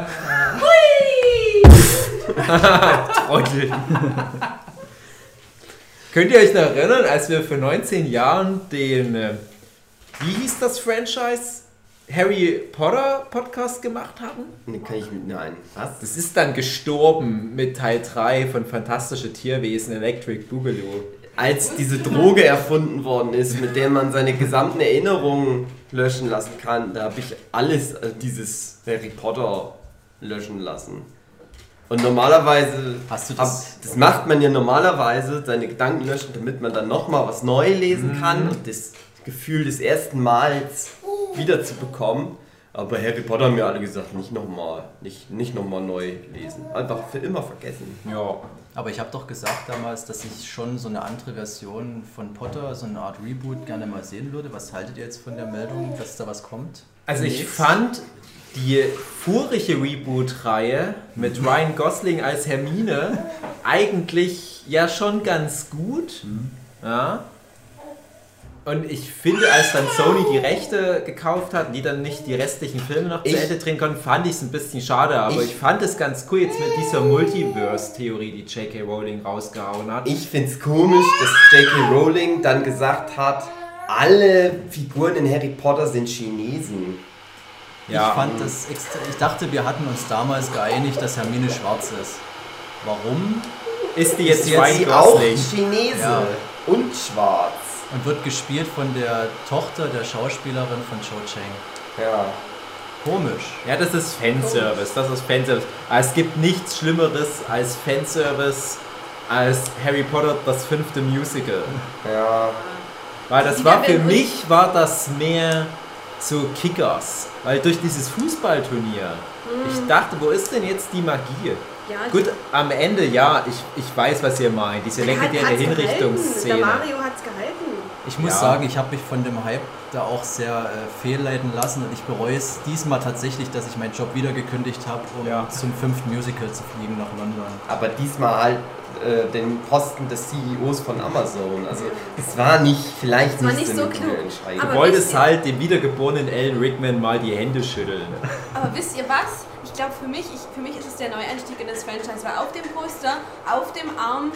Hui! Trottel. Könnt ihr euch noch erinnern, als wir vor neunzehn Jahren den, äh, wie hieß das Franchise? Harry Potter Podcast gemacht haben? Ne, kann ich mit. Nein. Was? Das ist dann gestorben mit Teil drei von Fantastische Tierwesen Electric Boogaloo. Als diese Droge erfunden worden ist, mit der man seine gesamten Erinnerungen löschen lassen kann, da habe ich alles, äh, dieses Harry Potter löschen lassen. Und normalerweise, Hast du hab, das- das macht man ja normalerweise, seine Gedanken löschen, damit man dann nochmal was neu lesen kann und das Gefühl des ersten Mals wieder zu bekommen. Aber Harry Potter haben mir alle gesagt, nicht nochmal, nicht, nicht nochmal neu lesen. Einfach für immer vergessen. Ja. Aber ich habe doch gesagt damals, dass ich schon so eine andere Version von Potter, so eine Art Reboot gerne mal sehen würde. Was haltet ihr jetzt von der Meldung, dass da was kommt? Also ich Nichts? fand die vorige Reboot-Reihe mit Ryan Gosling als Hermine eigentlich ja schon ganz gut. Ja. Und ich finde, als dann Sony die Rechte gekauft hat und die dann nicht die restlichen Filme noch Ich- zu Ende drehen konnten, fand ich es ein bisschen schade. Aber Ich- ich, fand es ganz cool jetzt mit dieser Multiverse-Theorie, die J K. Rowling rausgehauen hat. Ich find's komisch, dass J K. Rowling dann gesagt hat, alle Figuren in Harry Potter sind Chinesen. Ja. Ich fand das extra. Ich dachte, wir hatten uns damals geeinigt, dass Hermine schwarz ist. Warum? Ist die jetzt Ist Ryan sie auch Gosling? Chinese Ja. und schwarz. Und wird gespielt von der Tochter der Schauspielerin von Cho Chang. Ja. Komisch. Ja, das ist Fanservice, das ist Fanservice. Aber es gibt nichts Schlimmeres als Fanservice als Harry Potter, das fünfte Musical. Ja. Weil das Die war für werden uns- mich, war das mehr so Kickers. Weil durch dieses Fußballturnier, ich dachte, wo ist denn jetzt die Magie? Ja, Gut, am Ende, ja, ich, ich weiß, was ihr meint. Diese legendäre Hat's Hinrichtungsszene. gehalten. Der Mario hat's gehalten. Ich muss Ja. sagen, ich habe mich von dem Hype da auch sehr äh, fehlleiten lassen und ich bereue es diesmal tatsächlich, dass ich meinen Job wieder gekündigt habe, um Ja. zum fünften Musical zu fliegen nach London. Aber diesmal halt äh, den Posten des C E Os von Amazon. Also es war nicht, vielleicht war nicht, nicht so so eine gute klug. Entscheidung. Aber Du wolltest wisst ihr- halt dem wiedergeborenen Alan Rickman mal die Hände schütteln. Aber wisst ihr was? Ich glaube, für mich, ich, für mich ist es der Neueinstieg in das Franchise, weil auf dem Poster, auf dem Arm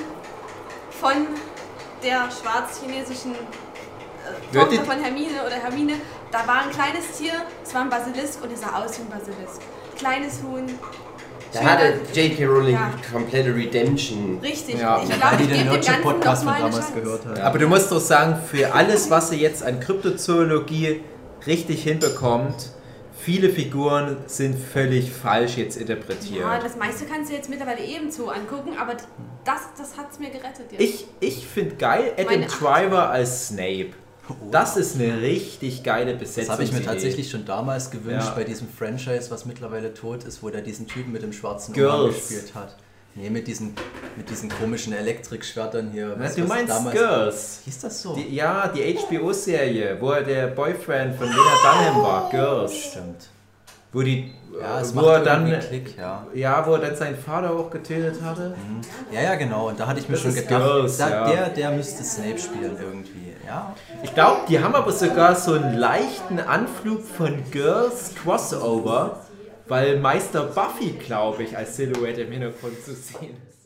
von der schwarz-chinesischen äh, Wird Tochter die- von Hermine oder Hermine, da war ein kleines Tier, es war ein Basilisk und es sah aus wie ein Basilisk. Kleines Huhn. Da schöner- hatte J K. Rowling Ja. komplette Redemption. Richtig. Ja. Ich Weil glaube, die ich den gebe dem Ganzen Nerdship-Podcast noch von mal eine damals Chance. gehört hat. Aber du musst doch sagen, für alles, was sie jetzt an Kryptozoologie richtig hinbekommt, viele Figuren sind völlig falsch jetzt interpretiert. Ja, das meiste kannst du jetzt mittlerweile ebenso angucken, aber das, das hat es mir gerettet jetzt. Ich, ich finde geil Adam Meine Driver als Snape. Das ist eine richtig geile Besetzung. Das habe ich mir tatsächlich schon damals gewünscht Ja. bei diesem Franchise, was mittlerweile tot ist, wo der diesen Typen mit dem schwarzen Girls. Umhang gespielt hat. Nee, mit diesen, mit diesen komischen Elektrikschwertern hier. Na, Was- du was meinst damals- Girls. Hieß das so? Die, ja, die H B O-Serie, wo er der Boyfriend von Lena Dunham war. Girls. Stimmt. Wo die, Ja, es wo macht er dann, irgendwie Klick, ja. ja, wo er dann seinen Vater auch getötet hatte. Ja, ja, genau. Und da hatte ich mir Das schon ist gedacht, Girls, da, ja. der, der müsste Snape spielen irgendwie. Ja. Ich glaube, die haben aber sogar so einen leichten Anflug von Girls Crossover, weil Meister Buffy, glaube ich, als Silhouette im Hintergrund zu sehen ist.